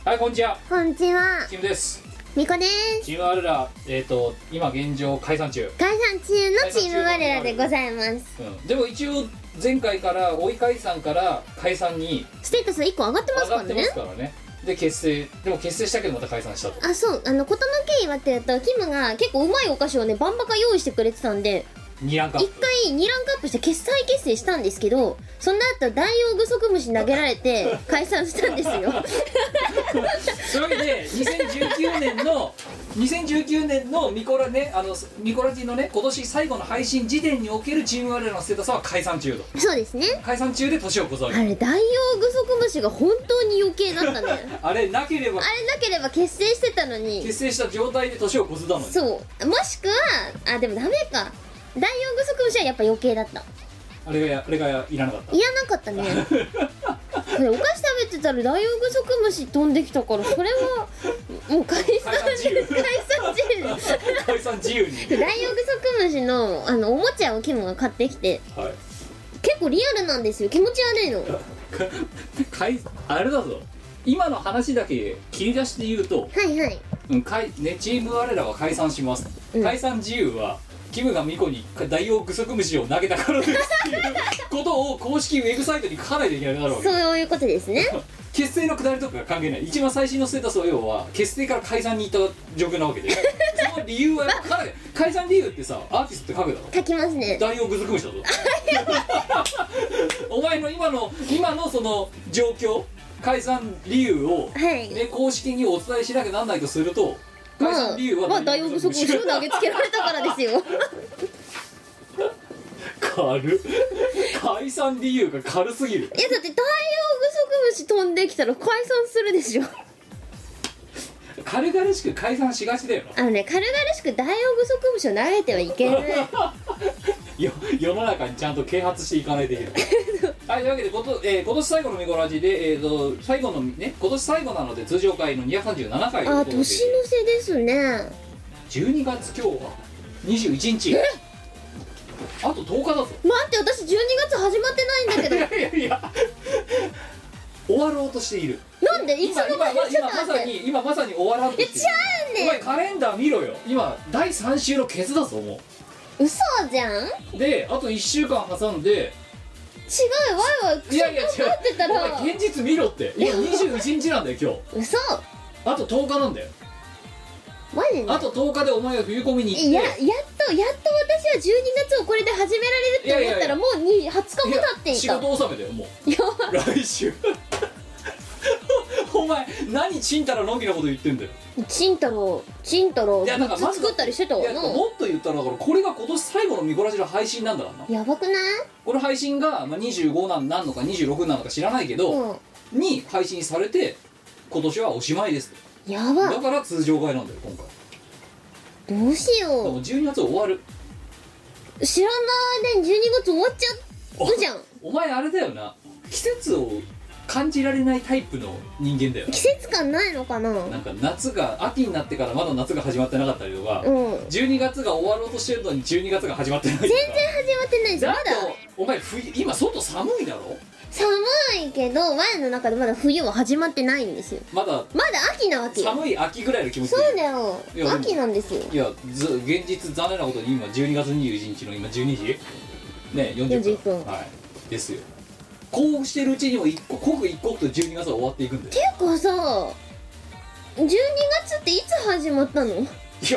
はい、こんにちは。 こんにちは。 キムです。 みこです。 チーム我ら、今現状解散中。 解散中のチーム我らでございます。 でも一応前回から追い解散から解散にステータス1個上がってますからね。 上がってますからね。で結成したけどまた解散したと。 あ、そう、事の経緯はっていうと、キムが結構うまいお菓子をねバンバカ用意してくれてたんで、 2ランクアップ、 1回2ランクアップして再結成したんですけど、その後ダイオウグソクムシ投げられて解散したんですよ。 そういうわけで2019年のミコラね、ミコラジのね今年最後の配信時点におけるチーム我らのステータスは解散中と。 そうですね。 解散中で年を越すわけ。 あれダイオウグソクムシが本当に余計だったね。 あれなければ結成してたのに、 結成した状態で年を越すだもん。 そう、もしくはでもダメか、ダイオウグソクムシはやっぱ余計だった。 あれがいらなかった。 いらなかったね。それお菓子食べてたらダイオウグソクムシ飛んできたから、それはもう解散自由解散自由に。 ダイオウグソクムシのおもちゃをキムが買ってきて、はい、結構リアルなんですよ。気持ち悪いの。 あれだぞ、今の話だけ切り出して言うと、 はいはい、 チーム我らは解散します、解散自由はキムがミコにダイオウグソクムシを投げたからですっていうことを公式ウェブサイトに書かないといけないだろう。 そういうことですね。 結成のくだりとか関係ない。一番最新のステータスは要は結成から解散に行った状況なわけで、その理由はやっぱ解散理由ってさ、アーティストって書くだろ。 書きますね。 ダイオウグソクムシだぞ。お前の今のその状況、解散理由を、ね、公式にお伝えしなきゃなんないとすると、解散理由はダイオウグソクムシを投げつけられたからですよ。 解散理由が軽すぎる。 いやだってダイオウグソクムシ飛んできたら解散するでしょ。 軽々しく解散しがちだよな。 軽々しくダイオウグソクムシを投げてはいけない。 世の中にちゃんと啓発していかないといけない。はい、というわけで今年最後のミコラジで、最後のね、今年最後なので通常回の237回年の瀬ですね。 12月今日は21日。あと10日だぞ。 待って、私12月始まってないんだけど。 いや終わろうとしている。 なんでいつの間に今まさに終わらんとしている。 ちゃうねん。 お前カレンダー見ろよ。今第3週のケツだぞもう。嘘じゃん。 であと1週間挟んで。 違う、わいわいいやいや違う、 ってたらお前現実見ろって。今21日なんだよ今日。 嘘。 あと10日なんだよ。 マジで。 あと10日でお前が冬込みに行って、 やっと私は12月をこれで始められるって思ったらもう20日も経っていた。 仕事納めだよもう。来週。お前何ちんたらのんきなこと言ってんだよ。 ちんたろ作ったりしてたわな。 もっと言ったらだからこれが今年最後のミコラジの配信なんだからな。 やばくない？ この配信が、25なんのか26なのか知らないけど、に配信されて今年はおしまいです。 やば。 だから通常回なんだよ今回。 どうしよう。 でも12月終わる。 知らないで12月終わっちゃうじゃん。 お前あれだよな、季節を感じられないタイプの人間だよな。 季節感ないのかな。 なんか夏が秋になってからまだ夏が始まってなかったりとか、12月が終わろうとしてるのに12月が始まってないとか。 全然始まってないです。まだお前今外寒いだろ。 寒いけど前の中でまだ冬は始まってないんですよ。 まだ秋なわけ。 寒い秋ぐらいの気持ち。 そうだよ、秋なんですよ。 いや現実残念なことに今12月21日の今12時ね40分はいですよ。こうしてるうちにも刻一刻と12月は終わっていくんだよ。 ていうかさ、12月っていつ始まったの？いや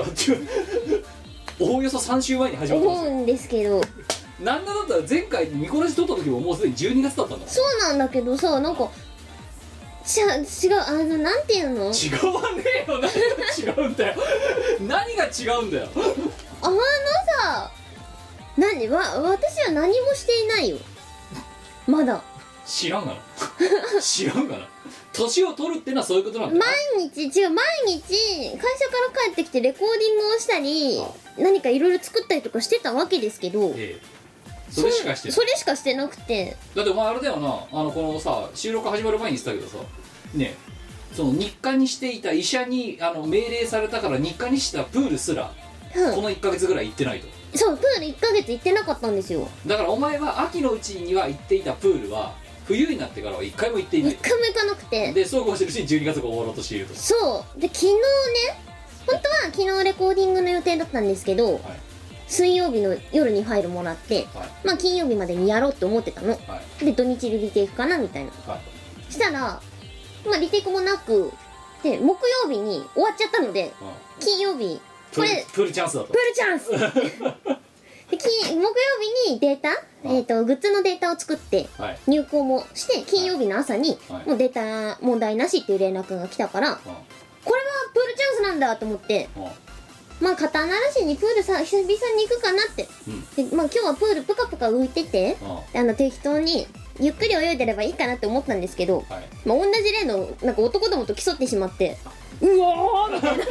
おおよそ3週前に始まったんですよ。 思うんですけど、 なんだったら前回ミコラジ撮った時ももうすでに12月だったんだ。 そうなんだけどさ、なんか違う、なんていうの？ 違わねえよ。何が違うんだよ。何が違うんだよ。 さ、私は何もしていないよまだ。 知らんがな。知らんがな。年を取るってのはそういうことなんだ。 毎日会社から帰ってきてレコーディングをしたり何かいろいろ作ったりとかしてたわけですけど、 それしかしてなくて。 だってお前あれだよな、このさ収録始まる前に言ってたけどさね、その日課にしていた医者に命令されたから日課にしたプールすら、この1ヶ月ぐらい行ってないと。 そう、プール1ヶ月行ってなかったんですよ。 だからお前は秋のうちには行っていたプールは冬になってからは一回も行っていない一回も行かなくて、 でそうこうしてるうちに12月が終わろうとしていると。 そうで昨日ね、本当は昨日レコーディングの予定だったんですけど、 はい水曜日の夜にファイルもらって、 はいまあ金曜日までにやろうって思ってたの、 はいで土日でリテイクかなみたいな。 はいしたらまあリテイクもなくで木曜日に終わっちゃったので、金曜日これプールチャンスだと。 プールチャンスで木曜日にデータ、グッズのデータを作ってはい入稿もして金曜日の朝にはいもうデータ問題なしっていう連絡が来たから、これはプールチャンスなんだと思って、まあ肩慣らしにプールさ久々に行くかなって、でまあ今日はプールプカプカ浮いてて、適当にゆっくり泳いでればいいかなって思ったんですけど、 はいまあ同じ例のなんか男どもと競ってしまって、うわーみたいな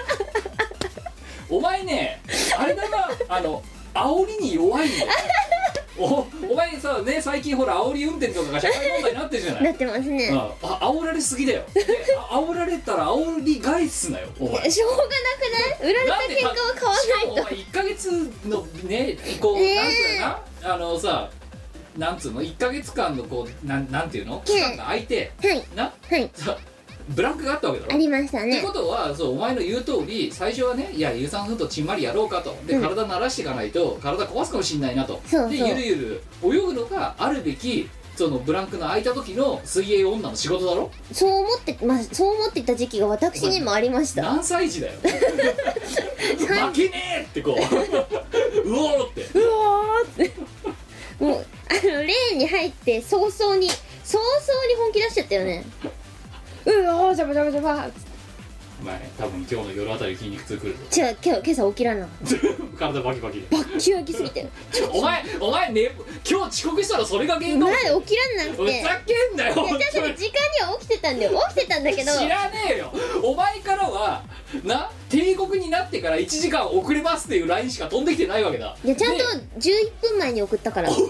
お前ねあれだな煽りに弱いんだよお前さね最近ほら煽り運転とかが社会問題になってるじゃないなってますね。 煽られすぎだよで煽られたら煽り返すなよお前しょうがなくない？売られた喧嘩は買わしかもおない前1ヶ月のねこう、なんつうのなさなんつうの1ヶ月間のこうなんていうの期間が空いて、 はいなはいさブランクがあったわけだろありましたね。 ってことはそうお前の言う通り最初はねいや有酸素運動ちんまりやろうかとで、体慣らしていかないと体壊すかもしんないなとそうそうでゆるゆる泳ぐのがあるべきそのブランクの空いた時の水泳女の仕事だろ。 そう思っていた時期が私にもありました。 何歳児だよ負けねえってこううおーってうわーってもうレーンに入って早々に本気出しちゃったよね。うわージャバジャバジャバ。 お前多分今日の夜あたり筋肉痛くるぞ違う今朝起きらんなかっ体バキバキでた。バッキバキすぎてお前ね今日遅刻したらそれが原因だ前起きらんなくて、 ふざけんなよいや確かに時間には起きてたんだよ。起きてたんだけど、 知らねえよお前からはな帝国になってから1時間遅れますっていう LINE しか飛んできてないわけだ。 いやちゃんとで 11分前に送ったから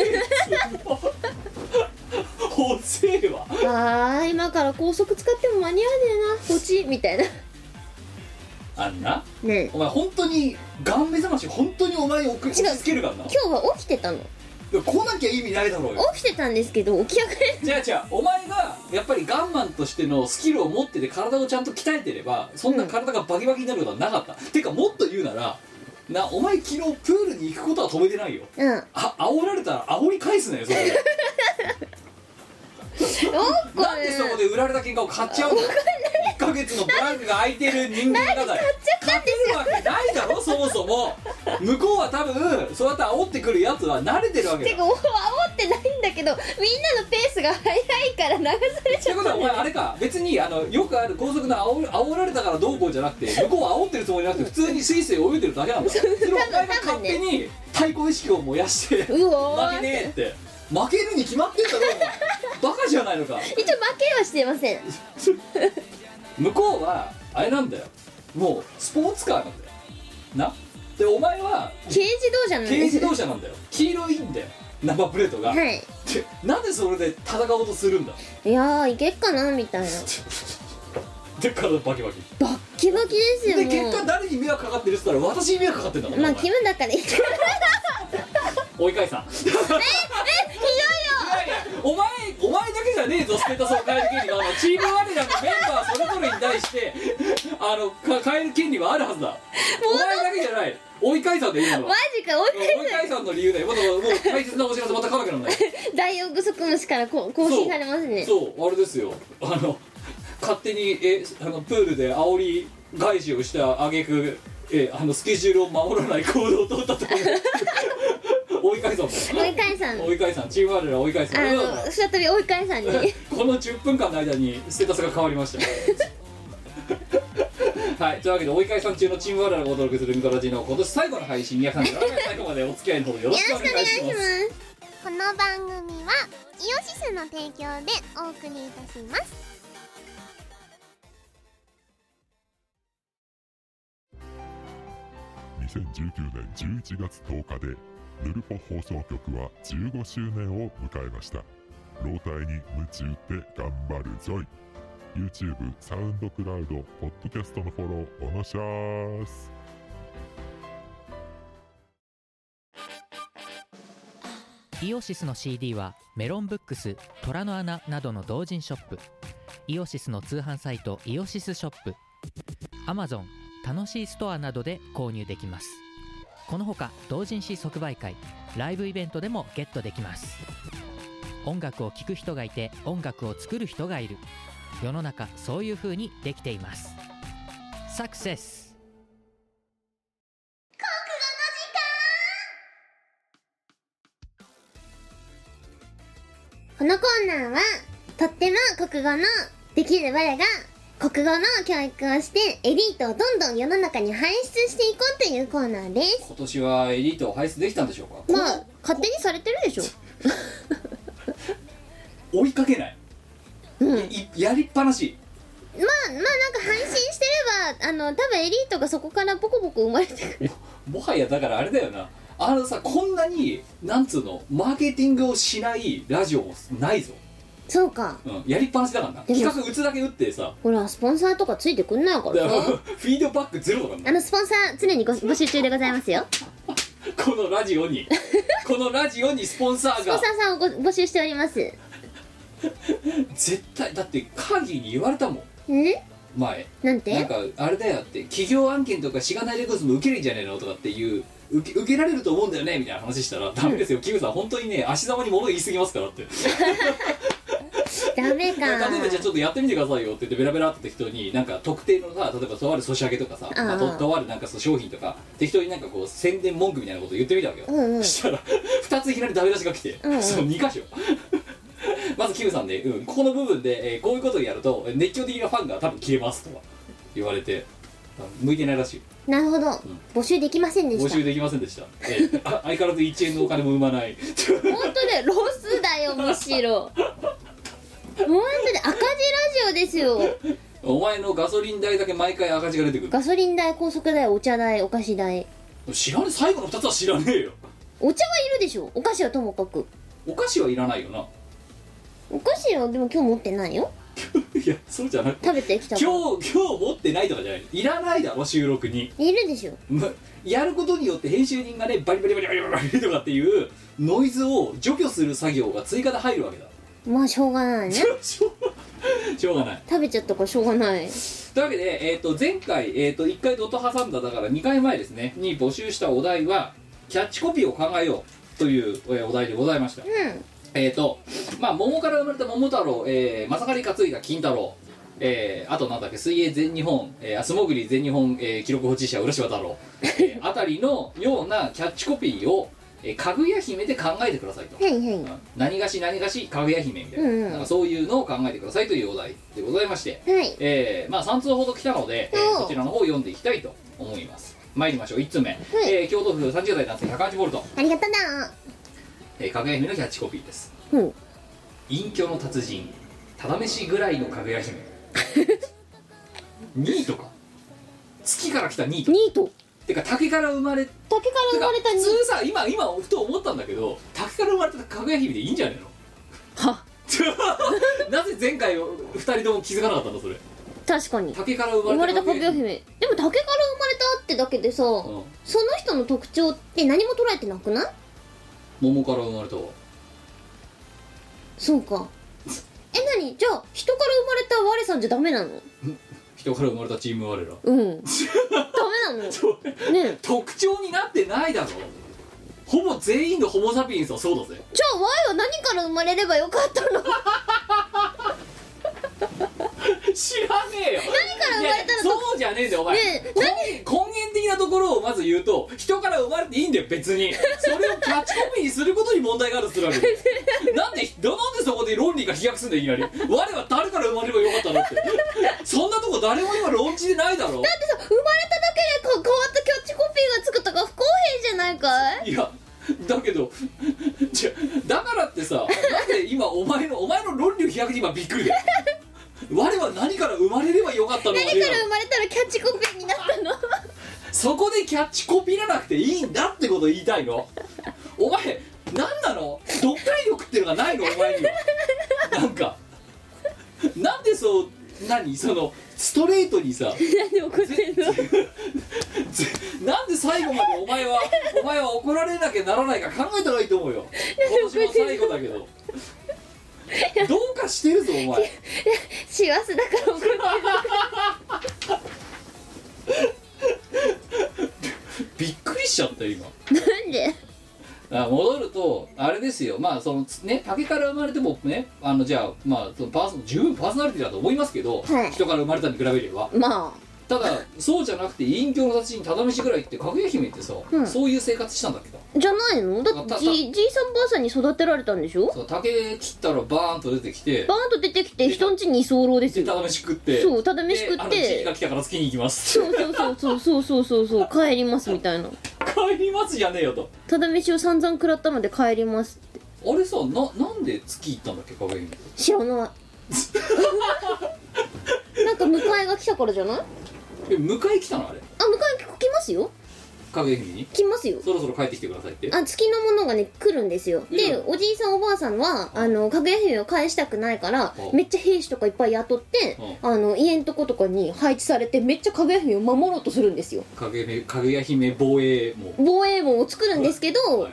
遅えわ今から高速使っても間に合わねえなこっちみたいなあんなねえ。 お前本当にガン目覚まし本当にお前に押し付けるからな。 今日は起きてたの。 来なきゃ意味ないだろうよ。 起きてたんですけど起き上がれ違うお前がやっぱりガンマンとしてのスキルを持ってて体をちゃんと鍛えてればそんな体がバキバキになることはなかった、てかもっと言うならお前昨日プールに行くことは止めてないよ。煽られたら煽り返すなよそれでなんでそこで売られた喧嘩を買っちゃうの。1ヶ月のブランクが空いてる人間がだよ勝てるわけないだろそもそも。向こうは多分そうやって煽ってくるやつは慣れてるわけだ。 てか煽ってないんだけどみんなのペースが速いから流されちゃった。 ってことはお前あれか別によくある高速の煽られたからどうこうじゃなくて向こうは煽ってるつもりなくて普通にスイスイ泳いでるだけなんだ。それをお前が勝手に対抗意識を燃やしてうわー負けねえって負けるに決まってんだろお前バカじゃないのか。 一応負けはしてません。 向こうはあれなんだよもうスポーツカーなんだよな。でお前は軽自動車なんです。 軽自動車なんだよ。黄色いんだよナンバープレートが、 はい。 でなんでそれで戦おうとするんだ。 いやいけっかなみたいな。 で体バキバキバッキバキですよでもう。 結果誰に迷惑かかってるって言ったら私に迷惑かかってんだからまあ気分だからいいから追い返さんひどいよ。 いやいやお前だけじゃねえぞステータスを変える権利がチーム我らのメンバーそれぞれに対して変える権利はあるはずだ。お前だけじゃない追い返さんでいいのマジか追い追い返さんの理由だよ。もう大切なお知らせまた書かなきゃなんないダイオウグソクムシから更新されますね。 そうあれですよ勝手にプールで煽り返しをした挙句スケジュールを守らない行動を取ったと追い返さん追い返さん追い返さんチーム我ら追い返さん再び追い返さんにこの10分間の間にステータスが変わりましたはいというわけで追い返さん中のチーム我らがお届けするミコラジの今年最後の配信237回最後までお付き合いのほどよろしくお願いします。 この番組はイオシスの提供でお送りいたします。 2019年11月10日でヌルポ放送局は15周年を迎えました。老体に夢中で頑張るぞい。 YouTube、サウンドクラウド、ポッドキャストのフォローおのしゃーす。 イオシスの CD はメロンブックス、虎の穴などの同人ショップ、イオシスの通販サイトイオシスショップ、Amazon、楽しいストアなどで購入できます。このほか同人誌即売会、ライブイベントでもゲットできます。音楽を聴く人がいて音楽を作る人がいる。世の中そういう風にできています。サクセス。 このコーナーはとっても国語のできる我が国語の教育をしてエリートをどんどん世の中に輩出していこうというコーナーです。 今年はエリートを輩出できたんでしょうか。 まあ勝手にされてるでしょ。 追いかけない、やりっぱなし。 まあなんか配信してれば多分エリートがそこからボコボコ生まれてくる。 もはやだからあれだよな、さ、こんなになんつうのマーケティングをしないラジオもないぞ。 そうか、 やりっぱなしだからな。企画打つだけ打ってさ、 ほらスポンサーとかついてくんないからさ。 フィードバックゼロだからな。 スポンサー常に募集中でございますよ。 このラジオにスポンサーがスポンサーさんを募集しております。 絶対だってカーギーに言われたもん前。 なんて？ なんかあれだよって、企業案件とかしがないレコーズも受けるんじゃねえのとかっていう受けられると思うんだよねみたいな話したら、ダメですよキムさん本当にね足玉に物言い過ぎますからってダメか。 例えばじゃあちょっとやってみてくださいよって言ってベラベラって適当になんか特定のさ、例えばとあるソシャゲとかさ、とあるなんかその商品とか適当になんかこう宣伝文句みたいなことを言ってみたわけよ、そしたら2ついきなりダメ出しが来て、その2箇所まずキムさんで、ここの部分で、こういうことをやると熱狂的なファンが多分消えますとか言われて、向いてないらしい。 なるほど、募集できませんでした。 募集できませんでした。相変わらず1円のお金も生まない。 本当でロスだよむしろ。本当で赤字ラジオですよ。 お前のガソリン代だけ毎回赤字が出てくる。 ガソリン代、高速代、お茶代、お菓子代。 知らねえ、最後の2つは知らねえよ。 お茶はいるでしょ、お菓子はともかく。 お菓子はいらないよな。 お菓子はでも今日持ってないよ。 いやそうじゃなくて、 食べてきたから。 今日持ってないとかじゃない、いらないだろ収録に。 いるでしょ。 やることによって編集人がねバリバリバリバリバリとかっていうノイズを除去する作業が追加で入るわけだ。 まあしょうがないね。 しょうがない。 食べちゃったからしょうがない。 というわけで、前回、1回ドット挟んだだから2回前ですねに募集したお題はキャッチコピーを考えようというお題でございました。まあ桃から生まれた桃太郎、まさかり担いだ金太郎、あとなんだっけ、水泳全日本、素潜り全日本、記録保持者浦島太郎、あたりのようなキャッチコピーを、かぐや姫で考えてくださいと。何がし何がしかぐや姫みたいな、なんかそういうのを考えてくださいというお題でございまして、まあ3通ほど来たので、そちらの方を読んでいきたいと思います。参りましょう。1通目、京都府30代男性 108V。 ありがとうな。 かぐや姫のキャッチコピーです。隠居の達人、ただ飯ぐらいのかぐや姫。ニートか、月から来たニート。 ニートてか竹から生まれたニート。普通さ、今ふと思ったんだけど、竹から生まれたかぐや姫でいいんじゃねえの。 はなぜ前回2人とも気づかなかったんだそれ。 確かに竹から生まれたかぐや姫。でも竹から生まれたってだけでさ、その人の特徴って何も捉えてなくない？ 桃から生まれたわ。 そうか。何じゃあ人から生まれた我さんじゃダメなの？ 人から生まれたチーム我ら。 ダメなのね。 特徴になってないだろ。ほぼ全員のホモサピエンスはそうだぜ。 じゃあ Y は何から生まれればよかったの？ 知らねえよ。 何から生まれたらそうじゃねえんだよお前、根源的なところをまず言うと、人から生まれていいんだよ別に。それをキャッチコピーにすることに問題があるとするわけ。なんでそこで論理が飛躍するんだよいきなり。我は誰から生まれればよかったのって。そんなとこ誰も今論じてないだろ。だってさ、生まれただけで変わったキャッチコピーがつくとか不公平じゃないかい？ いやだけどだからってさ、なんで今お前の論理の飛躍に今びっくりだよ。我は何から生まれればよかったの。 何から生まれたらキャッチコピーになったの？ そこでキャッチコピーらなくていいんだってことを言いたいの。お前何なの？読解力っていうのがないのお前には。なんかなんでそう何そのストレートにさなんで怒ってんのなんで最後までお前は怒られなきゃならないか考えたらいいと思うよ。今年も最後だけどどうかしてるぞお前。 師走だから怒ってるびっくりしちゃったよ今。 なんで戻るとあれですよ、まあそのね竹から生まれてもねじゃあまあその十分パーソナリティだと思いますけど、 はい、 人から生まれたに比べればまあただそうじゃなくて隠居の達人ただ飯ぐらいってかぐや姫ってさ、 うん、 そういう生活したんだっけどじゃないの？だってじいさんばあさんに育てられたんでしょ。 そう竹切ったらバーンと出てきて人んちに居候ですよ。 ただ飯食って、 そうただ飯食って時期が来たから月に行きますそう帰りますみたいな帰りますじゃねえよとただ飯を散々食らったので帰りますって。 あれさなんで月行ったんだっけかぐや姫。 知らないなんか迎えが来たからじゃない？ 迎え来たのあれ。 迎え来ますよ。 かぐや姫に来ますよ。 そろそろ帰ってきてくださいって。 月のものがね来るんですよ。でおじいさんおばあさんはかぐや姫を返したくないからめっちゃ兵士とかいっぱい雇って家んとことかに配置されてめっちゃかぐや姫を守ろうとするんですよ。 かぐや姫防衛網を作るんですけど、はい、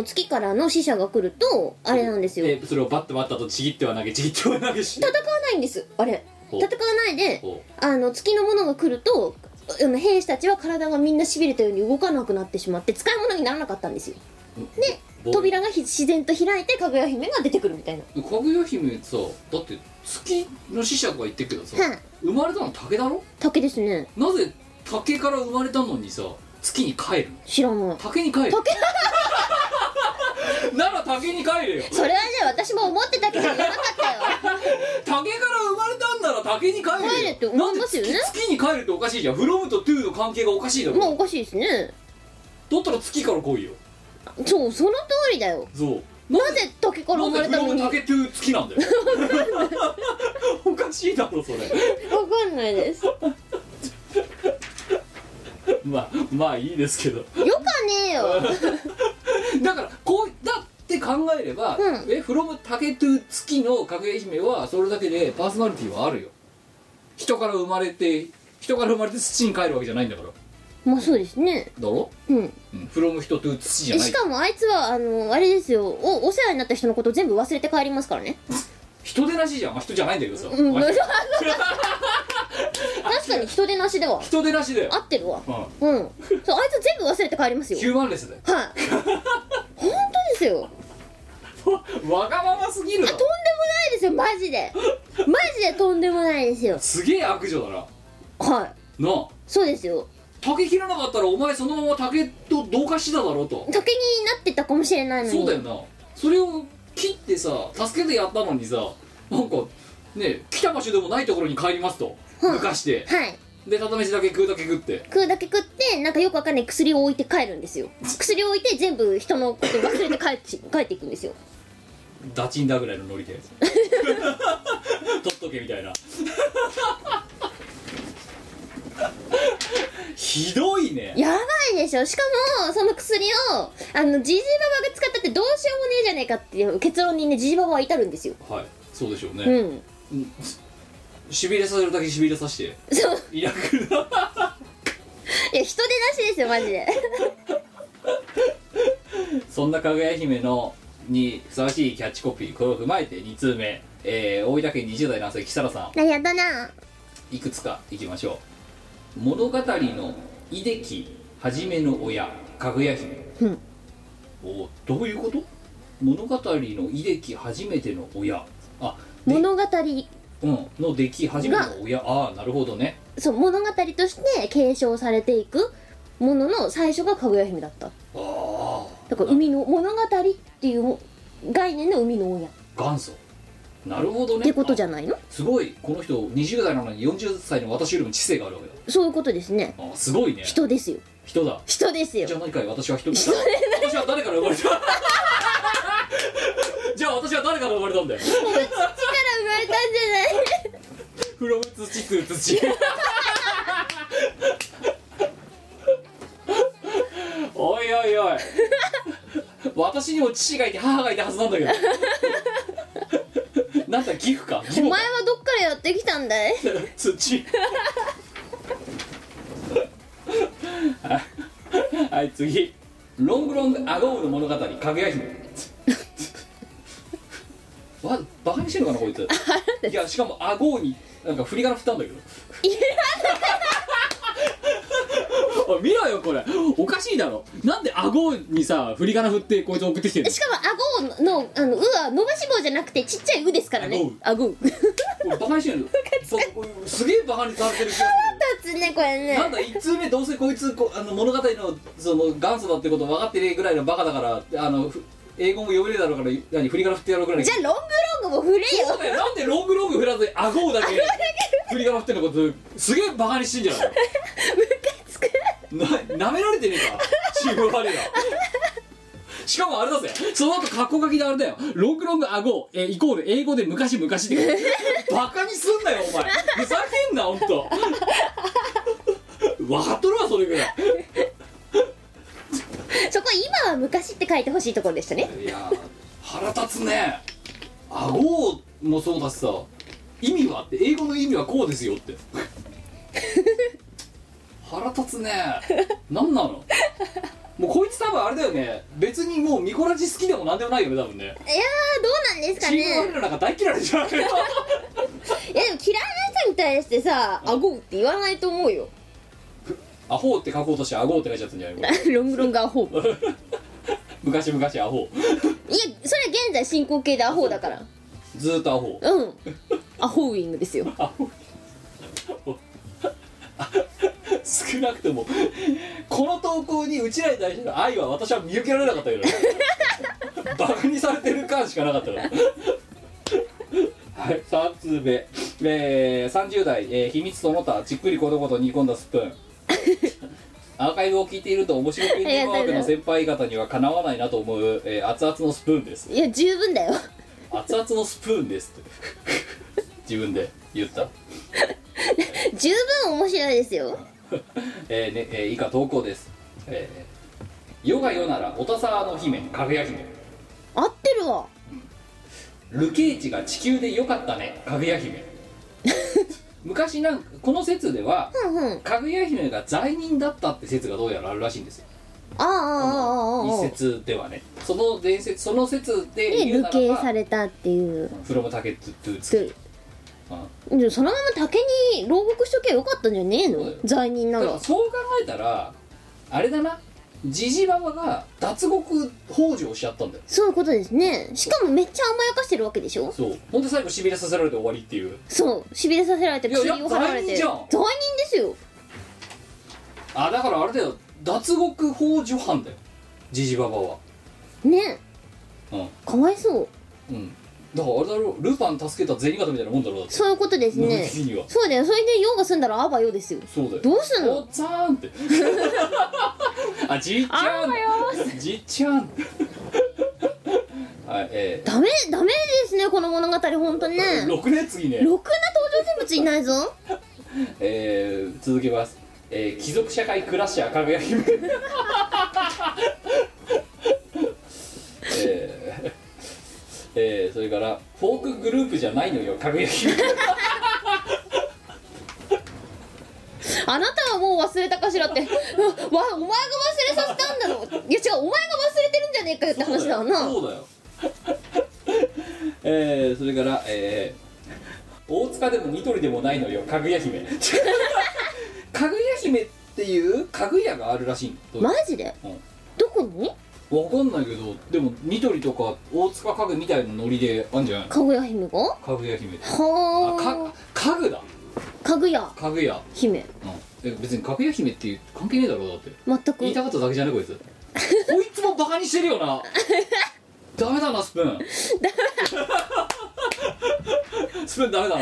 月からの使者が来るとあれなんですよ。 それをバッとちぎっては投げして戦わないんですあれ。戦わないで月のものが来ると兵士たちは体がみんなしびれたように動かなくなってしまって使い物にならなかったんですよ。で扉が自然と開いてかぐや姫が出てくるみたいな。 かぐや姫さだって月の使者とか言ってるけどさ、生まれたの竹だろ。竹ですね。なぜ竹から生まれたのにさ月に帰るの？知らない。竹に帰るなら竹に帰れよ。それはね私も思ってたけど言わなかったよ竹から生まれたんなら竹に帰れよ。帰れって思いますよね。月に帰るっておかしいじゃん。フロムとトゥーの関係がおかしいだろ。まあおかしいですね。だったら月から来いよ。そうその通りだよ。そうなぜ竹から生まれたのになんでフロム竹トゥー月なんだよおかしいだろそれ。わかんないですまあいいですけどよかねえよだからだって考えれば、フロム竹トゥ月のかぐや姫はそれだけでパーソナリティはあるよ。人から生まれて土に帰るわけじゃないんだから。まあそうですね。だろ。フロム人トゥ土じゃない。しかもあいつはあれですよ、お世話になった人のことを全部忘れて帰りますからね人でなしじゃん。まあ人じゃないんだけどさ、確かに人でなしだわ。人でなしだよ。合ってるわ。そうあいつ全部忘れて帰りますよ。ヒューマンレスだよ。はい本当ですよわがまますぎるな。とんでもないですよマジでとんでもないですよ。すげえ悪女だな。はいなあ。そうですよ。竹切らなかったらお前そのまま竹と同化してただろうと。竹になってたかもしれないのに。そうだよな。それを切ってさ助けてやったのにさ、なんかね来た場所でもないところに帰りますと抜かして、はいでただ飯だけ食うだけ食ってなんかよくわかんない薬を置いて帰るんですよ薬を置いて全部人のこと忘れて帰っていくんですよダチンだぐらいのノリで取っとけみたいなひどいね。やばいでしょ。しかもその薬をジジババが使ったってどうしようもねえじゃねえかっていう結論にねジジババは至るんですよ。はいそうでしょうね。しびれさせるだけしびれさせてそういなくないや人でなしですよマジでそんなかぐや姫のにふさわしいキャッチコピーこれを踏まえて2通目、大分県20代男性木更さん。やだないくつかいきましょう。物語のいできはじめの親かぐや姫、どういうこと？物語のいでき初めての親物語の出来初めての親なるほどね。そう物語として継承されていくものの最初がかぐや姫だった。だから海の物語っていう概念の生みの親元祖。なるほどねってことじゃないの。すごいこの人20代なのに40歳の私よりも知性があるわけだ。そういうことですね。すごいね。人ですよ。人だ。人ですよ。じゃあ何かい私は人私は誰から生まれたじゃあ私は誰から生まれたんだよ。土から生まれたんじゃないフロム土トゥ土おいおいおい私にも父がいて母がいたはずなんだけどなんだ岐阜か。お前はどっからやってきたんだい土はい次、ロングロングアゴーの物語、かぐや姫バカにしてるのかなこいついやしかもアゴーになんか振り仮名振ったんだけど見ろよこれおかしいだろ。なんで顎にさ振り仮名振ってこいつ送ってきてるの。 しかも顎のうは伸ばし棒じゃなくてちっちゃいうですからね。顎バカにしてるのすげえバカにされてる気がする。立つねこれね。 なんだ1通目どうせこいつ物語のその元祖だってこと分かってねえぐらいのバカだから英語も読めねえだろうから何振り仮名振ってやろうぐらい。 じゃあロングも振れよ。 そうだよ。なんでロング振らずに顎だけ振り仮名振ってんのことすげえバカにしてんじゃないなめられてねえかチーム我らしかもあれだぜ、その後カッコ書きであれだよ、ロング顎イコール英語で昔ってバカにすんなよお前、ふざけんなほんと分かっとるわそれぐらいそこ今は昔って書いてほしいところでしたね。 いや腹立つね。顎もそうだしさ、意味はって英語の意味はこうですよって腹立つね。なんなのもうこいつ多分あれだよね、別にもうミコラジ好きでもなんでもないよね多分ね。 いやーどうなんですかチーム我ね。 らなんか大嫌いじゃないのいやでも嫌いな人に対してさ顎って言わないと思うよ。 アホって書こうとしてアゴって書いちゃったんじゃないのロングアホ昔アホいやそれは現在進行形でアホだから。 ずーっとアホうんアホウイングですよ。 アホ少なくともこの投稿にうちらに対しての愛は私は見受けられなかったけどバカにされてる感しかなかったからはい、3通目、30代、秘密との他じっくりコトコト煮込んだスプーンアーカイブを聞いていると面白ペンギンワークの先輩方にはかなわないなと思う、熱々のスプーンです。 いや十分だよ熱々のスプーンですって自分で言った十分面白いですよ以下投稿です。世が世ならおたさの姫かぐや姫。 合ってるわ。 ルケイチが地球でよかったねかぐや姫昔なんかこの説では、かぐや姫が罪人だったって説がどうやらあるらしいんですよ。一説ではね、その伝説その説で言うならば流刑されたっていうフロムタケトゥーツでもそのまま竹に牢獄しときゃよかったんじゃねえの。罪人なら。 そう考えたらあれだな、ジジババが脱獄幇助をしちゃったんだよ。 そういうことですね。しかもめっちゃ甘やかしてるわけでしょ。 そうほんで最後しびれさせられて終わりっていう。 そうしびれさせられて薬を払われて。 罪人じゃん。 罪人ですよ。 あだからあれだよ、脱獄幇助犯だよジジババはねうん、 かわいそう。 うんだからあれだろ、ルパン助けた銭形みたいなもんだろ。だってそういうことですね。そうだよ。それで用が済んだらあばよですよ。 そうだよ。 どうすんの。 おっつぁんってあじっちゃんじっちゃんはいダメですねこの物語ほんとね。 ろくね次ね。 ろくな登場人物いないぞ続けます。貴族社会クラッシャーかぐや姫それからフォークグループじゃないのよかぐや姫あなたはもう忘れたかしらってお前が忘れさせたんだろ。いや違う、お前が忘れてるんじゃねえかよって話だわな。 そうだよそれから大塚でもニトリでもないのよかぐや姫かぐや姫っていうかぐやがあるらしいの。 マジで、どこにわかんないけど、でもニトリとか大塚家具みたいなノリであんじゃない。 かぐや姫がかぐや姫はあ家具だ。 かぐや姫、 別にかぐや姫っていう関係ねえだろ。だって全く言いたかっただけじゃねこいつこいつもバカにしてるよなダメだなスプーンスプーンダメだな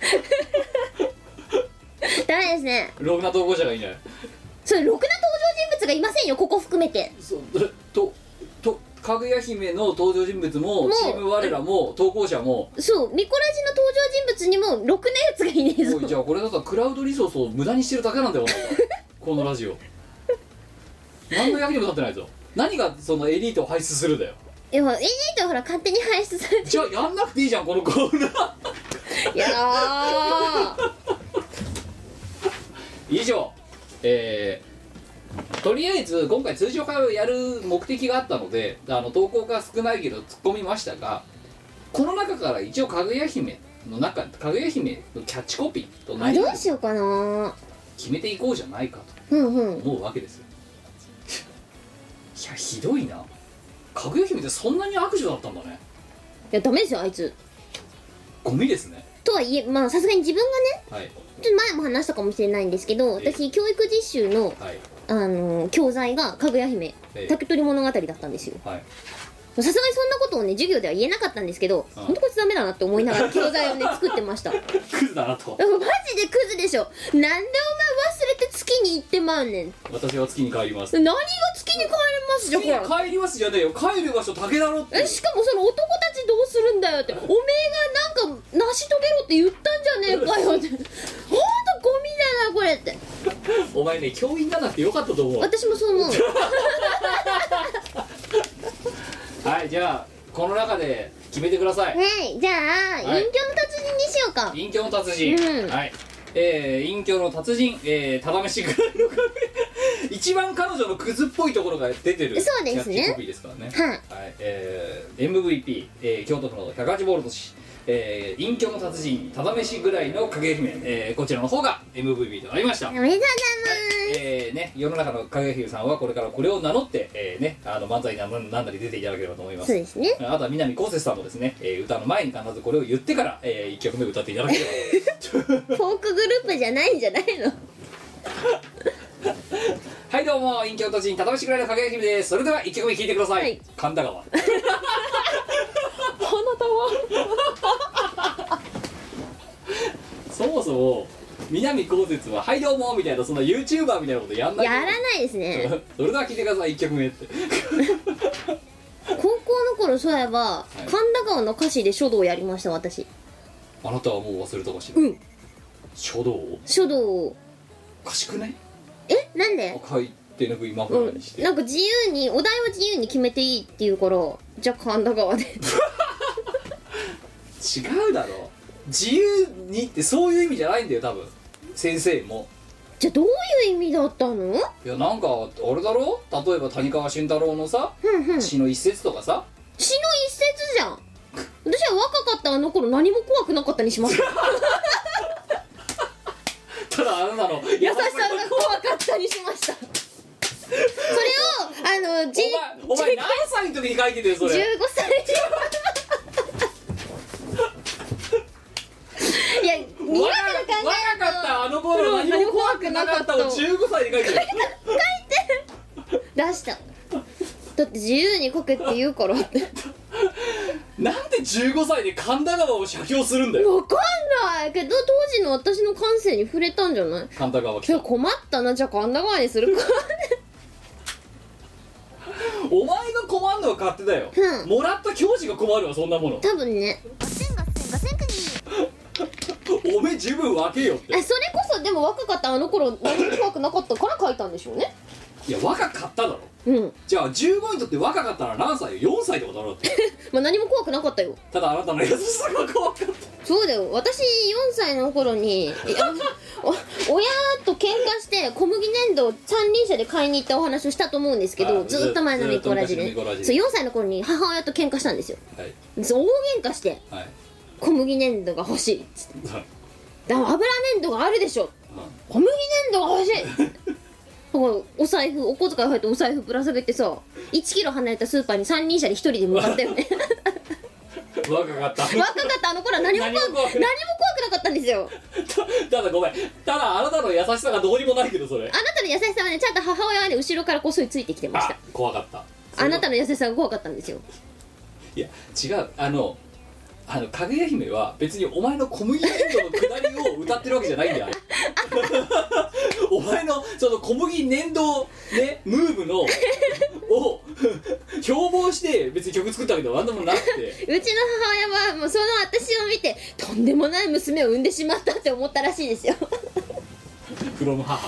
ダメですね。 ろくな投稿者がいない。 それろくな登場人物がいませんよここ含めて。 そうかぐや姫の登場人物もチーム我らも投稿者もそうミコラジの登場人物にもろくなやつがいねえぞ。 おいじゃあこれだとクラウドリソースを無駄にしてるだけなんだよこのラジオ何の役にも立ってないぞ。何がそのエリートを輩出するだよ。 いやエリートはほら勝手に輩出されて。 じゃあやんなくていいじゃんこのコーナーいやー以上、とりあえず今回通常会をやる目的があったので投稿が少ないけど突っ込みましたが、この中から一応かぐや姫の中かぐや姫のキャッチコピーと内容どうしようかな。 決めていこうじゃないかうんうん。 と思うわけですよ。いやひどいな、かぐや姫ってそんなに悪女だったんだね。 いやダメですよあいつ。 ゴミですね。 とはいえまあさすがに自分がね、 はいちょっと前も話したかもしれないんですけど、私教育実習のはい教材がかぐや姫竹取物語だったんですよ。 はい。 さすがにそんなことをね授業では言えなかったんですけど、 うんほんとこいつダメだなって思いながら教材をね作ってました。マクズだなと。 ジでクズでしょ。なんでお前忘れて月に行ってまうねん。 私は月に帰ります。 何が月に帰れますじゃ月んこれ。 に帰りますじゃねえよ、帰る場所竹だろって。 しかもその男たちどうするんだよって、おめえがなんか成し遂げろって言ったんじゃねえかよって。ほんとゴミだなこれって。 お前ね教員だなってよかったと思う。 私もそう思う。 はい、じゃあこの中で決めてください。 はいじゃあ、 はい隠居の達人にしようか。 隠居の達人、 うんはい、隠居の達人、ただ飯ぐらいの壁一番彼女のクズっぽいところが出てるそうですねキャッチコピーですからね。 はいはい、MVP、京都府の108ボルト氏、隠居の達人ただ飯ぐらいの影姫、こちらの方が MVP となりました。 おめでとうございます。 ね、世の中の影姫さんはこれからこれを名乗って、漫才なんだり出ていただければと思います。 そうですね。 あとは南こうせつさんもですね、歌の前に必ずこれを言ってから、1曲目歌っていただければフォークグループじゃないんじゃないの。 はいどうも隠居達人ただめしぐらいのかぐや姫です。それでは1曲目聴いてください、 はい、 神田川あなたはそもそも南こうせつははいどうもみたいなそんな YouTuber みたいなことやんない。 やらないですね。 それでは聴いてください1曲目って高校の頃そういえば、 い神田川の歌詞で書道やりました私。 あなたはもう忘れたかしら。 うん書道書道。 おかしくね。 なんで赤い手ぬぐいマフラーにして、 なんか自由にお題は自由に決めていいっていうから、じゃあ神田川で違うだろ、自由にってそういう意味じゃないんだよ多分先生も。 じゃあどういう意味だったの？ いやなんかあれだろ、例えば谷川俊太郎のさ詩の一節とかさ、 詩の一節じゃん。私は若かったあの頃何も怖くなかったにしますただあなたの優し優しさが怖かったにしました。それをお前何歳の時に書いてるよそれ。 15歳いや今から考えると若かったあの頃何も怖くなかったを15歳で書いてる出した。だって自由に書けって言うからってなんで15歳で神田川を写経するんだよ。 わかんないけど当時の私の感性に触れたんじゃない？ 神田川来た。 いや困ったな、じゃあ神田川にするかお前が困るのは勝手だよ、 うんもらった教師が困るわそんなもの。 多分ね。 ガセンガセンガセンクニー。 おめえ十分分けよって。 それこそでも若かったあの頃何も怖くなかったから書いたんでしょうね。 いや若かっただろ。 うんじゃあ15にとって若かったら何歳よ。4歳ってことだろって。 まあ何も怖くなかったよ。 ただあなたの優しさが怖かった。 そうだよ。私4歳の頃に親と喧嘩して小麦粘土を三輪車で買いに行ったお話をしたと思うんですけど、ずっと前のミコラジで、 ずっと昔のミコラジそう4歳の頃に母親と喧嘩したんですよ。 はいそう大喧嘩してはい小麦粘土が欲しいっつって、 はいだから油粘土があるでしょ、小麦粘土が欲しいお財布お小遣い入ってお財布ぶら下げてさ1キロ離れたスーパーに三輪車で一人で向かったよね若かった。 若かったあの頃は何も怖くなかったんですよ。 ただごめん、ただあなたの優しさがどうにもないけどそれ。 あなたの優しさはね、ちゃんと母親はね後ろからこっそりついてきてました。 怖かった。 あなたの優しさが怖かったんですよ。 いや違う、かぐや姫は別にお前の小麦粘土のくだりを歌ってるわけじゃないんだよお前のその小麦粘土ねムーブのを標榜して別に曲作ったわけでもなんでもなくて、 うちの母親はもうその私を見てとんでもない娘を産んでしまったって思ったらしいですよフロム母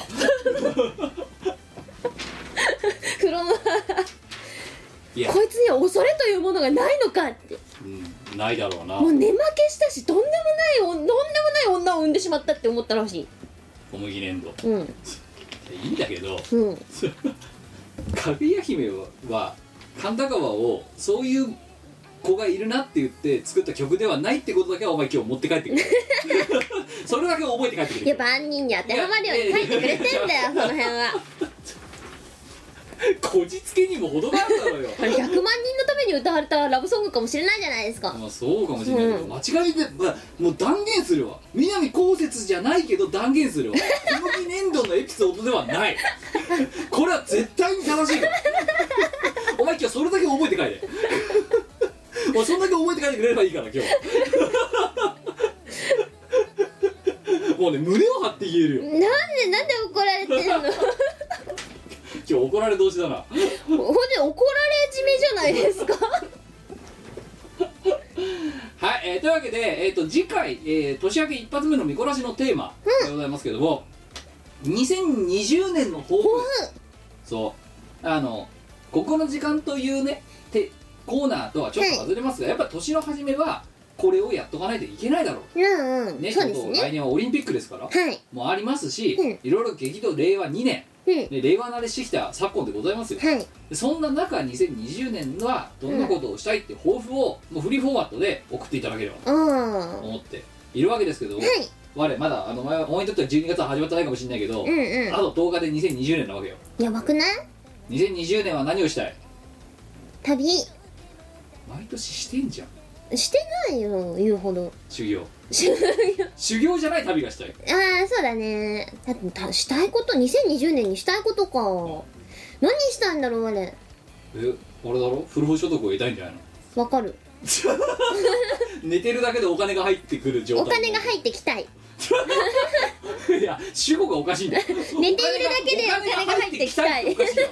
フロムいや、 こいつには恐れというものがないのかって。 ないだろうな。 もう寝負けしたし、とんでもない女を産んでしまったって思ったらしい。 小麦粘土うんいいんだけど、 うんかぐや姫は神田川をそういう子がいるなって言って作った曲ではないってことだけはお前今日持って帰ってくれそれだけ覚えて帰ってくれ。 いや、万人に当てはまるように書いてくれてんだよ、その辺は。 こじつけにも程があるだろうよあれ100万人のために歌われたラブソングかもしれないじゃないですか。 まあそうかもしれないけど、間違いで、もう断言するわ。南こうせつじゃないけど断言するわ。小麦粘土のエピソードではないこれは絶対に正しいからお前今日それだけ覚えて帰れもうそんだけ覚えて帰ってくれればいいから今日もうね胸を張って言えるよ。 なんで怒られてるの今日怒られ同士だなほんで怒られじめじゃないですかはい、というわけで、次回、年明け一発目の見こらしのテーマでございますけども、2020年の抱負、そうここの時間というねコーナーとはちょっと外れますが、やっぱ年の初めはこれをやっとかないといけないだろう、ね、 そうですね。 来年はオリンピックですから、 はいもうありますし、 うんいろいろ激動令和2年、で令和慣れしてきた昨今でございますよ。 はいでそんな中2020年はどんなことをしたいっていう抱負を、もうフリーフォーマットで送っていただければとあ思っているわけですけども、 はい我まだお前にとっては12月は始まってないかもしれないけど、 うんうんあと10日で2020年なわけよ。 やばくない？ 2020年は何をしたい？ 旅毎年してんじゃん。 してないよ、言うほど。 修行修行修行じゃない旅がしたい。 ああ、そうだね。だってしたいこと、2020年にしたいことか。何したんだろう、あれ。 あれだろ、不労所得を得たいんじゃないの？ わかる。 寝てるだけでお金が入ってくる状態。 お金が入ってきたい。 いや主語がおかしいんだよ。 寝ているだけでお金が入ってきたい。 お金が入ってきたいっておかしいよ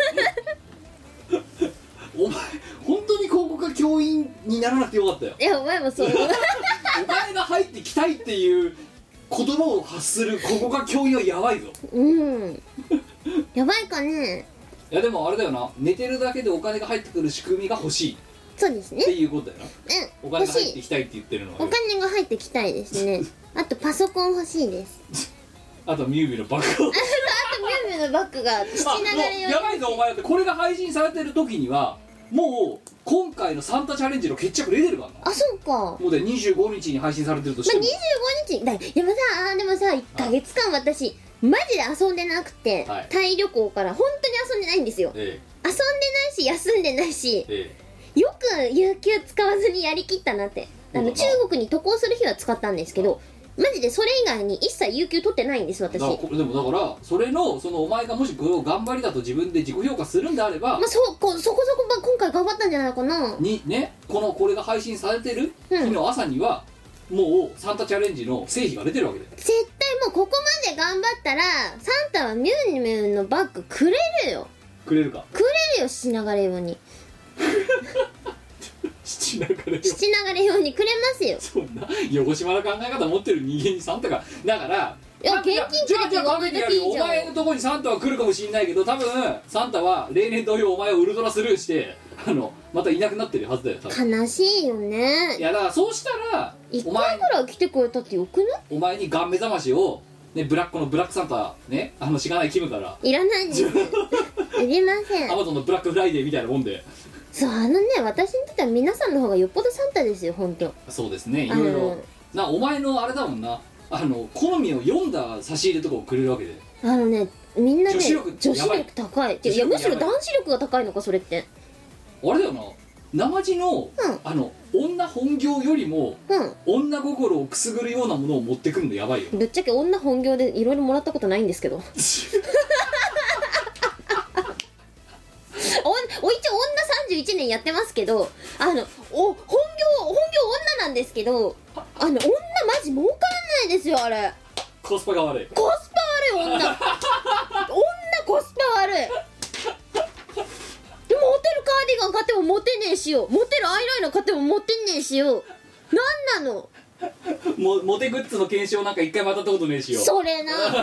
お前本当に広告が教員にならなくてよかったよ。 いや、お前もそう。 お金が入ってきたいっていう言葉を発するここが教員はやばいぞ。 うん。やばいかね。 いやでもあれだよな、寝てるだけでお金が入ってくる仕組みが欲しいそうですね。 っていうことだよな。 うん。 お金が入って欲しい。 きたいって言ってるのはおよ。 金が入ってきたいですね。あとパソコン欲しいです。 あとミュウミュウのバッグをあとミュウミュウのバッグが土流れようやばいぞお前。だってこれが配信されてる時にはもう今回のサンタチャレンジの決着出てるからな。 あ、そうか。 もうで25日に配信されてるとしても、 25日でもさ、でもさ、1ヶ月間私マジで遊んでなくて、 はいタイ旅行から本当に遊んでないんですよ。遊んでないし休んでないし、よく有給使わずにやりきったなって。 そうだな中国に渡航する日は使ったんですけど、マジでそれ以外に一切有給取ってないんです私。 だからでもだからそれのそのお前がもしこれを頑張りだと自分で自己評価するんであれば、 まあ、そこそこ、まあ、今回頑張ったんじゃないかな。 にねこれが配信されてる日の朝には、もうサンタチャレンジの成否が出てるわけで。 絶対もうここまで頑張ったらサンタはミュウミュウのバッグくれるよ。 くれるか。 くれるよ、七流れように。 七流れよ。 七流れようにくれますよ。 そんな横島な考え方持ってる人間にサンタがだからいや、現金くれてじゃあかけてやるよ。お前のとこにサンタは来るかもしれないけど、多分サンタは例年同様お前をウルトラスルーしてまたいなくなってるはずだよ多分。 悲しいよね。 いやだからそうしたら一回ぐらい来てくれたってよくない？ お前にガン目覚ましをね、ブラックサンタね、しがないキムからいらないんです。いりません。 アマゾンのブラックフライデーみたいなもんで。 そう、私にとっては皆さんの方がよっぽどサンタですよ、本当。 そうですね、いろいろお前のあれだもんな、好みを読んだ差し入れとかをくれるわけで。 みんなね、 女子力高い。いや、むしろ男子力が高いのか、それって。 あれだよな、生地の、女本業よりも、女心をくすぐるようなものを持ってくるのやばいよ。 ぶっちゃけ女本業でいろいろもらったことないんですけど。一応女31年やってますけど、本業女なんですけど、女マジ儲からないですよ、あれ。 コスパが悪い。 コスパ悪い、女コスパ悪い。でモテるカーディガン買ってもモテねえしよ、モテるアイライナー買ってもモテねえしよ、なんなの。 モテグッズの検証なんか一回も当たったことねえしよ。 それな。だ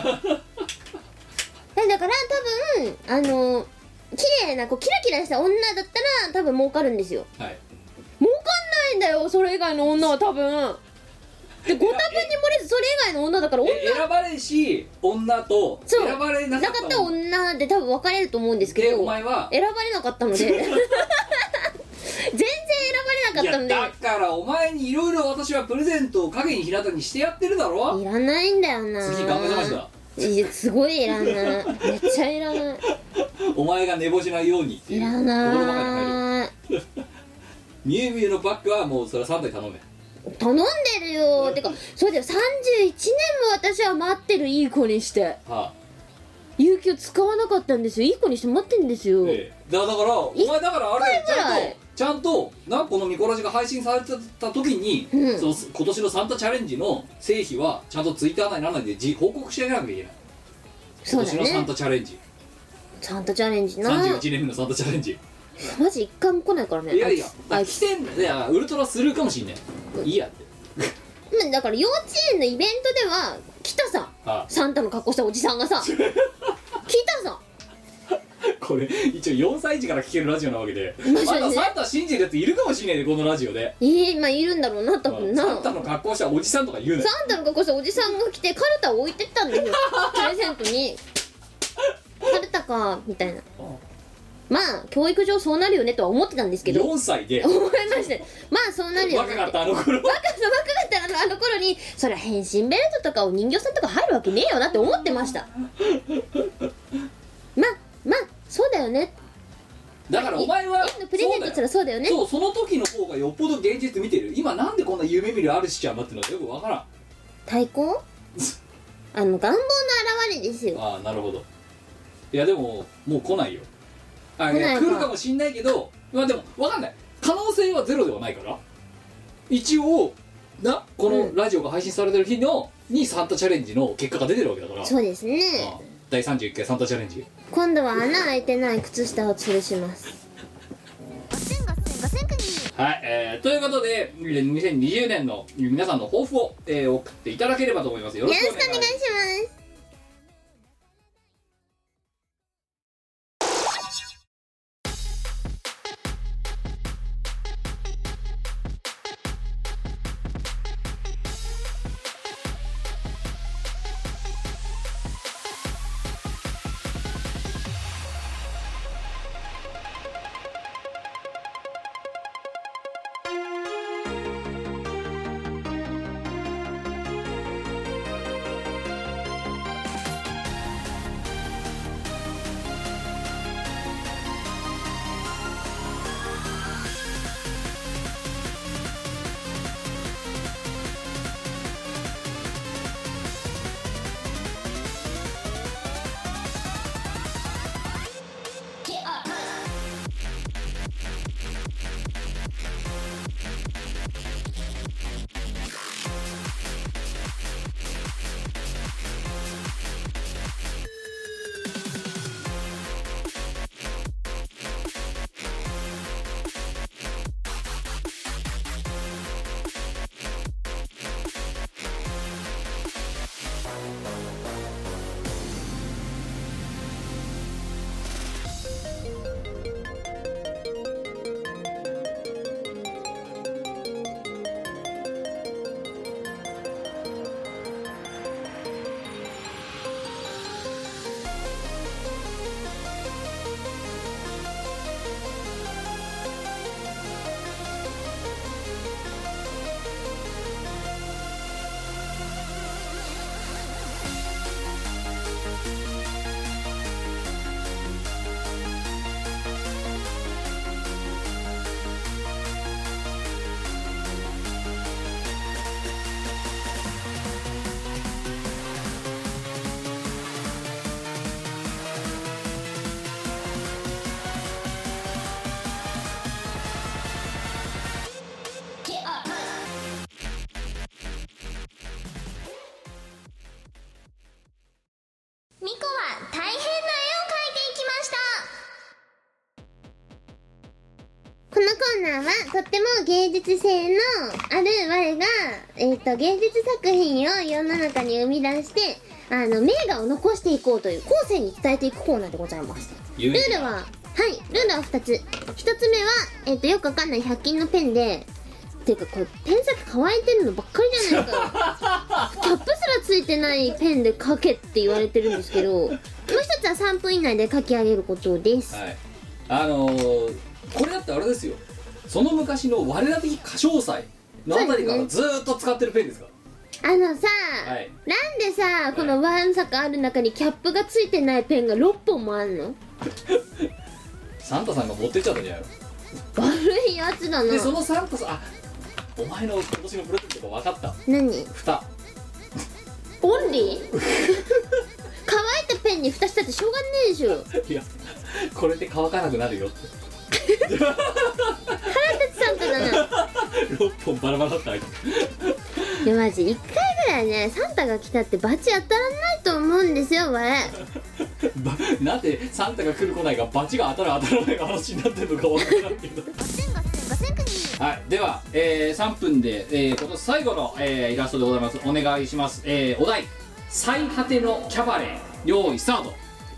から多分綺麗なキラキラした女だったら多分儲かるんですよ。 はい。 儲かんないんだだよそれ以外の女は多分でご多分に漏れずそれ以外の女だから女選ばれし女と選ばれなかった女で多分分かれると思うんですけど、 お前は選ばれなかったので全然選ばれなかったので。 いやだからお前にいろいろ私はプレゼントを影に日向にしてやってるだろ。 いらないんだよな。 次頑張りました。 いやすごいいらない、めっちゃいらない。 お前が寝坊しないようにっていういらない。 ミュウミュウのバッグはもうそれは3台頼め。 頼んでるよ。てかそうだよ、31年も私は待ってる。いい子にして、はあ、有給使わなかったんですよ。いい子にして待ってるんですよ、だからお前だからあれちゃんとこのミコラジが配信されてた時に、その今年のサンタチャレンジの成否はちゃんとツイッター内にならないで報告してあげなきゃいけない。今年のサンタチャレンジ、 サンタチャレンジな 31年目のサンタチャレンジマジ一回も来ないからね。 いやいや来てんだよ。ウルトラスルーかもしんねいいやってだから幼稚園のイベントでは来たさ、サンタの格好したおじさんがさ来たさこれ一応4歳児から聞けるラジオなわけで、まだサンタ信じるやついるかもしれないで、このラジオで。 まあいるんだろうな多分な。 サンタの格好したおじさんとか言うね。 サンタの格好したおじさんが来てカルタを置いてったんですよプレゼントにカルタかみたいな。まあ教育上そうなるよねとは思ってたんですけど、 4歳で思いまして、まあそうなるよねって。 若かったあの頃若かったあの頃にそりゃ変身ベルトとかお人形さんとか入るわけねえよなって思ってましたまあそうだよね。 だからお前はプレゼントしたらそうだよね。 その時の方がよっぽど現実見てる。今なんでこんな夢見るアルシちゃんだってのがよくわからん。 対抗願望の表れですよ。 ああなるほど。いやでももう来ないよ。来るかもしんないけど、まあでも分かんない。可能性はゼロではないから、一応このラジオが配信されてる日にサンタチャレンジの結果が出てるわけだから。 そうですね。 第31回サンタチャレンジ、 今度は穴開いてない靴下を吊るしますはい、ということで2020年の皆さんの抱負を、送っていただければと思います。よろしくお願いします。 ミコは大変な絵を描いていきました。 このコーナーはとっても芸術性のある我が、芸術作品を世の中に生み出して名画を残していこうという後世に伝えていくコーナーでございます。ルールは2つ。1つ目は、よくわかんない100均のペンでていうかこれペン先乾いてるのばっかりじゃないですかキャップすらついてないペンで書けって言われてるんですけど、もう一つは3分以内で書き上げることです。 はい、これだってあれですよ、その昔の我ら的歌唱祭のあたりからずーっと使ってるペンですから。 さ、 はい、 なんでさ、このワンサカある中にキャップがついてないペンが6本もあるのサンタさんが持ってっちゃったんじゃないの。 悪いやつだな。 でそのサンタさん、あ、お前の今年のプレゼントが分かった。 何？ 蓋。 オンリー乾いたペンに蓋したってしょうがねえでしょ。 いや、これで乾かなくなるよって腹立つサンタだな 6本バラバラだったでマジ1回ぐらいね、サンタが来たってバチ当たらないと思うんですよ、我。 なんでサンタが来る来ないがバチが当たる当たらないが話になってるのか分からんけどはい、では、3分で、今年最後の、イラストでございます。お願いします。お題最果てのキャバレー、用意スタート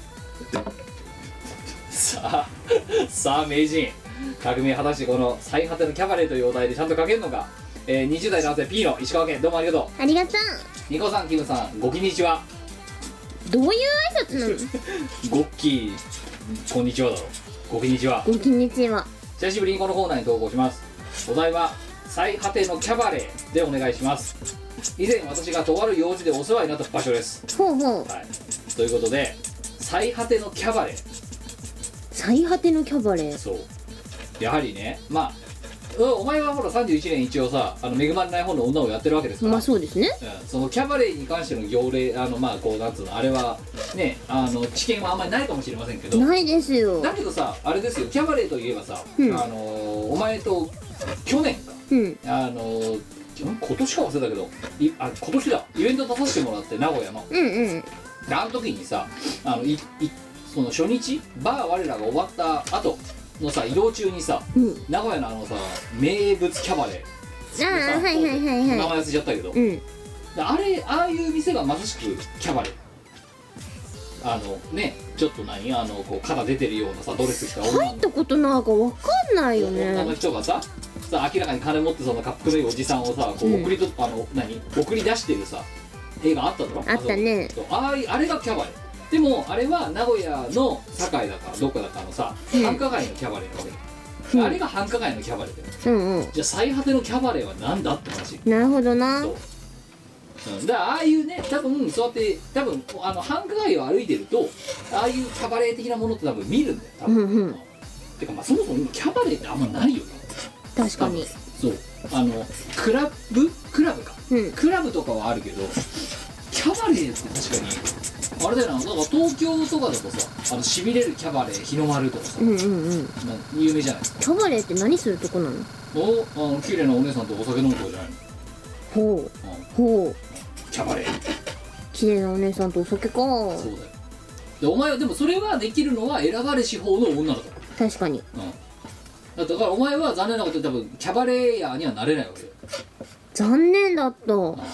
さあ名人、革命果たしてこの最果てのキャバレーというお題でちゃんと書けるのか。20代男性 P の石川県、どうもありがとありがとう。 う。ニコさん、キムさん、ごきにちは。 どういう挨拶なのごっきこんにちはだろ。ごきにちは。 ごきにちは。 久しぶりにこのコーナーに投稿します。お題は最果てのキャバレーでお願いします。以前私がとある用事でお世話になった場所です。 ほうほう。 はい、ということで最果てのキャバレー。 最果てのキャバレー。 そう、やはりね、まあお前はほら31年一応さ、恵まれない方の女をやってるわけですから。 まあそうですね、 そのキャバレーに関しての行例、まあこうなんつうの、あれはね、知見はあんまりないかもしれませんけど、 ないですよ。 だけどさ、あれですよ、キャバレーといえばさ、お前と去年か、今年か忘れたけど、今年だ、イベント出させてもらって、名古屋の、であの時にさ、その初日バー我らが終わった後のさ、移動中にさ、名古屋のさ名物キャバレー、 はいはいはいはい、 名前忘れちゃったけど、ああいう店がまさしくキャバレー。ね、ちょっとこう肩出てるようなさドレス着た女の入ったことなんかわかんないよね。 女の人がさ明らかに金持ってそのかっこいいおじさんをさこう送り出してるさ映画あっただろ。 あったね。 あれがキャバレー。でもあれは名古屋の堺だかどっかだかのさ、繁華街のキャバレーなわけ、あれが繁華街のキャバレーだよ、じゃあ最果てのキャバレーはなんだって話。 なるほどな。 だからああいうね、多分そうやって繁華街を歩いてるとああいうキャバレー的なものって多分見るんだよ多分、てかまあそもそも今キャバレーってあんまないよね。 確かに。 そう、クラブか、クラブとかはあるけどキャバレーって確かにあれだよな。だから東京とかだとさ、しびれるキャバレー日の丸とかさ、有名じゃないですか。 キャバレーって何するとこなの？ 綺麗なお姉さんとお酒飲むとこじゃないの。 ほうキャバレー、 綺麗なお姉さんとお酒か。 そうだよ。でお前はでもそれはできるのは選ばれし方の女だから。 確かに。 だからお前は残念なことで多分キャバレーヤーにはなれないわけよ。 残念だった。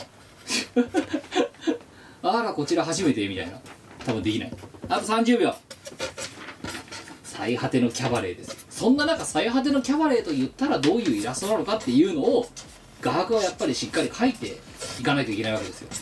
あらこちら初めてみたいな、多分できない。あと30秒。最果てのキャバレーです。そんな中最果てのキャバレーと言ったらどういうイラストなのかっていうのを画伯はやっぱりしっかり描いていかないといけないわけですよ。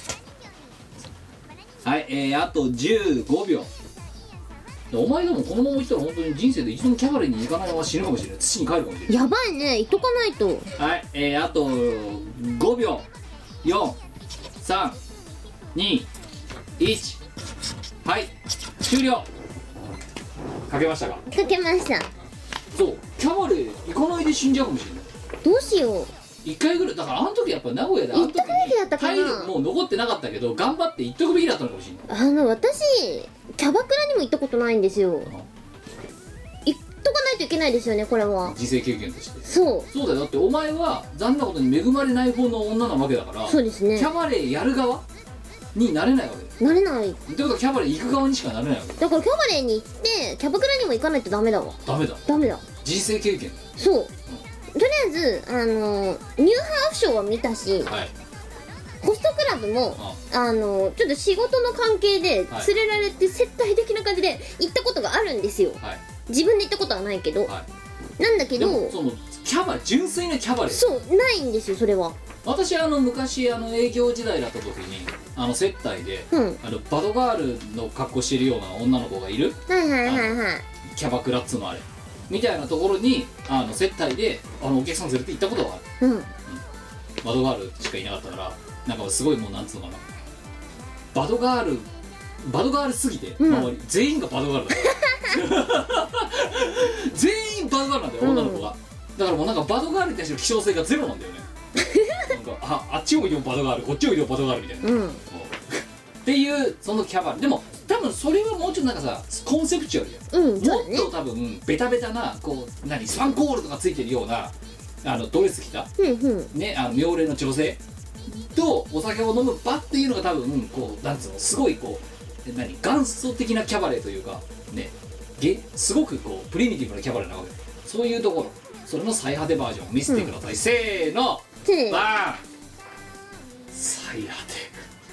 はい、あと15秒。お前でもこのままいったら本当に人生で一度もキャバレーに行かないまま死ぬかもしれない。土に帰るかもしれない。 やばいね、行っとかないと。 はい、あと5秒。4、3、2、1。はい終了。書けましたか？ 書けました。 そう、キャバレー行かないで死んじゃうかもしれない。 どうしよう。 1回ぐらいだから、あの時やっぱ名古屋で行っとくべきだったかな。 体力もう残ってなかったけど頑張って行っとくべきだったのかもしれない。 私キャバクラにも行ったことないんですよ。行っとかないといけないですよね、これは人生経験として。 そうだよ。だってお前は残念なことに恵まれない方の女なわけだから。 そうですね。 キャバレーやる側になれないわけだよ。 なれない。 ってことはキャバレー行く側にしかなれないわけだからキャバレーに行ってキャバクラにも行かないとダメだわ。 ダメだ。人生経験。 そう、とりあえずニューハーフショーは見たし、 はい、 ホストクラブもちょっと仕事の関係で連れられて接待的な感じで行ったことがあるんですよ、自分で行ったことはないけど、なんだけどでもそのキャバ純粋なキャバレー。 そうないんですよそれは。 私昔営業時代だった時に接待で、バドガールの格好してるような女の子がいる、 はいはいはいはい。 キャバクラっつうのあれみたいなところに接待でお客さん連れて行ったことがある。バドガールしかいなかったからなんかすごいもうなんつうのかな、バドガールすぎて、周り全員がバドガールだから全員バドガールなんだよ、女の子が。だからもうなんかバドガールに対しての希少性がゼロなんだよねなんかあっちを見てもバドガール、こっちを見てもバドガールみたいな、っていうそのキャバでも多分それはもうちょっとなんかさコンセプチュアルじゃん、もっと多分ベタベタなこうスパンコールとかついてるようなドレス着た、ね、妙齢の女性とお酒を飲む場っていうのが多分こうなんつうのすごいこう元祖的なキャバレーというかね、すごくこうプリミティブなキャバレーなわけ。そういうところ、それの最果てバージョンを見せてください、せーのバーン。最果て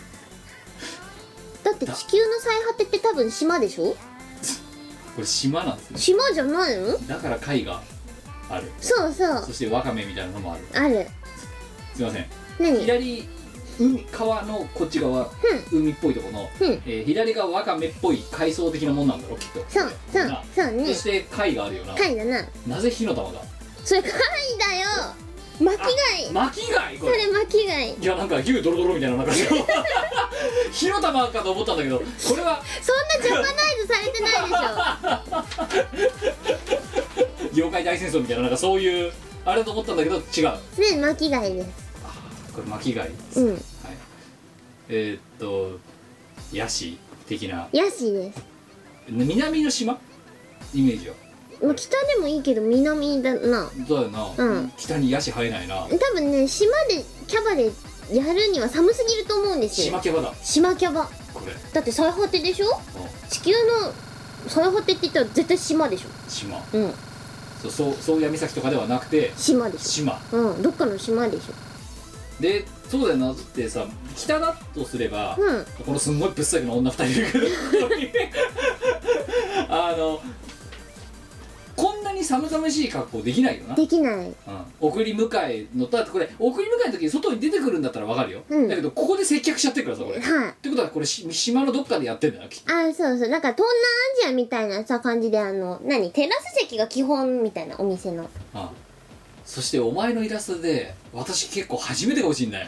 だって地球の最果てって多分島でしょこれ島なんですね。 島じゃないの？ だから貝がある。 そうそう。 そしてワカメみたいなのもある。 ある。 すいません。 何？ 左川のこっち側、海っぽいところの、左がワカメっぽい海藻的なもんなんだろうきっと。 そうね。 そして貝があるよな。 貝だな。 なぜ火の玉が？ それ貝だよ。巻き貝。 巻き貝これ。 それ巻き貝。 いやなんか牛ドロドロみたいななんか火の玉かと思ったんだけど、これはそんなジャパナイズされてないでしょ妖怪大戦争みたいななんかそういうあれと思ったんだけど違う。 ね、巻き貝です。 これ巻き貝です、はい、ヤシ的な。 ヤシです。 南の島イメージは。 北でもいいけど南だな。 そうだよな、北にヤシ生えないな。 多分ね、島でキャバでやるには寒すぎると思うんですよ。 島キャバだ。 島キャバこれだって最果てでしょ。地球の最果てって言ったら絶対島でしょ。 島。そう闇崎とかではなくて島でしょ。 島。 どっかの島でしょ。 でそうだよなってさ、北だとすれば、このすんごいぶっさいの女2人いるけどこんなに寒々しい格好できないよな。 できない。 送り迎えのだってこれ送り迎えの時に外に出てくるんだったらわかるよ、だけどここで接客しちゃってるからさこれ、ってことはこれ島のどっかでやってんだよきっと。 そうそう、なんか東南アジアみたいなさ感じでテラス席が基本みたいなお店の。 そしてお前のイラストで私結構初めてかもしんない。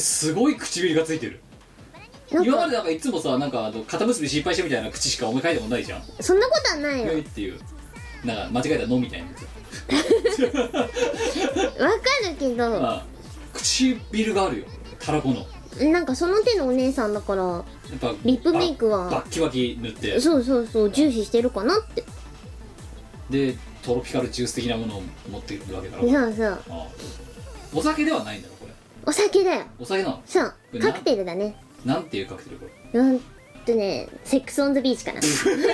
すごい唇がついてる。今までなんかいつもさなんか肩結び失敗したみたいな口しかお前書いてもないじゃん。 そんなことはないよっていうなんか間違えたのみたいなやつわかるけど唇があるよたらこの。 なんかその手のお姉さんだからやっぱリップメイクはバッキバキ塗って、 そう重視してるかなって。 でトロピカルジュース的なものを持ってるわけだろ。 そうお酒ではないんだろこれ。 お酒だよ。 お酒なの？ そうカクテルだね。 なんていうカクテルこれ？ セックスオンザビーチかな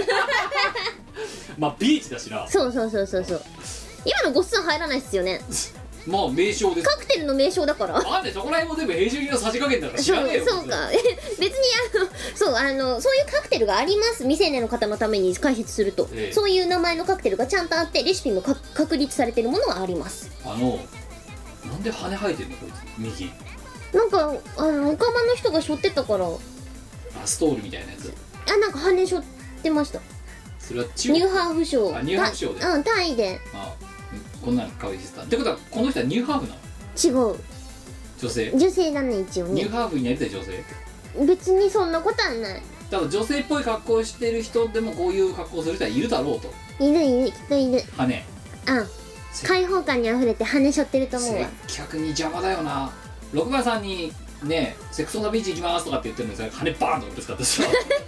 まあビーチだしな。 そう今のごっつん入らないっすよねまあ名称です。 カクテルの名称だから。 なんでそこら辺も全部平準のさじ加減だから知らねえよ。 そうか別にそういうカクテルがあります。未成年の方のために解説すると、そういう名前のカクテルがちゃんとあってレシピも確立されてるものがあります。 なんで羽生えてんのこいつ右。 なんかオカマの人が背負ってたから。 ストールみたいなやつ。 なんか羽背負ってました。 それはニューハーフ賞。 ニューハーフ賞で。 タイで。 こんなの可愛いですってことはこの人はニューハーフなの？ 違う。 女性だね一応ね。 ニューハーフになりたい女性？ 別にそんなことはない。 ただ女性っぽい格好をしてる人でもこういう格好をする人はいるだろうと。 いるきっといる。 羽。 開放感にあふれて羽背負ってると思うわ。 接客に邪魔だよな。6番さんにねセックスオンザビーチ行きますとかって言ってるのに羽バーンとぶつかってさ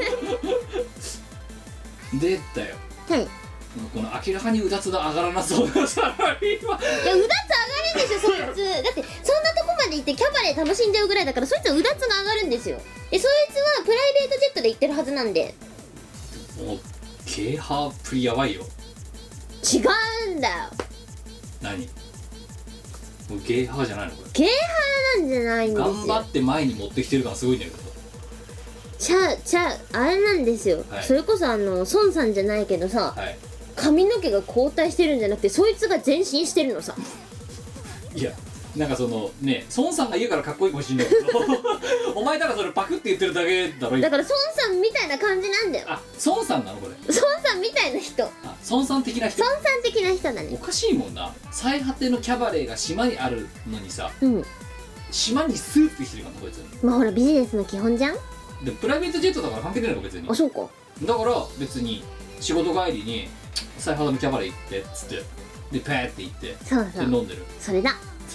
でだよ。この明らかにうだつが上がらなそうなサラリーマン。 いやうだつ上がるんですよそいつ。だってそんなとこまで行ってキャバレー楽しんじゃうぐらいだからそいつはうだつが上がるんですよ。そいつはプライベートジェットで行ってるはずなんで。 もうゲーハープリやばいよ。 違うんだよ。 何？もうゲーハーじゃないのこれ？ ゲーハーなんじゃないんですよ。 頑張って前に持ってきてるからすごいんだけど。 あれなんですよ、それこそ孫さんじゃないけどさ、 髪の毛が後退してるんじゃなくてそいつが前進してるのさ。 いやなんかそのね孫さんが言うからかっこいいかもしんないけどお前ただそれパクって言ってるだけだろ。 だから孫さんみたいな感じなんだよ。 あ孫さんなのこれ。 孫さんみたいな人。 あ孫さん的な人。 孫さん的な人だおね。 かしいもんな。最果てのキャバレーが島にあるのにさ、 うん。 島にスーツ着てるからこいつ。 まあほらビジネスの基本じゃん。 でプライベートジェットだから関係ないのか別に。 あ、そうか。 だから別に仕事帰りに最果てのキャバレー行ってっつってでペーって行ってそうそう。 で飲んでる。 それだ。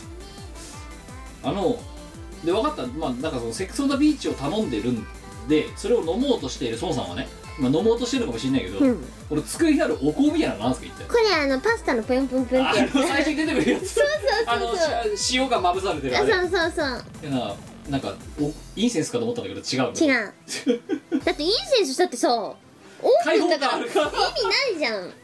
で分かった。まあなんかそのセックスオンザビーチを頼んでるんでそれを飲もうとしている孫さんはね、まあ、飲もうとしてるのかもしれないけど、 うん。 俺机にあるお香みたいなのなんすか言ってこれパスタのぷんぷんぷんってやつ。 最初に出てくるやつ。 そうそうそう塩がまぶされてるあれ。 そうそうそう。 なんかインセンスかと思ったんだけど違うの。 違う。だってインセンスしたってさ、オー開放プンだから意感あるから味ないじゃん。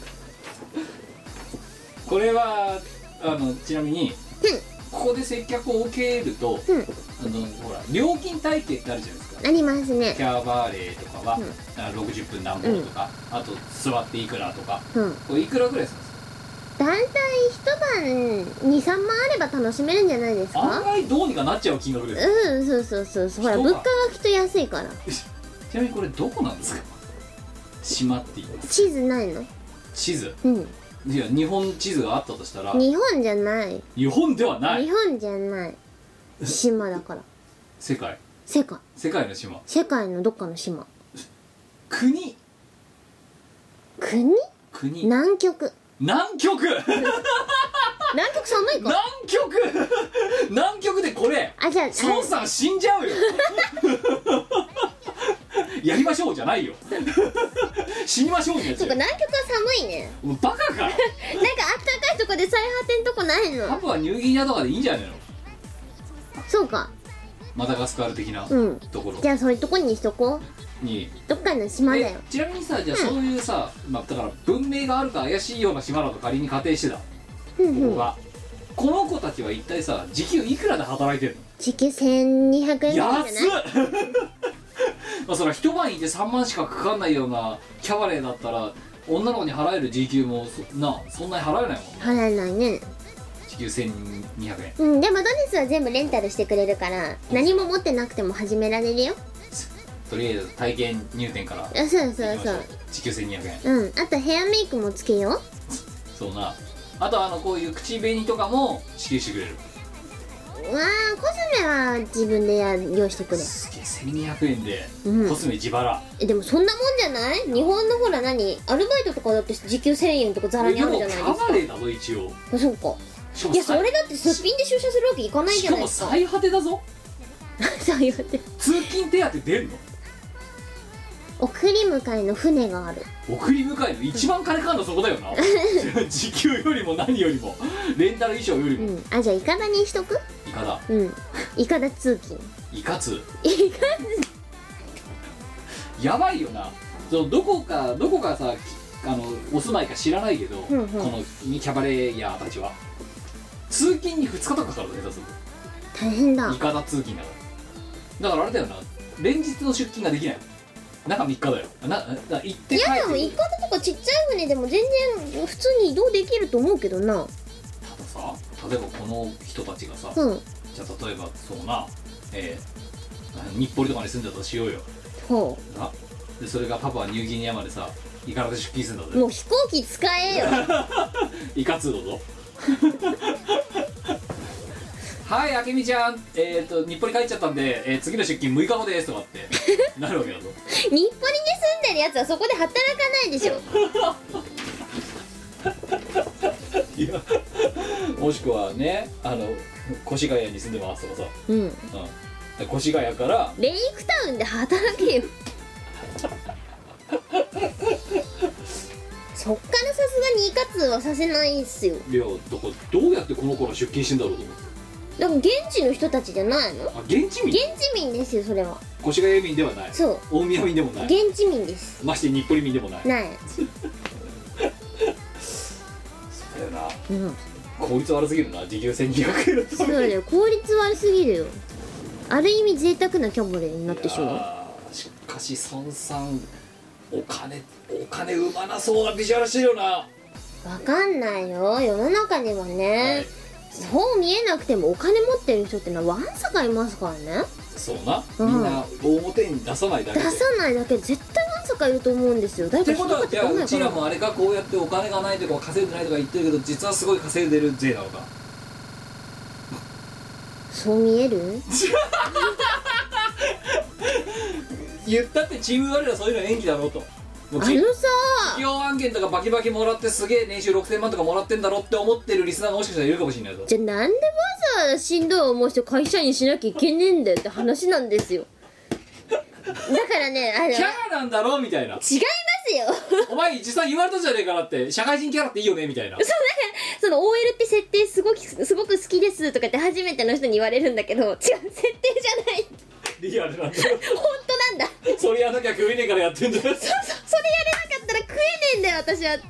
これはちなみに、ここで接客を受けると、 うん。 ほら料金体系ってあるじゃないですか。 ありますね。 キャバレーとかは、 うん 60分何本とか、あと座っていくらとか、 うん。 これいくらぐらいするんですか。 だいたい一晩2、3万あれば楽しめるんじゃないです案か。 外どうにかなっちゃう金額です。 うん、そうそうそうそう。ほら人が物価がきっと安いから。 ちなみにこれどこなんですか。島って言います。 地図ないの。 地図。 うん。 いや日本地図があったとしたら日本じゃない。 日本ではない日本じゃない。島だから。 世界世界。 世界の島。 世界のどっかの島。 国国？ 国南極。 南極南極寒いか。 南極南極でこれあ、じゃあ、 孫さん死んじゃうよやりましょうじゃないよ死にましょうになっちゃう。 そうか、南極は寒いね。 もうバカか。 なんかあったかいとこで最果てんとこないの。 パプはニューギニアとかでいいんじゃないの。 そうか。 マダガスカル的なうん。 ところじゃあそういうとこにしとこう。 に、 どっかの島だよ。 ちなみにさ、じゃあそういうさ、まあだから文明があるか怪しいような島だと仮に仮定してたうんうん。 ここが、この子たちは一体さ時給いくらで働いてる時給1200円ぐの。 らいじゃない？ 安っまあそれは一晩いて3万しかかかんないようなキャバレーだったら女の子に払える時給もそんなに払えないもん。 払えないね。 時給1200円。 うん、でもドネスは全部レンタルしてくれるから何も持ってなくても始められるよ。 とりあえず体験入店からあ、そうそう行きましょそうう。 時給1200円。 うん、あとヘアメイクもつけよう。 そうな。あとこういう口紅とかも支給してくれる。 わあ、コスメは自分で用意してくれ。 すげえ1200円でうんコスメ自腹。 でもそんなもんじゃない？日本のほら何アルバイトとかだって時給1000円とかザラにあるじゃないですでもキャバレーだぞ一応。 か。そうか。 しかもいや、それだってすっぴんで出社するわけいかないしかもじゃないですか。 最果てだぞ。 そう言って。 通勤手当出るの。 送り迎えの船がある。 送り迎えの一番金かかるのそこだよな時給よりも何よりもレンタル衣装よりも、 うん。あ、じゃあイカダにしとく？ イカだ。 うん。イカダ通勤。 イカツイカやばいよな。どこかさお住まいか知らないけど、 うんうんこのキャバレーヤーたちは通勤に2日とかかかるね。さす大変だがイ。カダ通勤だからあれだよな、連日の出勤ができない。中3日だよ行ってい帰ってやでもイカダとかちっちゃい船でも全然普通に移動できると思うけどな。 たださ、例えばこの人たちがさ、 うん。 じゃあ例えばそうな、日暮里とかに住んでたとしようよほな。でそれがパパはニューギニアまでさイカダで出勤するんだう。 ぜ。 もう飛行機使えよ。 イカ通路ぞはい、あけみちゃん、日暮里帰っちゃったんで、次の出勤6日後ですとかってなるわけだぞ。 日暮里に住んでるやつはそこで働かないでしょ。 いやもしくはね、越谷に住んでますとかさ、 うん。 越谷からレイクタウンで働けよ。そっからさすがにイカ通はさせないっすよ。 いやだからどうやってこの子ら出勤してんだろうと思って。 だから現地の人たちじゃないの？ あ、現地民。 現地民ですよ、それは。 越谷民ではない。 そう。 大宮民でもない。 現地民です。 まして日暮里民でもない。 ない。 そうだよな。 うん。 効率悪すぎるな、時給1200円のために。 そうだよ、効率悪すぎるよ。ある意味贅沢なキャバレーになってしまう。 しかし孫さんお金生まなそうなビジュアルしてるよな。 わかんないよ、世の中にはね、はい、そう見えなくてもお金持ってる人ってのはわんさかいますからね。 そうな、みんな表に出さないだけで、 絶対わんさかいると思うんですよ。誰かってことは、じゃあうちらもあれか、こうやってお金がないとか稼いでないとか言ってるけど、実はすごい稼いでる税なのか。 そう見える言ったってチーム我らそういうの演技だろうと。 企業案件とかバキバキもらってすげえ年収6000万とかもらってんだろって思ってるリスナーがもしかしたらいるかもしれないぞ。 じゃあなんでわざわざしんどい思いして会社員しなきゃいけねえんだよって話なんですよ。だからね、 キャラなんだろみたいな。違いますよお前実際言われたじゃねえかなって、社会人キャラっていいよねみたいな。 その OL って設定すごく好きですとかって初めての人に言われるんだけど、違う、設定じゃないリアルなんだよ。 本当なんだ。 それやんなきゃ食えねえからやってんだよ。それやれなかったら食えねえんだよ私は。だ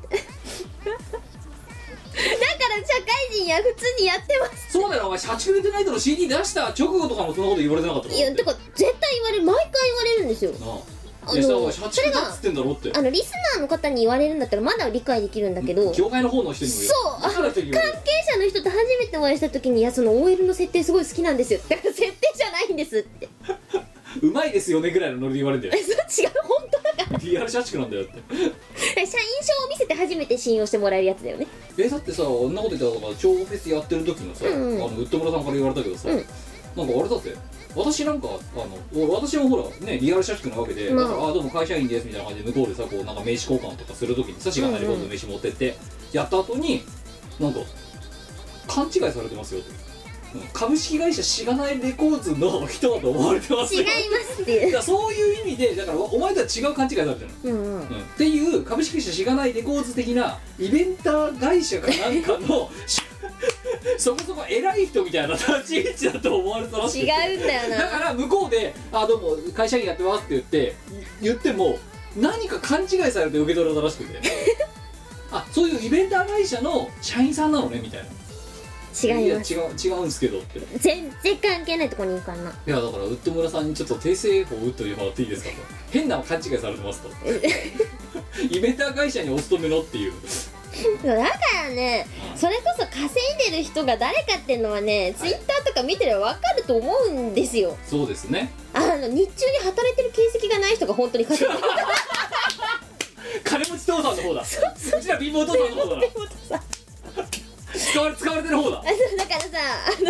から社会人や普通にやってます。 そうだよ、お前社畜でないとの CD 出した直後とかもそんなこと言われてなかったか。 いや、てか絶対言われる、毎回言われるんですよ。 社畜だっつってんだろって。 リスナーの方に言われるんだったらまだ理解できるんだけど、 業界の方の人にも言う、そう、関係者の人と初めてお会いした時に、いや、その OL の設定すごい好きなんですよ、だから設定じゃないんですってうまいですよねぐらいのノリで言われてる。 違う、本当だからリアル社畜なんだよって。 社員証を見せて初めて信用してもらえるやつだよね。 だってさ、こんなこと言ったら超フェスやってる時のさ、ウッド村さんから言われたけどさ、なんかあれだって、私なんか私もほらね、リアル社畜なわけで、だからどうも会社員ですみたいな感じで向こうでさ、こうなんか名刺交換とかする時にさ、しがないレコードの名刺持ってってやった後に、なんか勘違いされてますよって、株式会社しがないレコーズの人だと思われてますよ。 違いますっていう。 だからそういう意味で、だからお前とは違う勘違いされてるの、っていう株式会社しがないレコーズ的なイベンター会社かなんかのそこそこ偉い人みたいな立ち位置だと思われたらしくて、 違うんだよな。 だから向こうで「どうも会社員やってます」って言っても何か勘違いされて受け取られたらしくてそういうイベンター会社の社員さんなのねみたいな。 違います。 違うんですけどって全然関係ないとこにいるからな。 いやだからウッド村さんにちょっと訂正法を打ってもらっていいですかと。変な勘違いされてますとイベンター会社にお勤めのっていうだからね、それこそ稼いでる人が誰かっていうのはね、ツイッターとか見てれば分かると思うんですよ。 そうですね。 日中に働いてる形跡がない人が本当に稼いでる金持ち父さんの方だ。うちら貧乏父さんの方だな。使われてる方だ。 だからさ、すごい夢の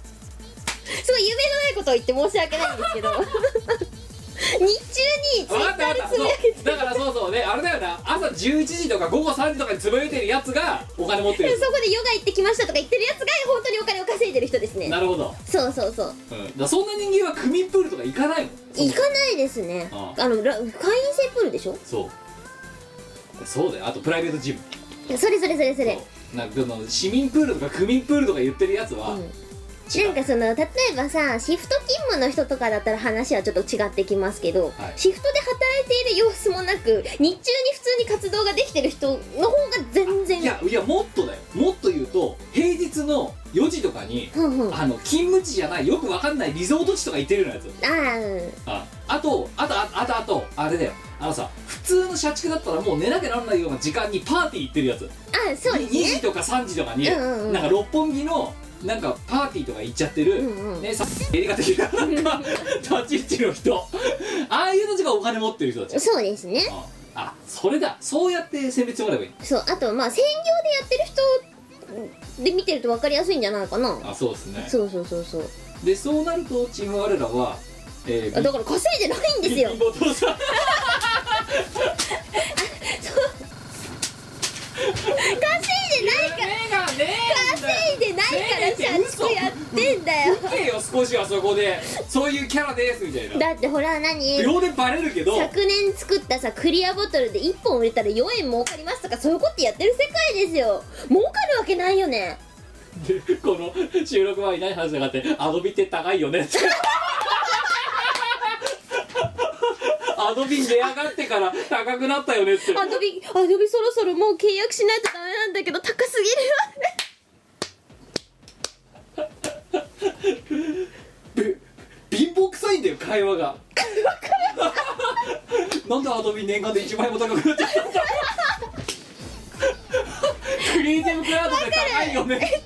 ないことを言って申し訳ないんですけど日中にツイッターでつぶやけてだからそうね、あれだよな、朝11時とか午後3時とかにつぶやいてるやつがお金持ってる。 そこでヨガ行ってきましたとか言ってるやつが本当にお金を稼いでる人ですね。 なるほど。 そう、 だからそんな人間は区民プールとか行かないもん。 行かないですね。会員制プールでしょ。 そうだよ。あとプライベートジム。 それなんか市民プールとか区民プールとか言ってるやつは、 なんか例えばさ、シフト勤務の人とかだったら話はちょっと違ってきますけど、シフトで働いている様子もなく日中に普通に活動ができてる人の方が全然。 いやもっとだよ。もっと言うと平日の4時とかに、勤務地じゃないよくわかんないリゾート地とか行ってるようなやつ。あとあれだよ、普通の社畜だったらもう寝なきゃなんないような時間にパーティー行ってるやつ。 そうですね。 2時とか3時とかに、なんか六本木のなんかパーティーとか行っちゃってる、ね、やり方的ななんか立ち位置の人、ああいうのたちがお金持ってる人たち。 そうですね。 それだ。そうやって選別してもらえばいい。 そう、あと専業でやってる人で見てると分かりやすいんじゃないかな。 そうですね。 そうで、そうなるとチーム我らは、 だから稼いでないんですよ。稼いでないから社畜やってんだよ。 受けよ少しはそこで、そういうキャラですみたいな。 だってほら秒でバレるけど、 昨年作ったさクリアボトルで1本売れたら4円儲かりますとか、そういうことやってる世界ですよ。儲かるわけないよね。 でこの収録前に何話したかって、アドビって高いよねってアドビ値上がってから高くなったよねって。 アドビそろそろもう契約しないとダメなんだけど高すぎるわね貧乏くさいんだよ会話がなんでアドビ年間で1万円も高くなっちゃったんだクリエイティブクラウドで高いよね。 めっちゃ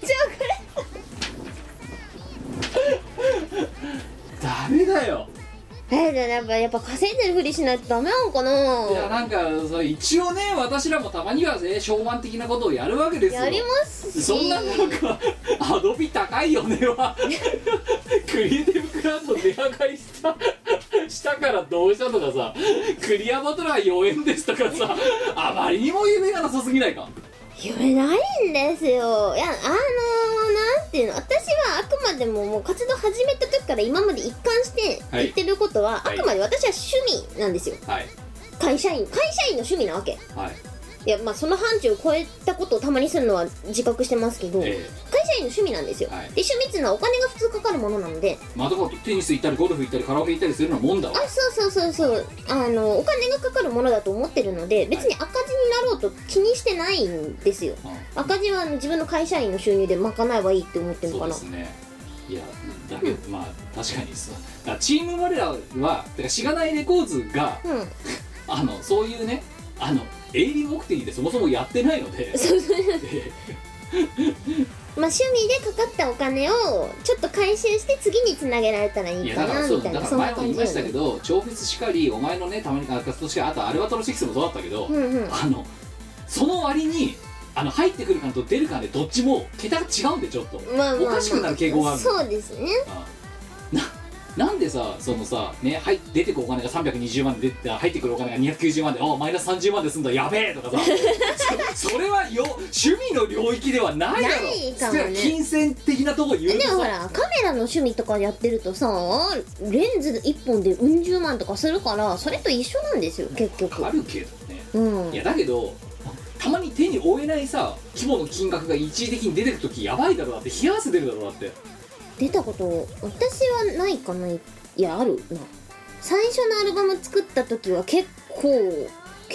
ダメだよ。 やっぱ稼いでるふりしないとダメなのかな。 いやなんか一応ね、私らもたまにはね、ショーマン的なことをやるわけですよ。 やりますし、 そんななんかアドビ高いよねはクリエイティブクラウド値上がりしたからどうしたとかさ、クリアバトラー4円ですとかさ、あまりにも夢がなさすぎないか。 夢ないんですよ。いやなんていうの、私はあくまでももう活動始めた時から今まで一貫して言ってることは、 はい、 あくまで私は趣味なんですよ。 はい、 会社員の趣味なわけ。 はい。 いやその範疇を超えたことをたまにするのは自覚してますけど、会社員の趣味なんですよ、はい、で趣味っていうのはお金が普通かかるものなので、 まあだからテニス行ったりゴルフ行ったりカラオケ行ったりするのもんだわ。 そうお金がかかるものだと思ってるので、別に赤字になろうと気にしてないんですよ、赤字は自分の会社員の収入で賄えばいいって思ってるのかな。 そうですね。いやだけど、まあ確かにさ、だからチーム我らはだからしがないレコーズが、そういうね営利目的でそもそもやってないのでまあ趣味でかかったお金をちょっと回収して次につなげられたらいいかなみたいな。 だから前も言いましたけど、超フェスしかりお前のねたまに活動しかり、あとアルバトロ6もそうだったけど、その割に入ってくる感と出る感でどっちも桁が違うんでちょっと、おかしくなる傾向がある。 そうですね。 なんでさ、そのさ、ね、出てくお金が320万で出て入ってくるお金が290万で、マイナス30万で済んだ、やべえとかさそれは趣味の領域ではないだろ。 ないかもね。 金銭的なとこ言うとさ、 でもほらカメラの趣味とかやってるとさ、レンズ1本でうん十万とかするから、それと一緒なんですよ結局。 あるけどね、いやだけどたまに手に負えないさ規模の金額が一時的に出てくるときやばいだろ。だって冷や汗出るだろ。だって出たこと私はないかな。いやあるな。最初のアルバム作った時は結構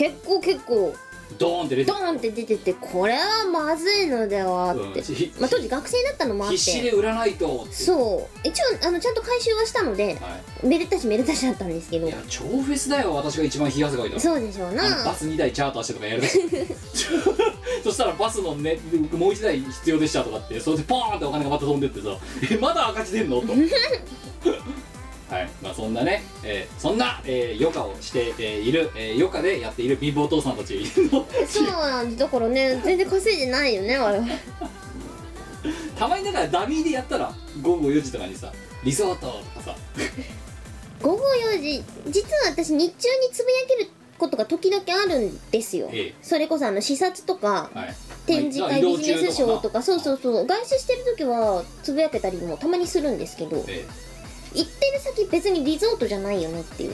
ドーンって出てて、これはまずいのではって、当時学生だったのもあって必死で売らないとって。 そう一応ちゃんと回収はしたので、めでたしだったんですけど。 いや超フェスだよ。私が一番冷や汗かいた。 そうでしょうな。 バス2台チャーターしてとかやるそしたらバスのねもう1台必要でしたとかって、それでポーンってお金がまた飛んでってさまだ赤字出んのとはい、まあそんなね、そんな、余暇をしている、余暇でやっている貧乏父さんたちのそうなんです。だからね全然稼いでないよね我々 たまにだからダミーでやったら午後4時とかにさリゾートとかさ午後4時、実は私日中につぶやけることが時々あるんですよ、それこそ視察とか、展示会、ビジネスショーとか、そう外出してる時はつぶやけたりもたまにするんですけど、行ってる先別にリゾートじゃないよねっていう。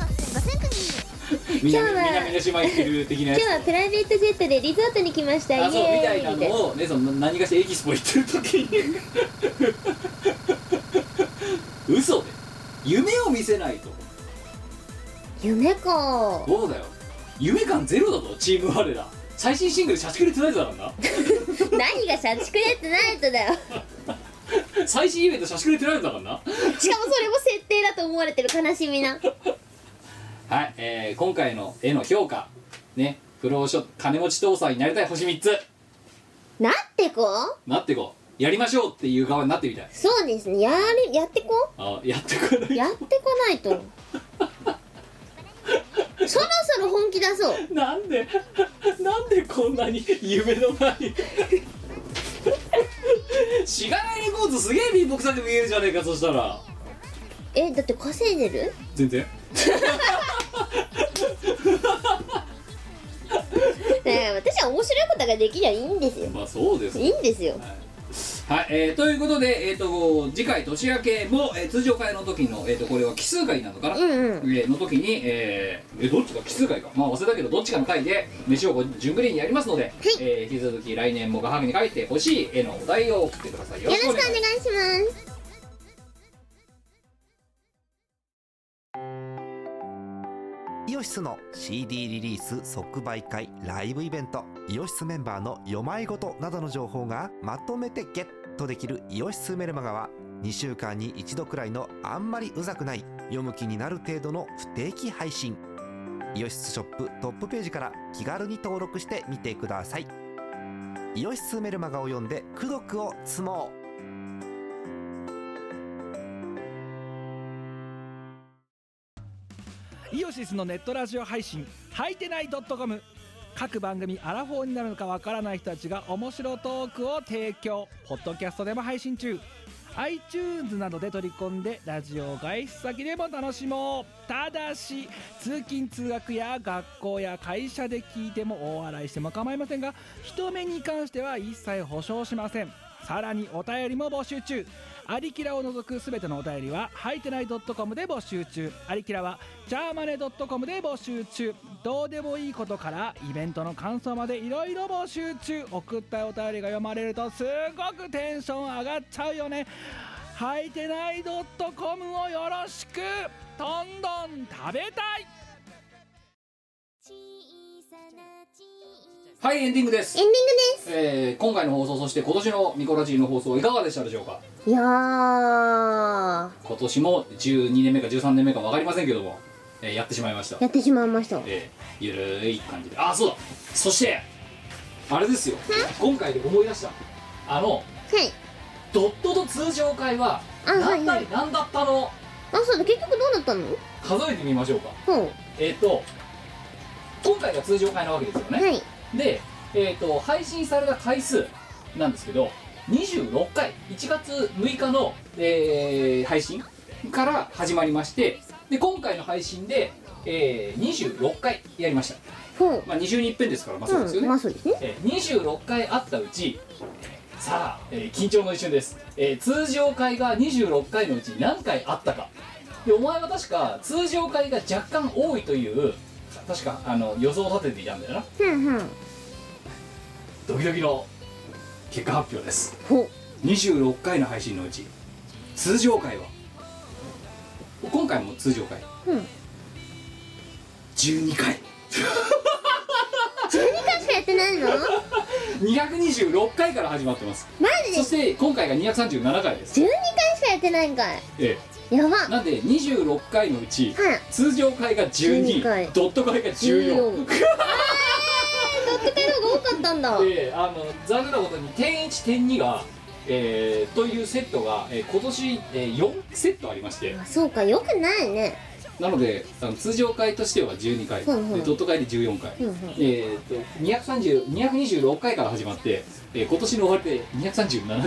南の島行ってる的なやつ。 今日はプライベートジェットでリゾートに来ました。イエーイみたいなのをね、その何かしらエキスポ行ってる時に嘘で夢を見せないと。 夢か。 そうだよ、夢感ゼロだぞチーム我ら。最新シングル社畜でトゥナイトだからな何が社畜でトゥナイトだよ最新イベント社畜でトゥナイトだからなしかもそれも設定だと思われてる、悲しみなはい、今回の絵の評価ね、不労所金持ち父さんになりたい星3つなってこやりましょうっていう側になってみたい。 そうですね、やってこやってこないとそろそろ本気出そう。 なんでこんなに夢のないしがないレコードすげえ貧乏くさく見えるじゃねえか。そしたらだって稼いでる？ 全然私は面白いことができりゃいいんですよ。 まあそうです、 いいんですよ。 はい、ということで、次回年明けも、通常会の時の、これは奇数会なのかな、の時に、どっちか奇数会か、まあ忘れたけどどっちかの回で飯を順繰りにやりますので、引き続き来年も画伯に書いてほしい絵のお題を送ってください。 よろしくお願いします。 イオシスの CD リリース即売会ライブイベント、イオシスメンバーの読まいごとなどの情報がまとめてゲットできるイオシスメルマガは、2週間に1度くらいのあんまりうざくない読む気になる程度の不定期配信。 イオシスショップトップページから気軽に登録してみてください。イオシスメルマガを読んで功徳を積もう。 イオシスのネットラジオ配信はいてない .com、 各番組アラフォーになるのかわからない人たちが面白トークを提供、ポッドキャストでも配信中、 iTunes などで取り込んでラジオ外出先でも楽しもう。ただし通勤通学や学校や会社で聞いても大笑いしても構いませんが、人目に関しては一切保証しません。さらにお便りも募集中。アリキラを除くすべてのお便りははいてない .com で募集中。アリキラはジャーマネ .com で募集中。どうでもいいことからイベントの感想までいろいろ募集中。送ったお便りが読まれるとすごくテンション上がっちゃうよね。はいてない .com をよろしく。どんどん食べたい。 はい、エンディングです。 エンディングです。 今回の放送、そして今年のミコラジーの放送いかがでしたでしょうか。 いやー、 今年も12年目か13年目か分かりませんけども、やってしまいました。 やってしまいました。 ゆるい感じで。あ、そうだ、そしてあれですよ、今回で思い出した。 はい。 ドットと通常会は何だったの。 あ、そうだ、結局どうなったの。 数えてみましょうか。 ほう。 今回が通常会なわけですよね。 はい。 で、配信された回数なんですけど、26回、1月6日の、配信から始まりまして、で今回の配信で、26回やりました。 ほう。 まあ2週に一遍ですから、まあそうですよね。 まあそうですね。 26回あったうち、さあ、緊張の一瞬です。通常回が26回のうち何回あったか。でお前は確か通常回が若干多いという確か予想を立てていたんだよな。ドキドキの結果発表です。26回の配信のうち通常回は今回も通常回、12回 12回しかやってないの。 226回から始まってます。 マジで。 そして今回が237回です。 12回しかやってないんかい。やば。 なんで26回のうち、通常回が 12 12 回、 ドット回が14。 ドット回の方が多かったんだ。 で残念なことに点1点2が、というセットが、今年、4セットありまして。 あ、そうか、よくないね。 なので通常回としては12回、でドット回で14回、226回から始まって、今年の終わりで237回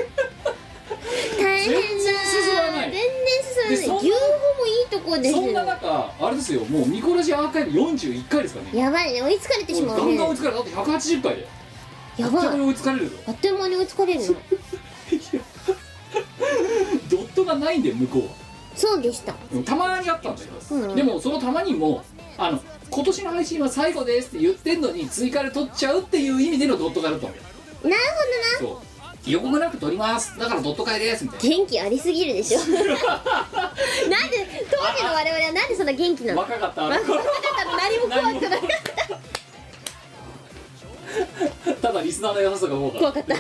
大変だ。 全然進まない。 全然進まない。牛歩もいいとこですよ。 そんな中あれですよ、もうミコラジアーカイブ41回ですからね。 やばいね、追いつかれてしまうね。 ガンガン追いつかれる。だって180回でやばい。 あっという間に追いつかれるぞ。 あっという間に追いつかれるの。 ドットがないんだよ向こうは。 そうでした。 たまにあったんだけど、でもそのたまにも今年の配信は最後ですって言ってんのに追加で撮っちゃうっていう意味でのドット会だったんだよ。 なるほどな。 そう、予告なく撮りますだからドット会ですみたいな。 元気ありすぎるでしょ。なんで当時の我々はなんでそんな元気なの。 若かった。 若かったの。何も怖くなかった。 ただリスナーの優しさが怖かった。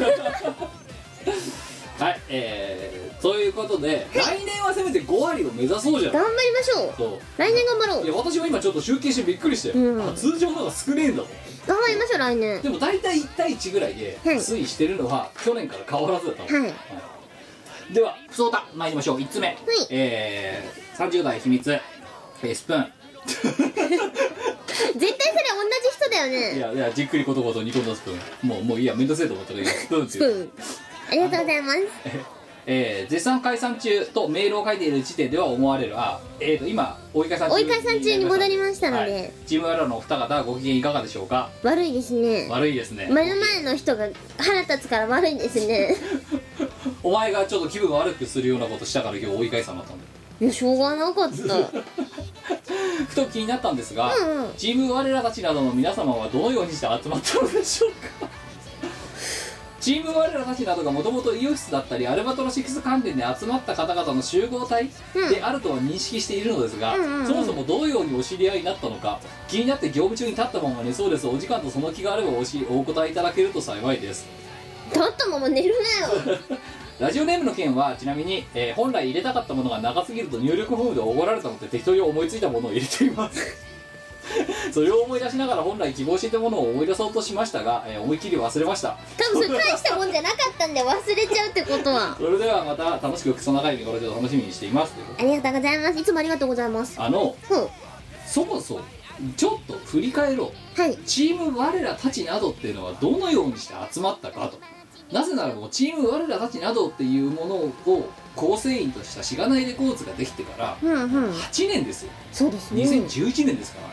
はい、ということで、来年はせめて5割を目指そうじゃん。 頑張りましょう。 そう、 来年頑張ろう。 いや私も今ちょっと集計してびっくりして、通常の方が少ねえんだと。 頑張りましょう来年。 でも大体1対1ぐらいで推移してるのは去年から変わらずだったの。ではふつおた参りましょう。1つ目、30代秘密、スプーン。 絶対それ同じ人だよね。 いやじっくりことこと煮込んだスプーン。もういいや、めんどくせえと思ったらスプーンっていう。 ありがとうございます。 絶賛解散中とメールを書いている時点では思われる。今追い解散中に戻りましたので、 チームワラのお二方ご機嫌いかがでしょうか。 悪いですね。 悪いですね。 目の前の人が腹立つから悪いですね。 お前がちょっと気分悪くするようなことしたから今日追い解散だったんだよ。 いやしょうがなかった。 ふと気になったんですが、チーム我らたちなどの皆様はどのようにして集まったのでしょうか。チーム我らたちなどがもともとイオシスだったりアルバトロ6関連で集まった方々の集合体であるとは認識しているのですが、そもそもどのようにお知り合いになったのか気になって業務中に立ったまま寝そうです。お時間とその気があればお答えいただけると幸いです。 立ったまま寝るなよ。 ラジオネームの件はちなみに、本来入れたかったものが長すぎると入力フォームでおごられたので適当に思いついたものを入れています。 それを思い出しながら本来希望していたものを思い出そうとしましたが、思いっきり忘れました。 多分それ大したもんじゃなかったんで忘れちゃうってことは。 それではまた楽しくクソ長い見頃を楽しみにしています。 ありがとうございます。いつもありがとうございます。 そもそもちょっと振り返ろう、はい、チーム我らたちなどっていうのはどのようにして集まったかと。なぜならもうチーム我らたちなどっていうものを構成員としたしがないレコーズができてから8年ですよ。 そうですね、 2011年ですから。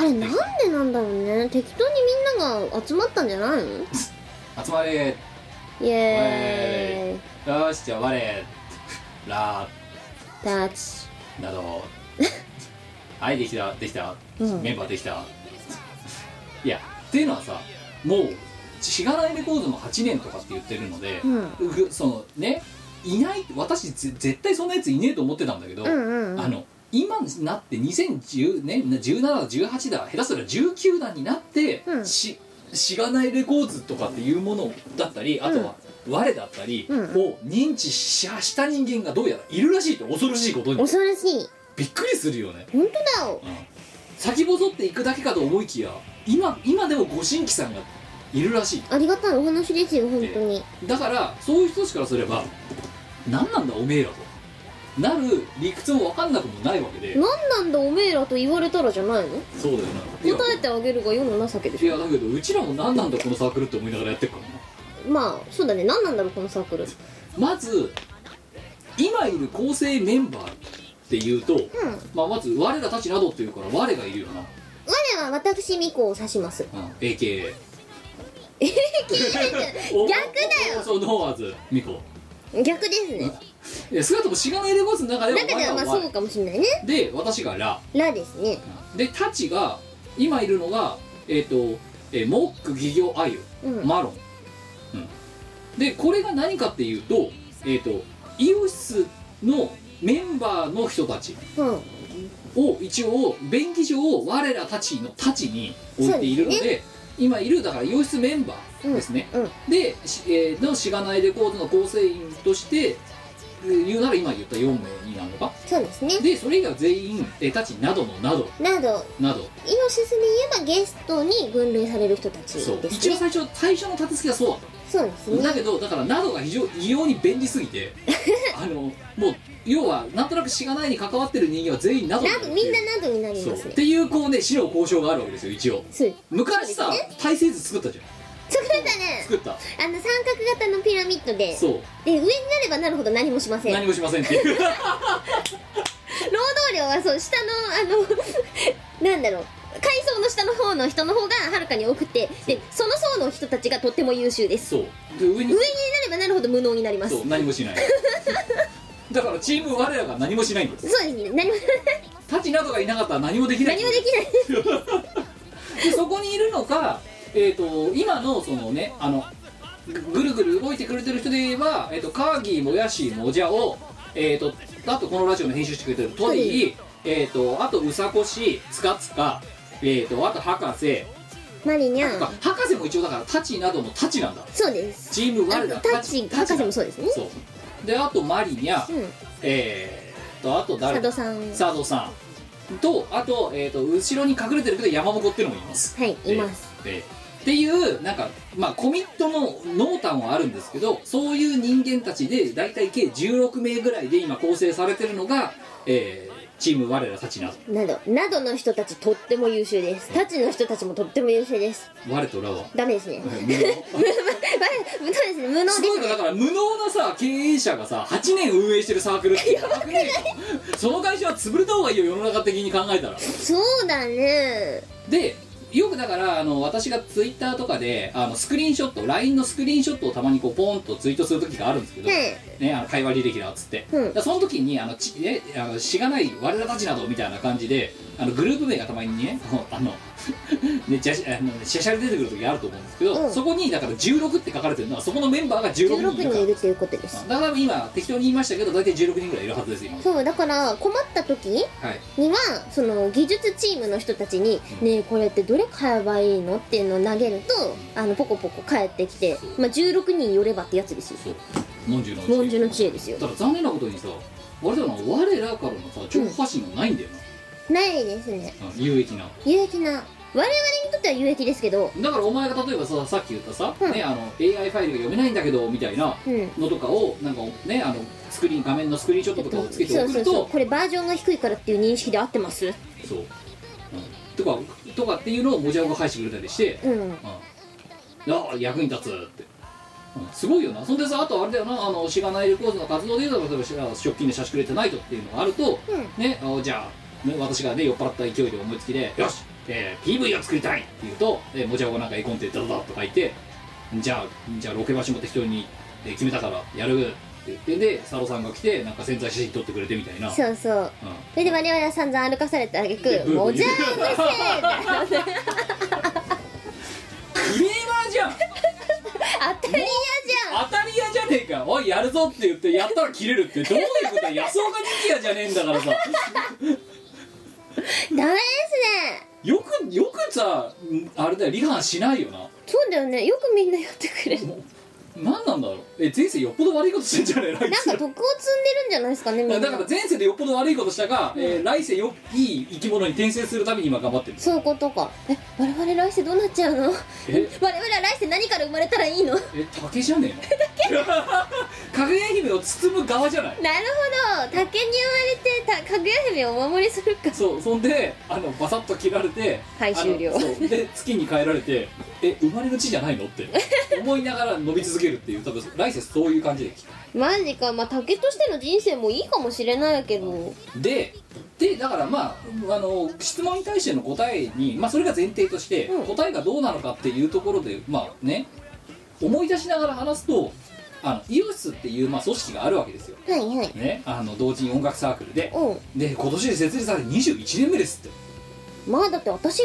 あれなんでなんだろうね。適当にみんなが集まったんじゃないの？ 集まれイエーイ。よし、じゃあ我らたちなどはい、できた、メンバーできた。いやっていうのはさ、もうしがないレコードも8年とかって言ってるので、そのね、いない、私絶対そんなやついねえと思ってたんだけど、今になって2010年17だ18だ下手すら19段になって、しがないレコーズとかっていうものだったり、あとは我だったりを認知した人間がどうやらいるらしいって。恐ろしいことに。 恐ろしい。 びっくりするよね。 本当だよ、 先細っていくだけかと思いきや、今でもご新規さんがいるらしい。 ありがたいお話ですよ本当に。 だからそういう人たちからすれば何なんだおめえらとなる理屈も分かんなくもないわけで、 何なんだおめえらと言われたらじゃないの。 そうだよな。 答えてあげるが世の情けでしょ。 いやだけどうちらも何なんだこのサークルって思いながらやってるからな。 まあそうだね、何なんだろうこのサークル。 まず今いる構成メンバーっていうと、まず我らたちなどっていうから我がいるよな。 我は私ミコを指します。 AKA 逆だよ。 そうノーアズミコ。 逆ですね。 いや少なくともしがないレコーズの中ではまあそうかもしれないね。 で私がラですね。 でタチが今いるのがモックギギョアユ、マロン、でこれが何かっていうとイオシスのメンバーの人たちを一応便宜上我らたちのたちに置いているので、今いるだからイオシスメンバーですね、で、のしがないレコードの構成員として言うなら今言った4名になるのか。 そうですね。 でそれ以外は全員たちなどのなどイオシスで言えばゲストに分類される人たちですね。 そう一応最初の立て付けはそうだった。 そうですね。 だけどだからなどが異様に便利すぎてもう要はなんとなくしがないに関わってる人間は全員などみんななどになりますね。 っていうこうね死の交渉があるわけですよ一応。昔さ体制図作ったじゃん。 作ったね。 作った三角型のピラミッドで、 そうで上になればなるほど何もしません。 何もしませんっていう労働量はそう下のなんだろう階層の下の方の人の方がはるかに多くて、でその層の人たちがとっても優秀です。 そうで上になればなるほど無能になります。 そう何もしないだからチーム我らが何もしないんです。 そうですね、何もタチなどがいなかったら何もできない。 何もできないでそこにいるのが今のそのねぐるぐる動いてくれてる人で言えば、カーギーもやしもじゃおあとこのラジオの編集してくれてるトリー、あとうさこしつかつかあと博士マリニャン博士も一応だからタチなどのタチなんだ。 そうです。 チーム我らタチ博士もそうですね。 そうであとマリニャ、あと誰佐渡さんとあと、後ろに隠れてるけど山本っていうのもいます。 はい、います。 っていうなんかまあコミットの濃淡はあるんですけど、そういう人間たちでだいたい計16名ぐらいで今構成されてるのが、チーム我らたちなどの人たちとっても優秀です。たちの人たちもとっても優秀です。 我とらはダメですねそうですね、無能ですね。 すごいのだから無能なさ経営者がさ8年運営してるサークルってやばくねえその会社は潰れた方がいいよ世の中的に考えたら。 そうだね。 でよくだから私がツイッターとかでスクリーンショット LINE のスクリーンショットをたまにこうポンとツイートする時があるんですけど、ね、会話履歴だっつって、その時にしがない我らたちなどみたいな感じでグループ名がたまにねねシャシャリ出てくる時あると思うんですけど、そこにだから16って書かれてるのはそこのメンバーが16人いるっていうことです。 だから今適当に言いましたけど大体16人ぐらいいるはずです今。 そうだから困った時には、その技術チームの人たちに、ねえこれってどれ買えばいいのっていうのを投げるとポコポコ返ってきて、16人寄ればってやつですよ。 そう文殊の知恵ですよ。 ただ残念なことにさ我らからのさ情報発信がないんだよな。 ないですね。 有益な。 有益な、我々にとっては有益ですけど、 だからお前が例えばさっき言ったさ、 うんね、AI ファイルが読めないんだけどみたいなうんのとかをなんかね、スクリーン画面のスクリーンショットとかをつけて送ると、 これバージョンが低いからっていう認識で合ってます。 そう、とかっていうのをもじゃおが返してくれたりして、 うんあ役に立つって、すごいよな。そんでさ、あとあれだよな、しがないレコーズの活動でいうと、例えば食金でシャシクレットナイトっていうのがあると、ね、じゃあ、ね、私がね酔っ払った勢いで思いつきでよし、PV を作りたいって言うと、もじゃおがなんか絵コンテダダダッと書いて、じゃあロケ場所も適当に決めたからやるって言って、で佐野さんが来てなんか潜在写真撮ってくれてみたいな。 そうそう、それで我々は散々歩かされたあげくブーもじゃーうるせえクレーマーじゃん当たり屋じゃん。 当たり屋じゃねえか。おいやるぞって言ってやったら切れるってどういうことだ。安岡力也じゃねえんだからさダメですね。 よくさあれだよ、離反しないよな。 そうだよね、よくみんなやってくれる。 何なんだろう。前世よっぽど悪いことしてんじゃねえの。 なんか徳を積んでるんじゃないですかね、みんな。 だから前世でよっぽど悪いことしたが、来世いい生き物に転生するために今頑張ってる。 そういうことか。我々来世どうなっちゃうの？我々は来世何から生まれたらいいの？ 竹じゃねえのかぐや姫を包む側じゃない。 なるほど、竹に生まれてかぐや姫をお守りするか。 そう、そんでバサッと切られて、 はい終了。 そうで月に帰られて生まれの地じゃないのって思いながら伸び続けるっていう、多分来世そういう感じでマジか。まあ竹としての人生もいいかもしれないけど、 でだからまあ質問に対しての答えに、まあ、それが前提として、答えがどうなのかっていうところでまあね思い出しながら話すと、イオシスっていう、まあ、組織があるわけですよ。 はいはいね、同人音楽サークルで、で今年で設立されて21年目ですって。 まあだって私が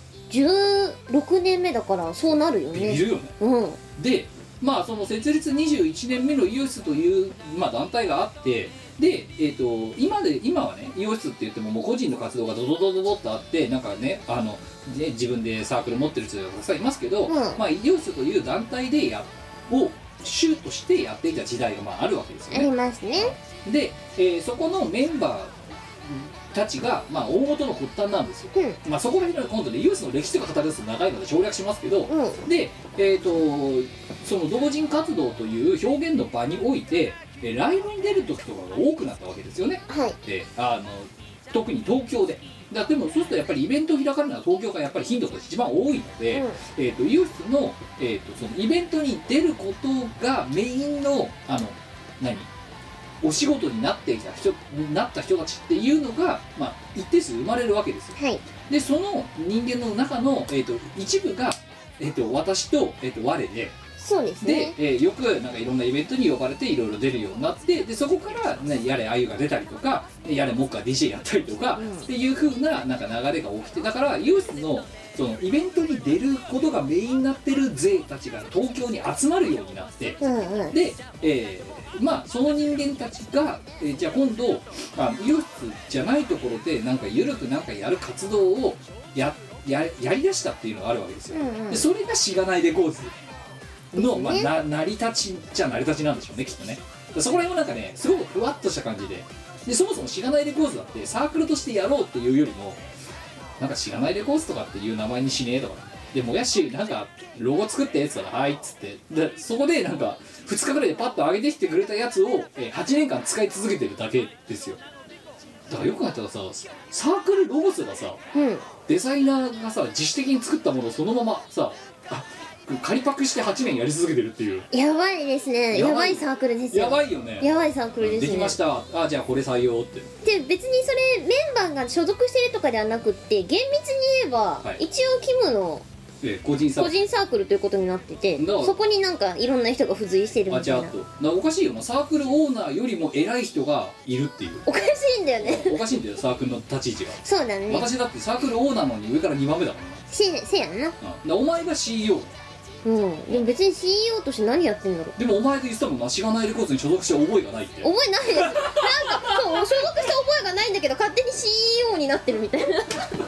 16年目だからそうなるよね。 いるよね。でまあその設立21年目のイオシスという、まあ、団体があって、で、今はねイオシスって言ってももう個人の活動がドドドドドっとあって、なんかね自分でサークル持ってる人がたくさんいますけど、まあイオシスという団体でを主としてやっていた時代がまああるわけですよね。 ありますね。 で、そこのメンバーたちが、まあ、大元の発端なんですよ。まあ、そこら辺の今度でイオシスの歴史とか語り出すと長いので省略しますけど、で、その同人活動という表現の場においてライブに出る時とかが多くなったわけですよね。で特に東京で。でもそうするとやっぱりイベントを開かれるのは東京がやっぱり頻度として一番多いので、イオシスの、そのイベントに出ることがメインのお仕事になった人たちっていうのが、まあ、一定数生まれるわけですよ。でその人間の中の、一部が、私と、我で。 そうですね。 で、よくなんかいろんなイベントに呼ばれていろいろ出るようになって、でそこから、ね、やれあゆが出たりとか、やれもっか DJ やったりとか、っていう風ななんか流れが起きて、だからイオシスのそのイベントに出ることがメインになってる勢たちが東京に集まるようになって、で、まあその人間たちが、じゃあ今度イオシスじゃないところでなんか緩くなんかやる活動をやりだしたっていうのがあるわけですよ。でそれがしがないレコーズの、まあ、成り立ちじゃ成り立ちなんでしょうね、きっとね。そこら辺もなんかねすごくふわっとした感じで、そもそもしがないレコーズだってサークルとしてやろうっていうよりもなんかしがないレコーズとかっていう名前にしねえとか、でもやしなんかロゴ作ってっつったらはいっつって、でそこでなんか2日ぐらいでパッと上げてきてくれたやつを8年間使い続けてるだけですよ。だからよく考えたらさ、サークルロゴスがさ、デザイナーがさ自主的に作ったものをそのままさ仮パクして8年やり続けてるっていう。 やばいですね。やばいサークルですよ。 やばいよね。 やばいサークルですね。 できました。じゃあこれ採用って。 で別にそれメンバーが所属してるとかではなくって、厳密に言えば、一応キムの個人サークルということになってて、そこになんかいろんな人が付随してるみたいな。 おかしいよな。サークルオーナーよりも偉い人がいるっていう。 おかしいんだよね。 おかしいんだよ、サークルの立ち位置が。 そうだね。 私だってサークルオーナーのに上から2番目だからな。 せやんな。 お前が CEO。 でも別に CEO として何やってんだろう。 でもお前で言ってたもんな、しがないレコーズに所属した覚えがないって。 覚えないです。なんかそう所属した覚えがないんだけど勝手に CEO になってるみたいな。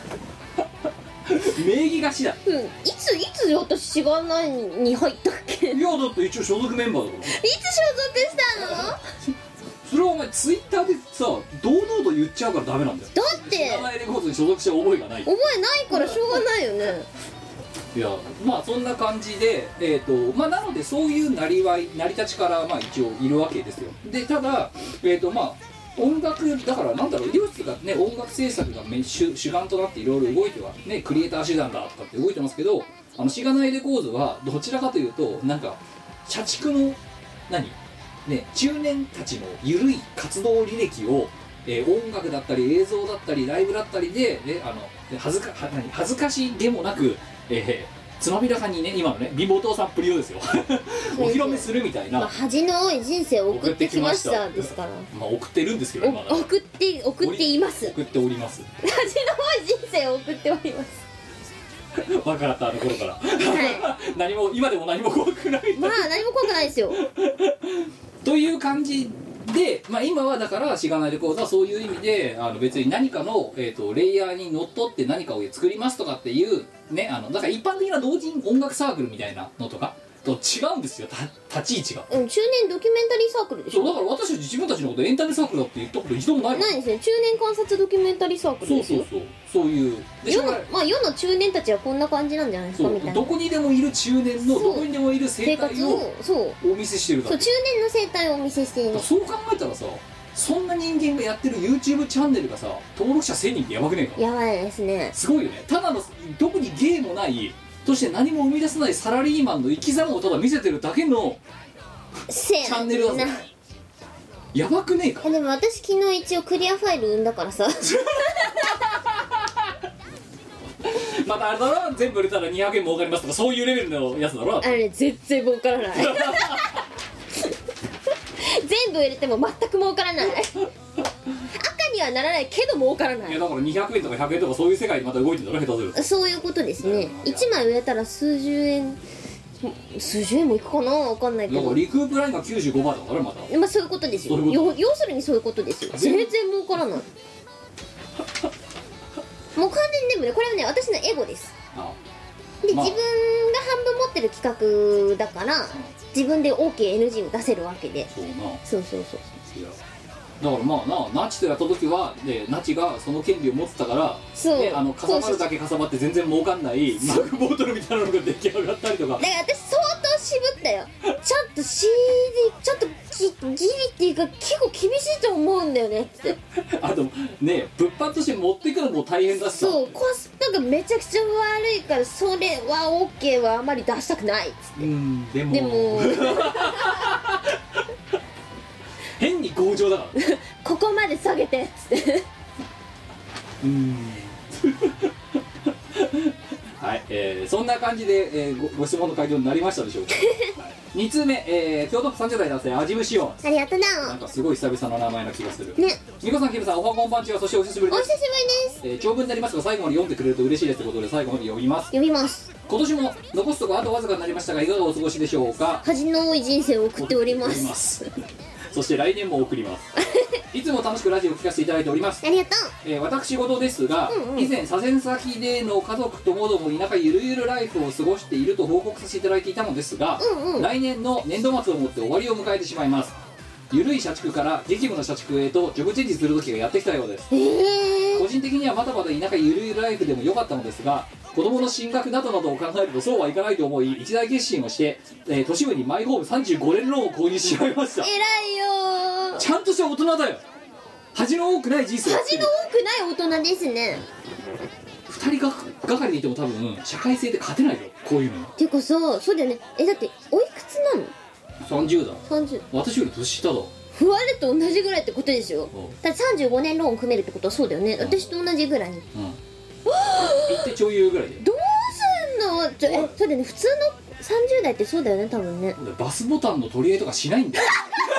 名義貸しだ。 いつ私しがないに入ったっけ。 いやだって一応所属メンバーだから。いつ所属したの？ それはお前ツイッターでさ堂々と言っちゃうからダメなんだよ。 だってってしがないレコードに所属した覚えがない。 覚えないからしょうがないよね。 いやまあそんな感じでまあなのでそういう成り立ちからまあ一応いるわけですよ。でただまあ音楽だからなんだろう、医療室がね音楽制作が主眼となっていろいろ動いてはねクリエイター手段だとかって動いてますけど、しがないレコードはどちらかというとなんか社畜の中年たちの緩い活動履歴を、音楽だったり映像だったりライブだったりで、恥ずかしげもなく、つまびらかにね今のね貧乏父さんっぷりをですよお披露目するみたいな、 恥の多い人生を送ってきましたですから、 まあ送ってるんですけど、 送っています。 送っております。 恥の多い人生を送っております。 若かったあの頃から、 はい、 何も今でも何も怖くない。 まあ何も怖くないですよ。 という感じで、まあ、今はだからしがないレコードはそういう意味で別に何かの、レイヤーにのっとって何かを作りますとかっていうねだから一般的な同人音楽サークルみたいなのとかと違うんですよ、立ち位置が。 中年ドキュメンタリーサークルでしょ。 そうだから私たち自分たちのことエンタメサークルだって言ったこと一度もないないですね。中年観察ドキュメンタリーサークルですよ。 そういうで世の中年たちはこんな感じなんじゃないですかみたいな。 どこにでもいる中年のどこにでもいる生態をお見せしてるだけ。 中年の生態をお見せしている。 そう考えたらさ、そんな人間がやってる YouTube チャンネルがさ登録者1000人ってやばくねえか。 やばいですね。 すごいよね。ただの特に芸もないそして何も生み出さないサラリーマンの生き様をただ見せてるだけのチャンネルだぞ。やばくねえか。 でも私昨日一応クリアファイル生んだからさまたあれだろ、全部売れたら200円儲かりますとかそういうレベルのやつだろ。 あれ全然儲からない全部入れても全く儲からない赤にはならないけど儲からない。 いやだから200円とか100円とかそういう世界にまた動いてるだろ、下手すると。 そういうことですね。1枚売れたら数十円もいくかな、わかんないけど。 だからリクープラインが95%だからまた。 まあそういうことですよ。要するにそういうことですよ。全然儲からないもう完全にでもね、これはね私のエゴです。で、自分が半分持ってる企画だから自分で OKNG を出せるわけで。そういやだからまあナチとやった時はナチがその権利を持ってたからかさばるだけかさばって全然儲かんないマグボトルみたいなのが出来上がったりとか。 だから私相当渋ったよ。ちょっと CD ちょっとギリっていうか結構厳しいと思うんだよねってあとね物販として持っていくのも大変だしさ。 そうコスパがめちゃくちゃ悪いからそれは OK はあまり出したくないっつって。でも変に強情だからここまで下げてっつってはい、そんな感じで、ご質問の回答になりましたでしょうか、はい、2通目、京都府30代男性味虫音。 ありがとうな。 なんかすごい久々の名前な気がするね。 みこさん、キムさん、おはこんばんちは。そしてお久しぶりです。 お久しぶりです。 長文になりますが最後まで読んでくれると嬉しいですということで最後まで読みます。 読みます。 今年も残すとこあとわずかになりましたがいかがお過ごしでしょうか。 恥の多い人生を送っておりますそして来年も送りますいつも楽しくラジオを聞かせていただいております。 ありがとう。私事ですが、以前左遷先での家族ともども田舎ゆるゆるライフを過ごしていると報告させていただいていたのですが、来年の年度末をもって終わりを迎えてしまいます。ゆるい社畜から激務の社畜へとジョブチェンジする時がやってきたようです。個人的にはまだまだ田舎ゆるゆるライフでも良かったのですが、子供の進学などなどを考えるとそうはいかないと思い一大決心をして、都市部にマイホーム35年ローンを購入してしまいました。 偉いよ。 ちゃんとした大人だよ。恥の多くない人生。 恥の多くない大人ですね。 2人がかりでいても多分社会性で勝てないよこういうの。 てかさ、そうだよね。だっておいくつなの ？30だ。 30。 私より年下だ。 我と同じぐらいってことですよ。だって35年ローン組めるってことはそうだよね。私と同じぐらいに。 言ってちょい言うぐらいで。 どうすんの？そうだよね。普通の30代ってそうだよね多分ね。 バスボタンの取り合いとかしないんだよ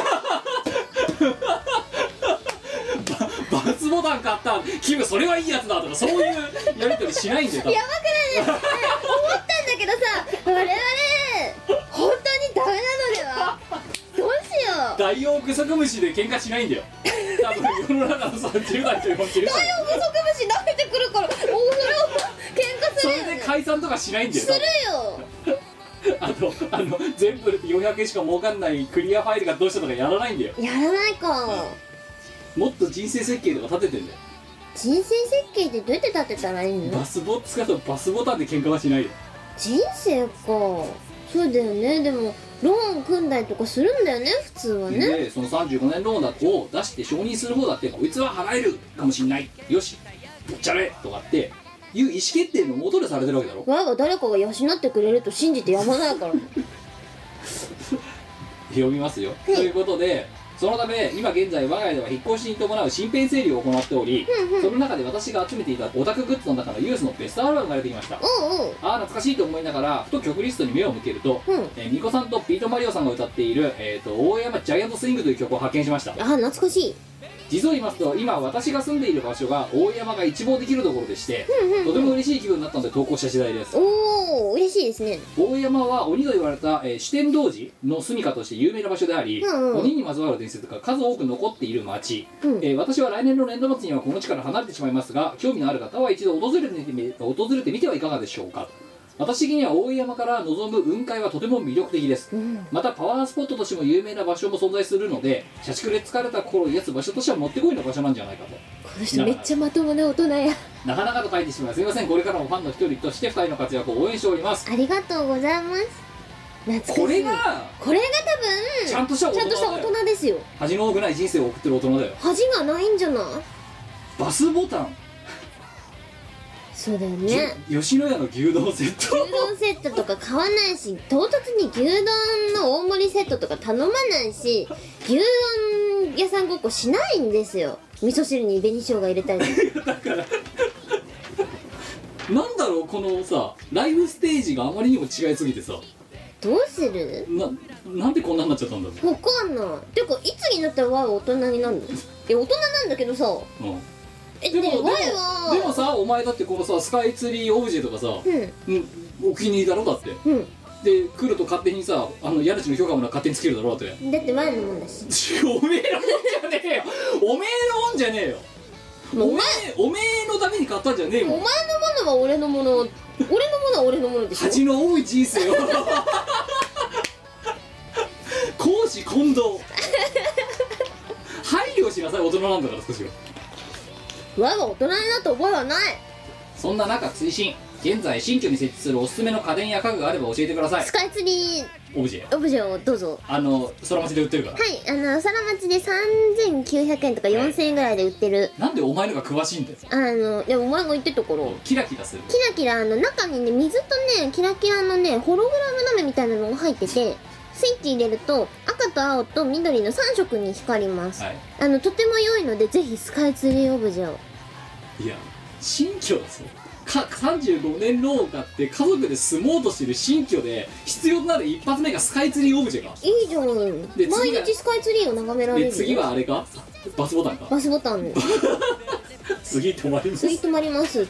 バスボタン買ったキムそれはいいやつだとかそういうやり取りしないんだよ。 やばくないですか？思ったんだけどさ、我々本当にダメなのでは？どうしよう。 ダイオウグソクムシで喧嘩しないんだよ多分世の中の30代というかダイオウグソクムシ舐めてくるからもうそれを喧嘩するよね。 それで解散とかしないんだよ。 するよ全部で400円しか儲かんないクリアファイルがどうしたとかやらないんだよ。 やらないか、 もっと人生設計とか立ててんだよ。 人生設計ってどうやって立てたらいいの？ バスボタンで喧嘩はしないよ。 人生か、そうだよね。でもローン組んだりとかするんだよね普通はね。 でその35年ローンを出して承認する方だって、こいつは払えるかもしんない、よしぶっちゃれとかっていう意思決定のもとでされてるわけだろ。 我が誰かが養ってくれると信じてやまないから読みますよ、ということで、そのため今現在我が家では引っ越しに伴う身辺整理を行っており、その中で私が集めていたオタクグッズの中のユースのベストアルバムが出てきました。 おうおう。 ああ懐かしいと思いながらふと曲リストに目を向けると、ミコさんとピート・マリオさんが歌っている、大山ジャイアントスイングという曲を発見しました。 あ、懐かしい。 実を言いますと、今私が住んでいる場所が大山が一望できるところでして、とても嬉しい気分になったので投稿した次第です。 おお、嬉しいですね。 大山は鬼と言われた、酒呑童子の住処として有名な場所であり、鬼にまつわる伝説が数多く残っている町、私は来年の年度末にはこの地から離れてしまいますが、興味のある方は一度訪れてみてはいかがでしょうか。私的には大山から望む雲海はとても魅力的です、またパワースポットとしても有名な場所も存在するので、社畜で疲れた頃を癒す場所としてはもってこいの場所なんじゃないかと。 この人めっちゃまともな大人や。 なかなかと書いてしまいすみません。これからもファンの一人として2人の活躍を応援しております。 ありがとうございます。懐かしい。これが多分ちゃんとした大人ですよ。 恥の多くない人生を送ってる大人だよ。 恥がないんじゃない？ バスボタン、 そうだよね。 吉野家の牛丼セット牛丼セットとか買わないし、唐突に牛丼の大盛りセットとか頼まないし、牛丼屋さんごっこしないんですよ。味噌汁に紅生姜入れたりだからなんだろう、このさライブステージがあまりにも違いすぎてさ、 どうする？ なんでこんなになっちゃったんだろう。 わかんない。てかいつになったらワイは大人になるの？大人なんだけどさ、でもさ、お前だってこのさスカイツリーオブジェとかさ、お気に入りだろだって、で来ると勝手にさ家主の許可も勝手につけるだろだって。 だってワイのもんだし。 おめえのもんじゃねえよおめえのもんじゃねえよ。おめえのために買ったんじゃねえもん。 お前のものは俺のもの、俺のものは俺のものでしょ。 恥の多い人生を公私混同配慮しなさい、大人なんだから少しは。 我が大人になった覚えはない。 そんな中、追伸、現在新居に設置するおすすめの家電や家具があれば教えてください。 スカイツリーオブジェをどうぞ。 空町で売ってるから。 はい、空町で3900円とか4000円ぐらいで売ってる。 なんでお前のが詳しいんだよ。 でもお前が言ってるところキラキラする。 キラキラ中にね、水とねキラキラのねホログラム鍋みたいなのが入ってて、スイッチ入れると赤と青と緑の3色に光ります、とても良いので、ぜひスカイツリーオブジェを。 いや、新居だぞ。35年ローン買って家族で住もうとしてる新居で必要となる一発目がスカイツリーオブジェか。 いいじゃん。毎日スカイツリーを眺められる。 で次はあれか、バスボタンか。 バスボタン次止まります。 次止まります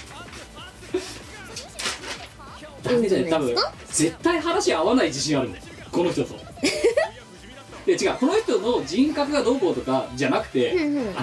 ダメだよ、多分絶対話合わない自信あるんだよこの人とで違う、この人の人格がどうこうとかじゃなくて、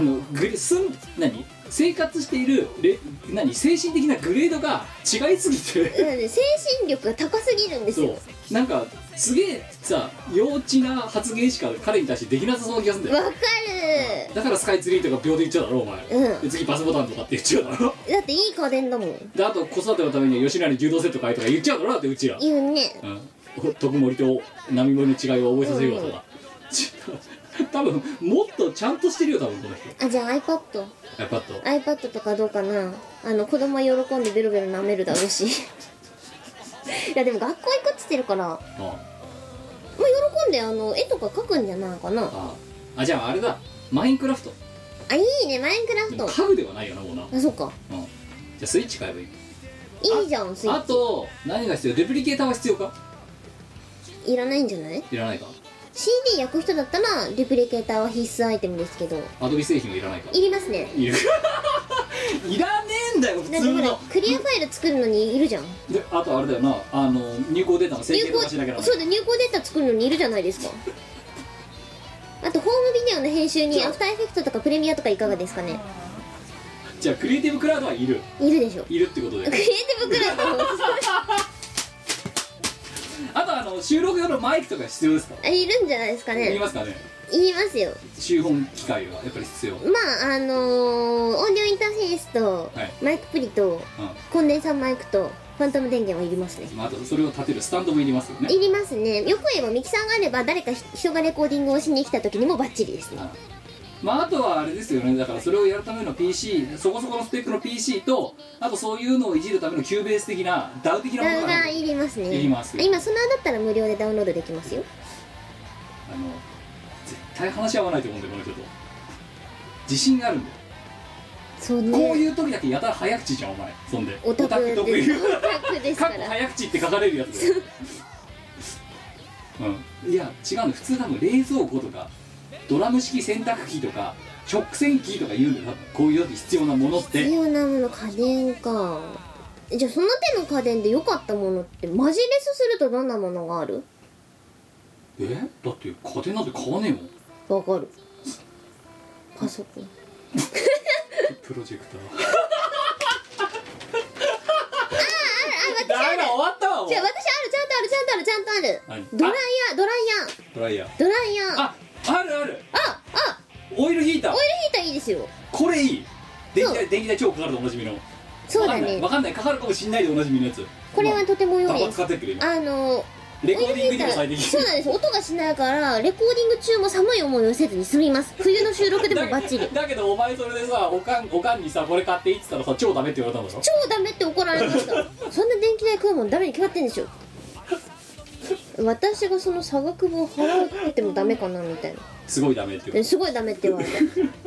生活している精神的なグレードが違いすぎて精神力が高すぎるんですよ。 そう、なんかすげえさ幼稚な発言しか彼に対してできなさそうな気がするんだよ。 わかる。 だからスカイツリーとか秒で言っちゃうだろお前、で次バスボタンとかって言っちゃうだろ。 だっていい家電だもん。であと子育てのためには吉野家に牛丼セット買えとか言っちゃうだろだってうちら言うね。 特盛りと並盛りの違いを覚えさせようとか、多分もっとちゃんとしてるよ多分この人。 じゃあ iPad とかどうかな。子供は喜んでベロベロ舐めるだろうしいやでも学校行くっつってるから、まあ喜んで絵とか描くんじゃないかな。 じゃああれだ、マインクラフト。 いいね、マインクラフト。 家具ではないよなもうな。 そうか。 じゃあスイッチ買えばいい。 いいじゃんスイッチ。 あと何が必要？デプリケーターは必要か？ いらないんじゃない？ いらないか。 CD 焼く人だったらデプリケーターは必須アイテムですけど、 アドビ製品はいらないか？ いりますね。 いるいらねえんだよ普通の。 だってほらクリアファイル作るのにいるじゃん。 であとあれだよな、入稿データの整形とかしなきゃな。 そうだ、入稿データ作るのにいるじゃないですかあとホームビデオの編集にアフターエフェクトとかプレミアとかいかがですかね。 じゃあクリエイティブクラウドはいるでしょ。 いるってことでクリエイティブクラウドあと収録用のマイクとか必要ですか？ いるんじゃないですかね。 いりますかね。 言いますよ。 集音機械はやっぱり必要。 まあオーディオインターフェースと、 はいマイクプリと、コンデンサーマイクとファントム電源はいりますね。 まあ、あとそれを立てるスタンドもいりますよね。 いりますね。よく言えばミキサーがあれば誰か人がレコーディングをしに来た時にもバッチリですね。 まあ、あとはあれですよね、だからそれをやるための PC、そこそこのスペックの PC と、あとそういうのをいじるためのキューベース的な DAW 的なものがいりますね。 いりますよ。 今そのだったら無料でダウンロードできますよ。 絶対話し合わないと思うんだよこの人と。自信があるんだよ。 そうね。 こういう時だけやたら早口じゃんお前。そんでオタクです。 得意オタクですかからっこ早口って書かれるやつだよいや違うんだよ。普通多分冷蔵庫とかドラム式洗濯機とか直線機とか言うんだよ。多分こういう時必要なものって必要なもの、家電か。じゃあその手の家電で良かったものってマジレスするとどんなものがある？ だって家電なんて買わねえもん。 わかる。パソコンプロジェクター私ダメだ終わったわもう。 じゃあ私ある、ちゃんとある何ドライヤーああるオイルヒーター。 オイルヒーターいいですよ。 これいい。電気代超かかるとおなじみの。 そうだね。 わかんないかかるかもしんないでおなじみのやつ。 これはとても良いバカです。 使ってるけど今レコオイルヒーディングにもーター、 最適。 そうなんです。音がしないからレコーディング中も寒い思いをせずに済みます。冬の収録でもバッチリ。 だけどお前それでさおかんにさこれ買っていいって言ったらさ超ダメって言われたんだろ。 超ダメって怒られました。そんな電気代食うもんダメに決まってんでしょ。私がその差額分払ってもダメかなみたいな。 すごいダメって言われすごいダメって言われた。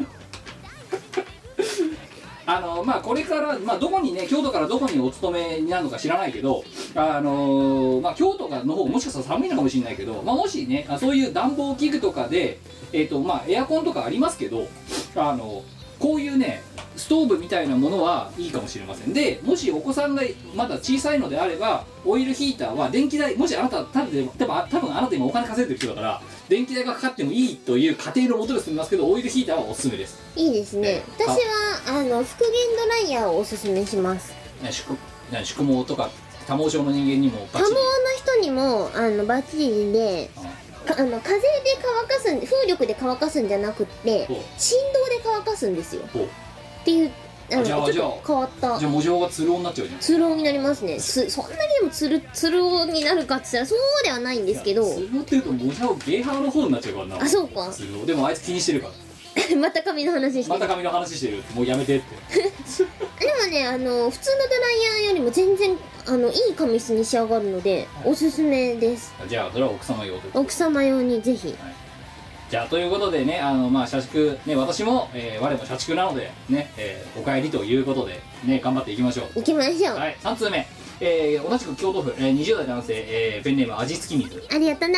まあこれから、まあ、どこにね京都からどこにお勤めになるのか知らないけどまあ京都の方もしかしたら寒いのかもしれないけど、まあ、もしねそういう暖房器具とかでまあエアコンとかありますけどこういうねストーブみたいなものはいいかもしれません。でもしお子さんがまだ小さいのであればオイルヒーターは電気代、もしあなた多分あなた今お金稼いでる人だから電気代がかかってもいいという家庭のもとで済みますけどオイルヒーターはおすすめです。 いいですね。私は復元ドライヤーをおすすめします。 宿毛とか多毛症の人間にも多毛の人にもバッチリで、風で乾かす風力で乾かすんじゃなくって振動で乾かすんですよっていうちょっと変わった。 じゃあ模様がつるおになっちゃうじゃん。 つるおになりますね。そんなにでもつるおになるかって言ったらそうではないんですけど、 つるおっていうと模様ゲーハーの方になっちゃうからな。 あ、そうか。 つるおでもあいつ気にしてるからまた髪の話してる。 また髪の話してる。もうやめてってでもね普通のドライヤーよりも全然いい髪質に仕上がるのでおすすめです。 じゃあそれは奥様用と奥様用にぜひ、はい、 じゃあということでねまあ社畜ね私も、我も社畜なのでね、お帰りということでね頑張っていきましょう。 いきましょう。 はい、3通目、同じく京都府、20代男性、ペンネーム味付き水。 ありがとな。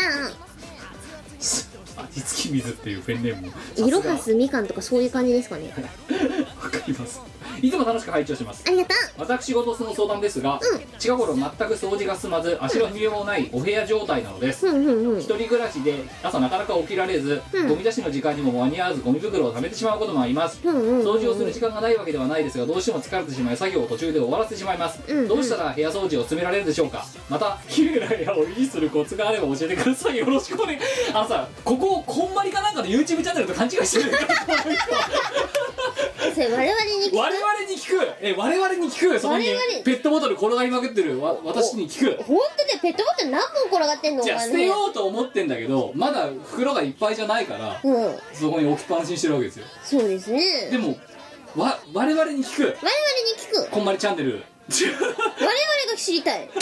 味付き水っていうペンネームもいろはすみかんとかそういう感じですかね。 わかります。いつも楽しく拝聴します。 ありがとう。 私事の相談ですが、近頃全く掃除が進まず足の踏みようもないお部屋状態なのです。一人暮らしで朝なかなか起きられず、ゴミ出しの時間にも間に合わずゴミ袋を貯めてしまうこともあります。掃除をする時間がないわけではないですがどうしても疲れてしまい作業を途中で終わらせてしまいます。どうしたら部屋掃除を進められるでしょうか。また綺麗な部屋を維持するコツがあれば教えてください。よろしくお願い。さこここんまりかなんかの YouTube チャンネルと勘違いしてるんですかそれ我々に聞く。 我々に聞く。そこにペットボトル転がりまくってる私に聞く。 本当でペットボトル何本転がってんの。 じゃあ捨てようと思ってんだけどまだ袋がいっぱいじゃないから、そこに置きっぱなしにしてるわけですよ。 そうですね。 でも我々に聞く。こんまりチャンネル我々が知りたい。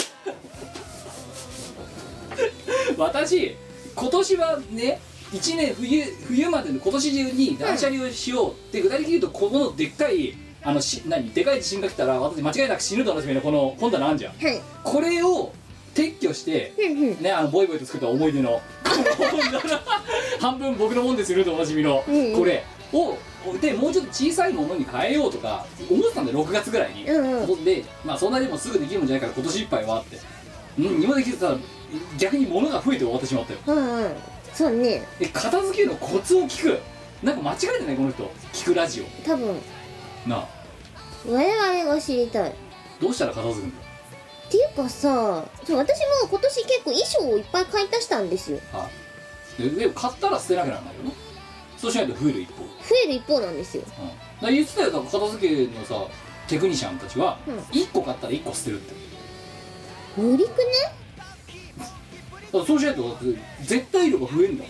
私今年はね1年冬までの今年中に断捨離をしようって具体的に言うとこのでっかいでかい地震が来たら私間違いなく死ぬと同じみのこの本棚あんじゃん、これを撤去してねボイボイと作った思い出の半分僕のもんでするとおなじみのこれをでもうちょっと小さいものに変えようとか思ってたんで6月ぐらいに、でまあそんなにもすぐできるもんじゃないから今年いっぱいはって今できてたら逆に物が増えて終わってしまったよ。 そうね。 片付けるのコツを聞く。なんか間違えてないこの人聞くラジオ多分なあ。 我々が知りたい。 どうしたら片付くんだっていうかさ、私も今年結構衣装をいっぱい買い足したんですよ。 で買ったら捨てなきゃならないよな。そうしないと増える一方。 増える一方なんですよ。 だから言ってたよ、だから片付けのさテクニシャンたちは、1個買ったら1個捨てるって。 無理くね。 だからそうしないとだって絶対量が増えるんだから。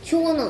しょうがない。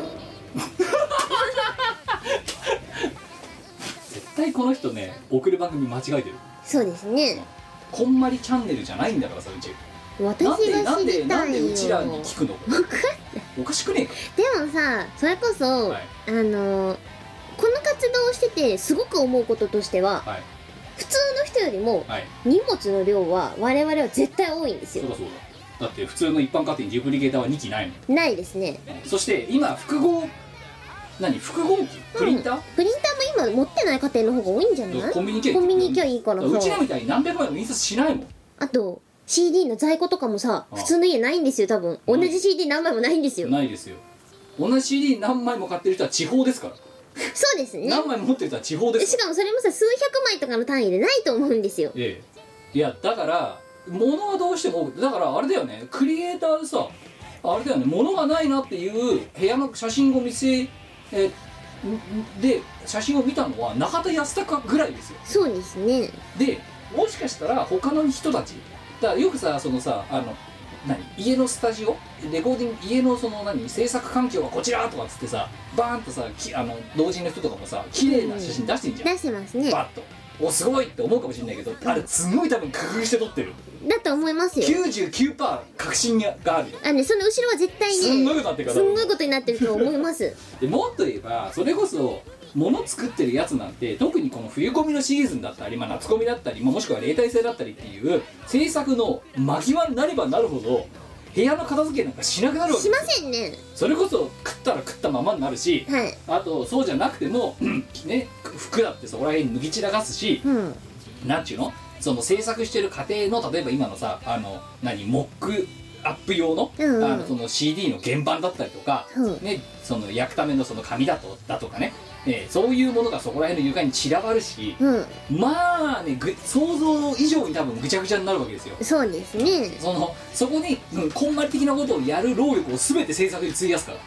絶対この人ね送る番組間違えてる。 そうですね。 こんまりチャンネルじゃないんだからさ、うち。 私が知りたいよ。 なんでうちらに聞くの？おかしくねえか。 でもさ、それこそ、 はい、 この活動をしててすごく思うこととしては、 はい、 普通の人よりも、 はい、 荷物の量は我々は絶対多いんですよ。 そうだそうだ。だって普通の一般家庭にデュプリケーターは2機ないもん。 ないですね。 そして今複合機プリンター、 プリンターも今持ってない家庭の方が多いんじゃない？ コンビニ行きゃいいからさ。 うちらみたいに何百枚も印刷しないもん。 あと CD の在庫とかもさ、普通の家ないんですよ。多分同じ CD 何枚もないんですよ。 ないですよ。同じ CD 何枚も買ってる人は地方ですから。 そうですね。 何枚も持ってる人は地方です。 しかもそれもさ、数百枚とかの単位でないと思うんですよ。 いやだから物はどうしても、だからあれだよね、クリエイターでさ、あれだよね、物がないなっていう部屋の写真を見せで写真を見たのは中田康隆ぐらいですよ。 そうですね。 でもしかしたら他の人たちだからよくさ、そのさ、家のスタジオレコーディング、家のその制作環境はこちらとかっつってさ、バーンとさ同人の人とかもさ綺麗な写真出してんじゃん、 出してますね。 バッとおすごいって思うかもしれないけど、あれすごい多分工夫して撮ってる。 だと思いますよ。 99% 確信があるよ。 その後ろは絶対ね、 すんごいことになってるから、 すんごいことになってると思いますでもっと言えばそれこそ物作ってるやつなんて、特にこの冬込みのシーズンだったり、夏込みだったり、もしくは例大祭だったりっていう制作の間際になればなるほど部屋の片付けなんかしなくなるわけしませんね。 それこそ食ったら食ったままになるし、 はい、 あとそうじゃなくてもね、服だってそこら辺脱ぎ散らかすし、なんちゅうの、その制作してる家庭の例えば今のさモックアップ用の、その CD の原版だったりとか、ね、その焼くためのその紙だとかね、そういうものがそこら辺の床に散らばるし、まあね想像以上に多分ぐちゃぐちゃになるわけですよ。 そうですね。 そこに、こんまり的なことをやる労力を全て制作に費やすから。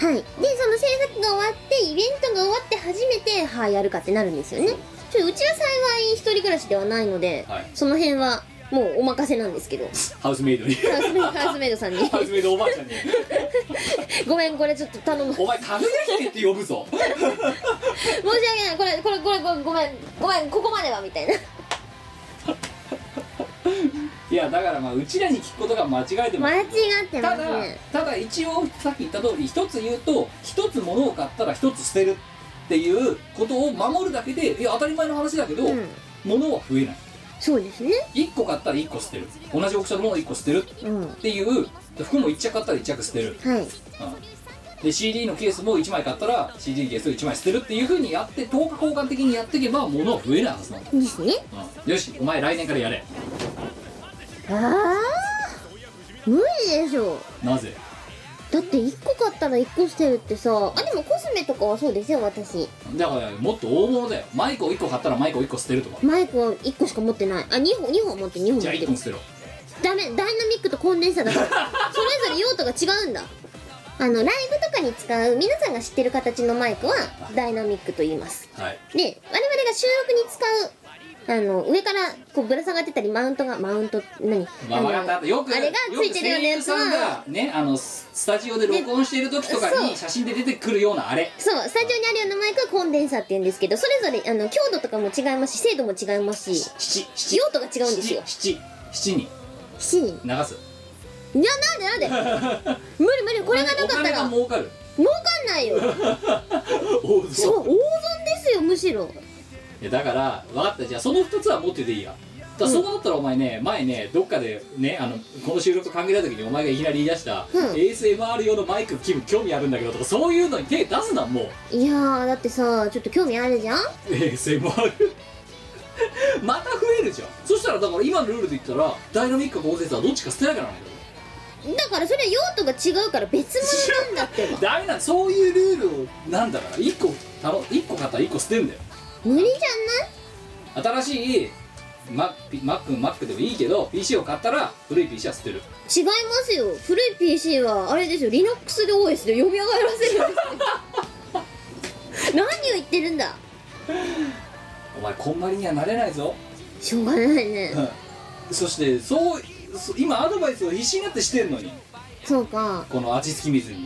はい。でその制作が終わってイベントが終わって初めてやるかってなるんですよね。うちは幸い一人暮らしではないので、その辺はもうお任せなんですけど、 ハウスメイドにハウスメイドさんにハウスメイドおばあちゃんにごめんこれちょっと頼む。 お前かぐや姫って呼ぶぞ申し訳ない、これごめんここまではみたいな。 いやだからうちらに聞くことが間違えてます。 間違ってますね。 ただ一応さっき言った通り、一つ言うと一つ物を買ったら一つ捨てるっていうことを守るだけで、いや当たり前の話だけど、物は増えない。 そうですね。 1個買ったら1個捨てる、同じ大きさのものを1個捨てるっていう、服も1着買ったら1着捨てる、で CD のケースも1枚買ったら CD ケースを1枚捨てるっていう風にやって、等価交換的にやっていけば物は増えないはずなんだですね。 よしお前来年からやれ。 無理でしょ。 なぜ？ だって1個買ったら1個捨てるってさ。でもコスメとかはそうですよ私。 だからもっと大物だよ。マイクを1個買ったらマイクを1個捨てるとか。 マイクは1個しか持ってない。2本持って2本持ってる。 じゃあ1本捨てろ。 ダメ、ダイナミックとコンデンサーだからそれぞれ用途が違うんだ。ライブとかに使う皆さんが知ってる形のマイクはダイナミックと言います、で我々が収録に使う上からこうぶら下がってたりマウントよくあれがついてるようなやつは声優さんがねスタジオで録音している時とかに写真で出てくるようなあれ、 そうスタジオにあるようなマイクはコンデンサーって言うんですけど、それぞれ強度とかも違いますし精度も違いますし用途が違うんですよ。 7に流す。 いやなんで無理これがなかったらお金が儲かる。 儲かんないよそう大損ですよむしろ。 いやだから分かった、じゃあその2つは持ってていいや。そうだったらお前ね、前ねどっかでねこの収録と関係ない時にお前がいきなり言い出した、ASMR 用のマイク興味あるんだけどとか、そういうのに手出すなもう。 いやーだってさちょっと興味あるじゃん ASMR また増えるじゃん。そしたらだから今のルールで言ったらダイナミックかコンデンサーはどっちか捨てなきゃならないんだよ。 だからそれは用途が違うから別物なんだってばダメな、そういうルールをなんだから1個買ったら1個捨てるんだよ。 無理じゃない？ 新しいマックでもいいけど PC を買ったら古い PC は捨てる。 違いますよ。古い PC はあれですよ、 Linux で OS で読み上がらせるんですよ何を言ってるんだ。 お前こんまりにはなれないぞ。 しょうがないね、 そして今アドバイスを必死になってしてんのに、 そうか。 この味付き水に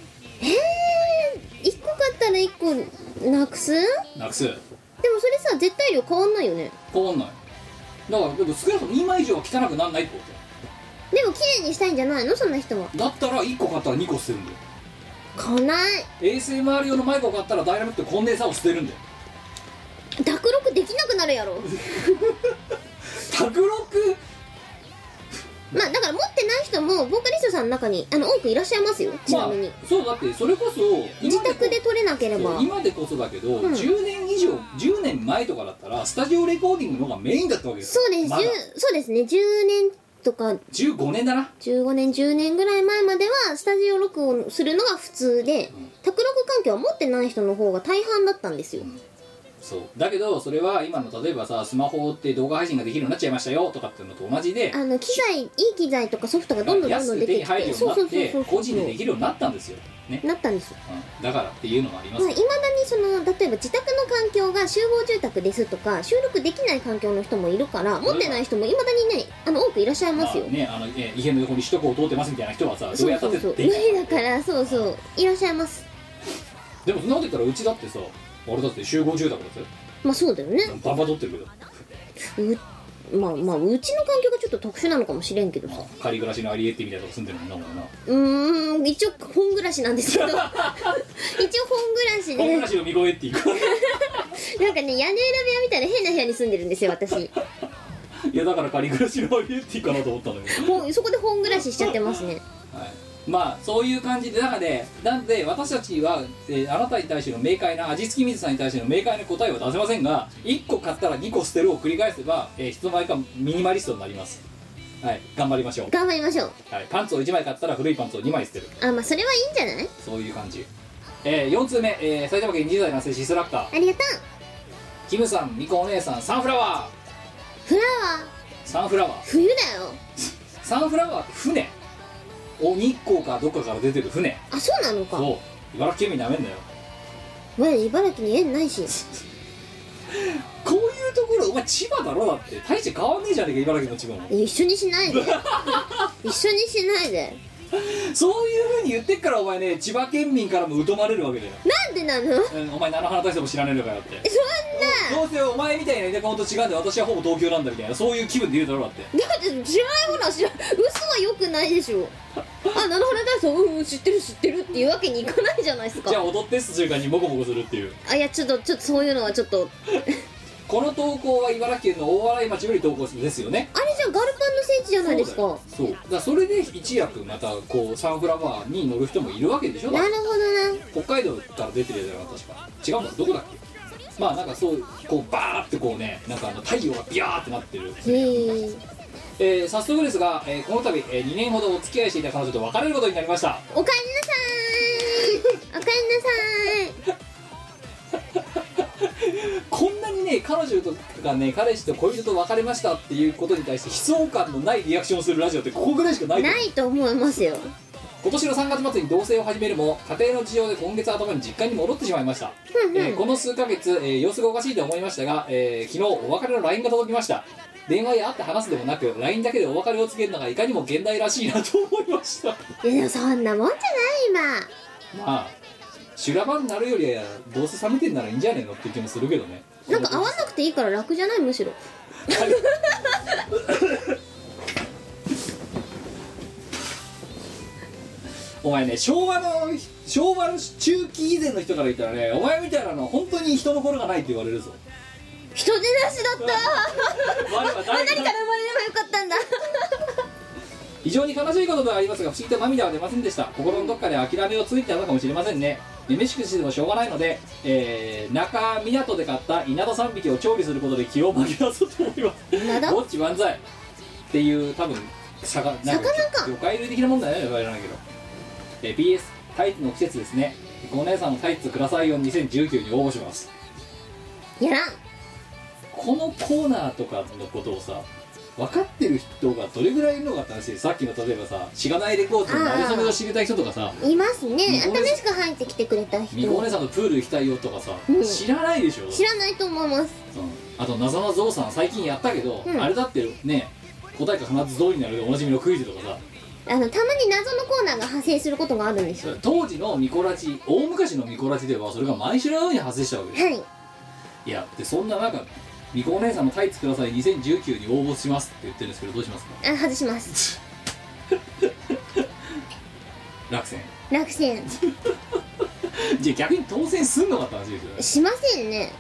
1個買ったら1個なくす。でもなくす。 それさ絶対量変わんないよね。 変わんない。だからでも少なくとも2枚以上は汚くならないってこでも綺麗にしたいんじゃないの、そんな人は。 とだったら1個買ったら2個捨てるんだよ。 買わない。 ASMR 用のマイクを買ったらダイナミックコンデンサーを捨てるんだよ。 卓録できなくなるやろ卓録まあだから持ってない人もボーカリストさんの中に多くいらっしゃいますよ、ちなみに、 そうだってそれこそ自宅で撮れなければ。 今でこそだけど、 うん 10年以上10年前とかだったらスタジオレコーディングの方がメインだったわけですよ。 そうです、 まだそうですね、10年とか 15年だな。 15年10年ぐらい前まではスタジオ録音するのが普通で、卓録環境は持ってない人の方が大半だったんですよ。 そうだけどそれは今の例えばさスマホって動画配信ができるようになっちゃいましたよとかっていうのと同じで、 機材、いい機材とかソフトがどんどん安く出てき手に入るて、 ようになって個人でできるようになったんですよ、ね、 なったんですよ。 だからっていうのもあります。 いまだに例えば自宅の環境が集合住宅ですとか収録できない環境の人もいるから持ってない人もいまだにね多くいらっしゃいますよ、 家の横に首都高を通ってますみたいな人はさどうやったって無できない理だから、そうそういらっしゃいます。 でもそんなこと言ったらうちだってさ俺だって集合住宅だぜ。 まあそうだよね。 バンバン取ってるけどまあうちの環境がちょっと特殊なのかもしれんけどさ、 仮暮らしのアリエッティみたいなとこ住んでるもんなもんな。 一応本暮らしなんですけど一応本暮らしで本暮らしの見声っていうかなんかね屋根裏部屋みたいな変な部屋に住んでるんですよ私いやだから仮暮らしのアリエッティかなと思ったんだけどそこで本暮らししちゃってますね。 はい、まあそういう感じで中でなんで私たちは、あなたに対しての明快な味付き水さんに対しての明快な答えは出せませんが1個買ったら2個捨てるを繰り返せば、いつの間にかミニマリストになります。はい頑張りましょう。 頑張りましょう。 はい、パンツを1枚買ったら古いパンツを2枚捨てる。 まあそれはいいんじゃない。 そういう感じ。4通目、埼玉県20代男性シスラッカーありがとう。 キムさん、ミコお姉さん、サンフラワフラワーサンフラワーー冬だよ。 サンフラワーって船日光かどっかから出てる船。 あ、そうなのか。 そう茨城県民なめんなよ。 まだ茨城に縁ないしこういうところお前千葉だろ。だって大して変わんねえじゃねえか茨城の千葉も。 一緒にしないで一緒にしないで。 そういう風に言ってっからお前ね千葉県民からも疎まれるわけだよ。 なんでなの。 お前菜の花大佐も知らねえのかよって。 そんなどうせお前みたいな田舎者と違うんで私はほぼ東京なんだみたいなそういう気分で言うだろうだって。 だって知らないものは知らない。嘘は良くないでしょ菜の花大佐知ってるっていうわけにいかないじゃないですか。 じゃあ踊ってっす瞬間にモコモコするっていう。 いやちょっとそういうのはちょっとこの投稿は茨城県の大洗町より投稿ですよね。 あれじゃんガルパンの聖地じゃないですか。 そうだからそれで一躍またこうサンフラワーに乗る人もいるわけでしょ。 なるほどな。 北海道から出てるやつだよ確か。違うんだどこだっけ。まあなんかそうこうバーってこうねなんか太陽がビヤーってなってる。 へ早速ですが、この度、2年ほどお付き合いしていた彼女と別れることになりました。 おかえりなさーい。おかえりなさこんなにね彼女とかね彼氏と恋人と別れましたっていうことに対して悲壮感のないリアクションをするラジオってここぐらいしかない。 ないと思いますよ。 今年の3月末に同棲を始めるも家庭の事情で今月頭に実家に戻ってしまいました。この数ヶ月、様子がおかしいと思いましたが、昨日お別れの LINE が届きました。電話や会って話すでもなく LINE だけでお別れを告げるのがいかにも現代らしいなと思いました。 いやでもそんなもんじゃない今。 まあ修羅場になるよりはどうせ冷めてんならいいんじゃねえのって気もするけどね。 なんか会わなくていいから楽じゃないむしろお前ね昭和の中期以前の人から言ったらねお前みたいなのは本当に人の心がないって言われるぞ。 人出なしだった何から生まれればよかったんだ非常に悲しいことではありますが不思議と涙は出ませんでした。心のどっかで諦めをついてたのかもしれませね。飯食してもしょうがないので、中港で買った稲田3匹を調理することで気を紛らわそうと思います。ぼっち万歳っていう多分魚か魚介類的なもんだよね。分からないけど、PS タイツの季節ですね。お姉さんのタイツくださいよ2019に応募します。 やらん。 このコーナーとかのことをさ分かってる人がどれぐらいいるのかって話で、さっきの例えばさしがないレコードのなれそめを知りたい人とかさ、 いますね。新しく入ってきてくれた人、 みこお姉さんのプール行きたいよとかさ、知らないでしょ。 知らないと思います。 あと謎のゾウさん最近やったけど、あれだってね答えが必ず通りになるでおなじみのクイズとかさ、 たまに謎のコーナーが派生することがあるんですよ。 当時のミコラジ、大昔のミコラジではそれが毎週のように発生したわけです。 はい。 いやでそんな中みこお姉さんのタイツください2019に応募しますって言ってるんですけど、どうしますか？ 外します落選。 落選じゃあ逆に当選すんのかって話ですよね。 しませんね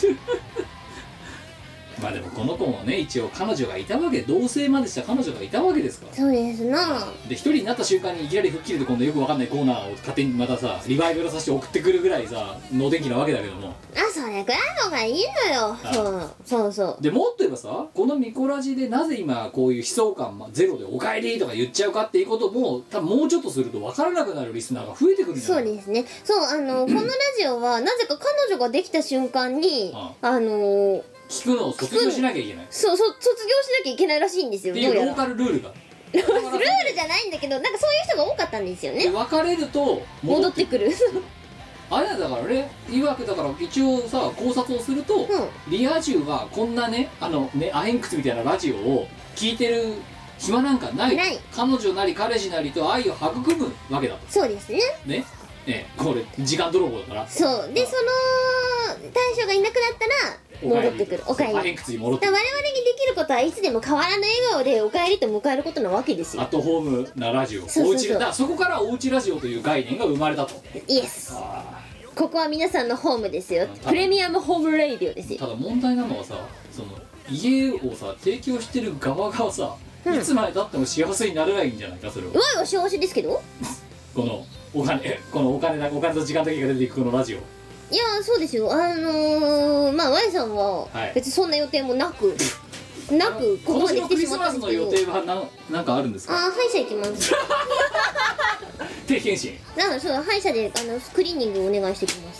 まあでもこの子もね一応彼女がいたわけ、同棲までした彼女がいたわけですから。 そうですな。 で一人になった瞬間にいきなり吹っ切れて今度よくわかんないコーナーを勝手にまたさリバイバルさせて送ってくるぐらいさ能天気なわけだけども、 それくらいのがいいのよ。そうでもっと言えばさ、このミコラジでなぜ今こういう悲壮感ゼロでお帰りとか言っちゃうかっていうことも多分もうちょっとすると分からなくなるリスナーが増えてくるんじゃそないうですね。そうこのラジオはなぜか彼女ができた瞬間に聞くのを卒業しなきゃいけないっ卒業しなきゃいけないらしいんですよ。 ていうローカルルールがルールじゃないんだけど、なんかそういう人が多かったんですよね。 別れると戻ってくるあれだからね、いわくだから一応さ考察をすると、リア充はこんなねアヘンクツみたいなラジオを聞いてる暇なんかない。彼女なり彼氏なりと愛を育むわけだと。 そうですね。 これ時間泥棒だから。 そうで、その対象がいなくなったら戻ってくる。お帰り。 アヘンクツに戻って我くる。 々にできることはいつでも変わらぬ笑顔でお帰りと迎えることなわけですよ。 アットホームなラジオ。 そうおうちだ、そこからおうちラジオという概念が生まれたと。 イエス。ここは皆さんのホームですよ。プレミアムホームレイディオですよ。 ただ問題なのはさ、その家をさ提供してる側がさ、いつまでたっても幸せになれないんじゃないかそれは。 うわいは幸せですけど。 このお金と時間だけが出ていくこのラジオ。 いやそうですよ。まあ Y さんは別にそんな予定もなく、ここまで来てしまったんですけど。今年のクリスマスの予定はなんかあるんですか？歯医者行きます定期検診。 だからそう歯医者でクリーニングお願いしてきます。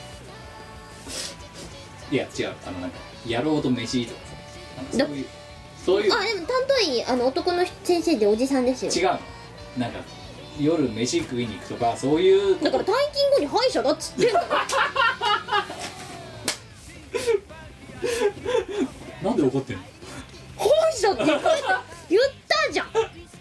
いや違う、なんかやろうと飯とかさ、そういうでも担当医男の先生でおじさんですよ。 違うの、なんか夜飯食いに行くとかそういう。 だから退勤後に歯医者だっつってんだなんで怒ってんの？ 歯医者って言ったじゃん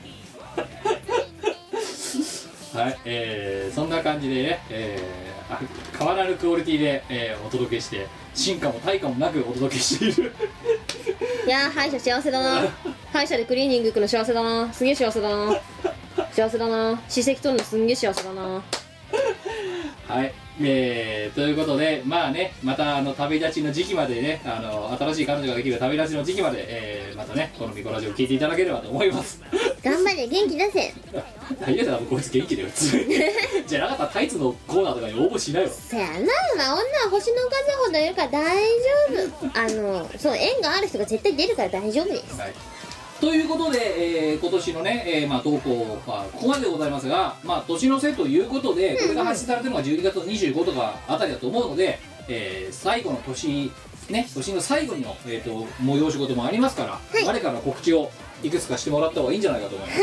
はい、そんな感じでね、変わらぬクオリティで、お届けして進化も対価もなくお届けしているいやー歯医者幸せだな歯医者でクリーニング行くの幸せだな。すげえ幸せだな。幸せだな。歯石取るのすんげえ幸せだな。 はい、ということでまあね、また旅立ちの時期までね、新しい彼女ができる旅立ちの時期まで、またねこのミコラジオを聞いていただければと思います頑張れ元気出せいやだこいつ元気だよ普通じゃなかったらタイツのコーナーとかに応募しないわ。 そやな、まあ女は星の数ほどいるから大丈夫そう縁がある人が絶対出るから大丈夫です、 はい、ということで、今年のね、投稿はここまででございますが、年の瀬ということでこれが発出されてるのが12月25とかあたりだと思うので、最後の年の最後にの、催し事もありますから、我から告知をいくつかしてもらった方がいいんじゃないかと思います。 はい、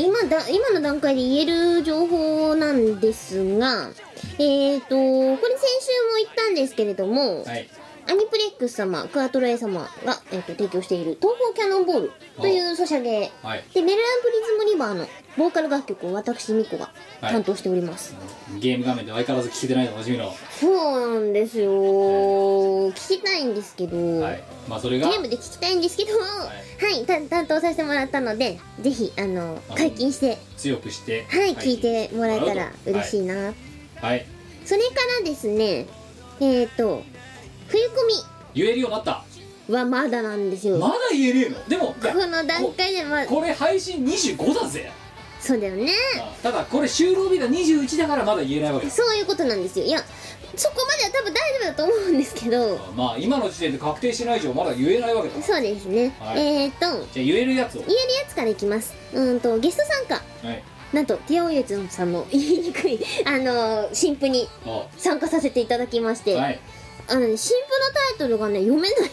今の段階で言える情報なんですが、これ先週も言ったんですけれども、 はい、 アニプレックス様、クアトロエ様が、提供している東方キャノンボールというソシャゲ、 はい、 でメルランプリズムリバーのボーカル楽曲を私ミコが担当しております、 ゲーム画面で相変わらず聴けてないのおなじみの。 そうなんですよ、聞きたいんですけど、 それがゲームで聞きたいんですけど、担当させてもらったのでぜひ解禁して強くして聞いてもらえたら嬉しいな。それからですね、冬コミ言えるようになったはまだなんですよ。 まだ言えねえの？でもこの段階ではこれ配信25だぜ。 そうだよね。 ただこれ収録日が21だからまだ言えないわけだ。 そういうことなんですよ。いやそこまでは多分大丈夫だと思うんですけど、 今の時点で確定しない以上まだ言えないわけだ。 そうですね、じゃあ言えるやつからいきます。ゲスト参加、なんとティアオユツンさんの言いにくい新婦に参加させていただきまして、新婦のタイトルがね読めない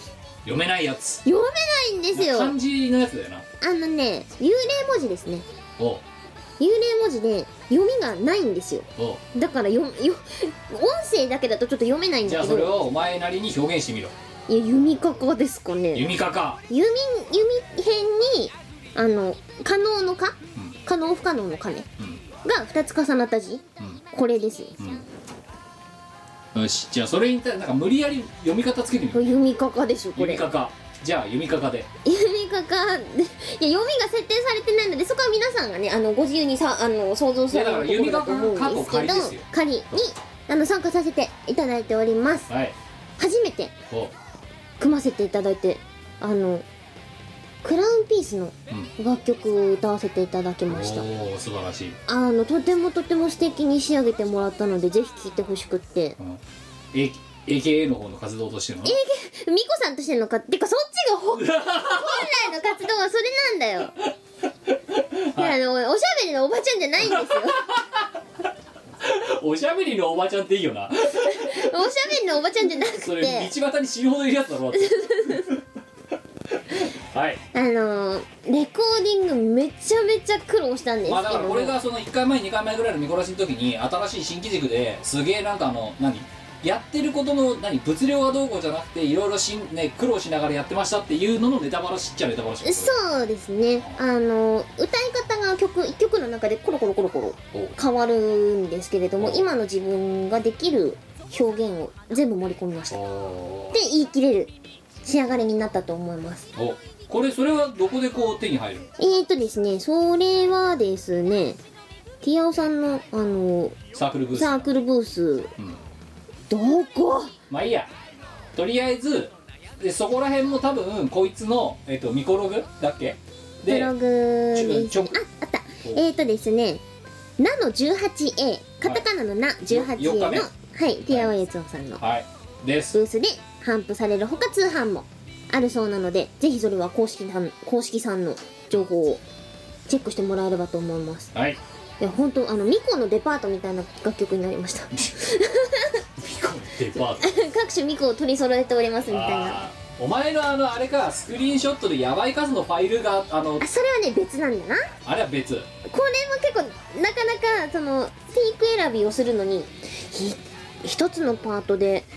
読めないやつ。 読めないんですよ。 漢字のやつだよな。 幽霊文字ですね。 おう幽霊文字で読みがないんですよ。 おうだから音声だけだとちょっと読めないんじゃだけど。 あそれをお前なりに表現してみろ。 いや、弓かかですかね。 弓かか。 弓辺に可能の可、可能不可能の可ね、が2つ重なった字、これですよ。 よし、じゃあそれになんか無理やり読み方つけてみる。 弓かかでしょこれ。 弓かか。じゃあ弓かかで。 弓かかで、いや読みが設定されてないので、そこは皆さんがねご自由に想像するところだと思うんですけど、仮に参加させていただいております。 はい。 初めて組ませていただいて、クラウンピースの楽曲を歌わせていただきました。 おお、素晴らしい。 とても素敵に仕上げてもらったので、ぜひ聴いてほしくって、 AKA の方の活動としてのミコさんとしてのてかそっちが本来の活動はそれなんだよ。いや、おしゃべりのおばちゃんじゃないんですよ。 おしゃべりのおばちゃんっていいよな。 おしゃべりのおばちゃんじゃなくて、 それ道端に死ぬほどいるやつだろ。はい。 レコーディングめちゃめちゃ苦労したんですけど、 だからこれがその1回前2回前ぐらいの見殺しの時に新しい新機軸ですげえなんかやってることの物量がどうこうじゃなくて、いろいろ苦労しながらやってましたっていうののネタバラシっちゃネタバラシ。 そうですね。歌い方が1曲の中でコロコロ変わるんですけれども、今の自分ができる表現を全部盛り込みました。で、言い切れる仕上がりになったと思います。 それはどこで手に入る？ ですね、それはですね、ティアオさんのサークルブース、 どこ？ まあいいや、とりあえずでそこら辺も多分こいつのミコログだっけ？ ブログですね。あった。ですね、ナの 18A、 カタカナのナ 18A の、はい、ティアオエツオさんのブースで頒布されるほか通販もあるそうなので、ぜひそれは公式さんの情報をチェックしてもらえればと思います。 はい。 いや本当ミコのデパートみたいな楽曲になりました。 ミコのデパート。 各種ミコを取り揃えておりますみたいな。 お前のあれか、スクリーンショットでやばい数のファイルがそれはね別なんだな。 あれは別。これも結構なかなかテイク選びをするのに一つのパートで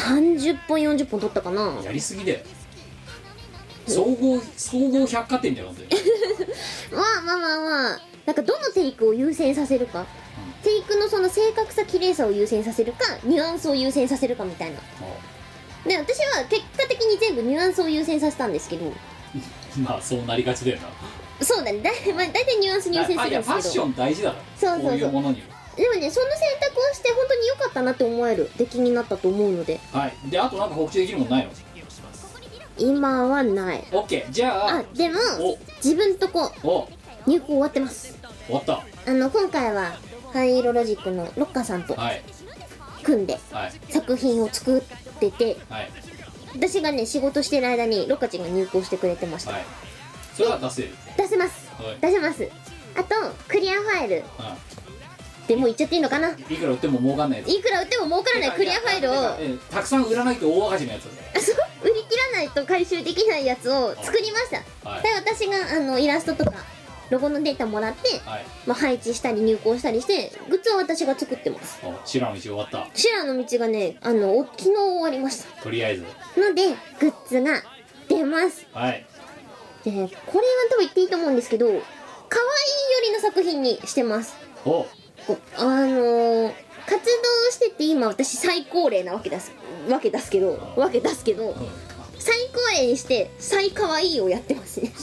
30本40本取ったかな。 やりすぎだよ。総合百貨店じゃん。 まあなんかどのテイクを優先させるか、テイクのその正確さ綺麗さを優先させるか、ニュアンスを優先させるかみたいな。で、私は結果的に全部ニュアンスを優先させたんですけどまあそうなりがちだよな。 そうだね、大体ニュアンスに優先するんですけど、 ファッション大事だろ。 そうこういうものには。 でもね、その選択をして本当に良かったなって思える出来になったと思うので。 はい。で、あとなんか告知できるもんないの？ 今はない。 OK。 じゃあでも自分と入稿終わってます。 終わった。 今回はハイロロジックのロッカーさんと組んで作品を作ってて、私がね仕事してる間にロッカちゃんが入稿してくれてました。 それは出せる？ 出せます、出せます。あとクリアファイルでもう言っちゃっていいのかな。 いくら売っても儲かんないやつ。 いくら売っても儲からないクリアファイルをたくさん売らないと大赤字のやつ。 売り切らないと回収できないやつを作りました。で、私がイラストとかロゴのデータもらって、配置したり入稿したりしてグッズは私が作ってます。 修羅の道終わった。 修羅の道がね昨日終わりました。 とりあえずのでグッズが出ます。で、これは多分言っていいと思うんですけど、可愛いよりの作品にしてます。活動してて今私最高齢なわけ出すけど最高齢にして最可愛いをやってますね。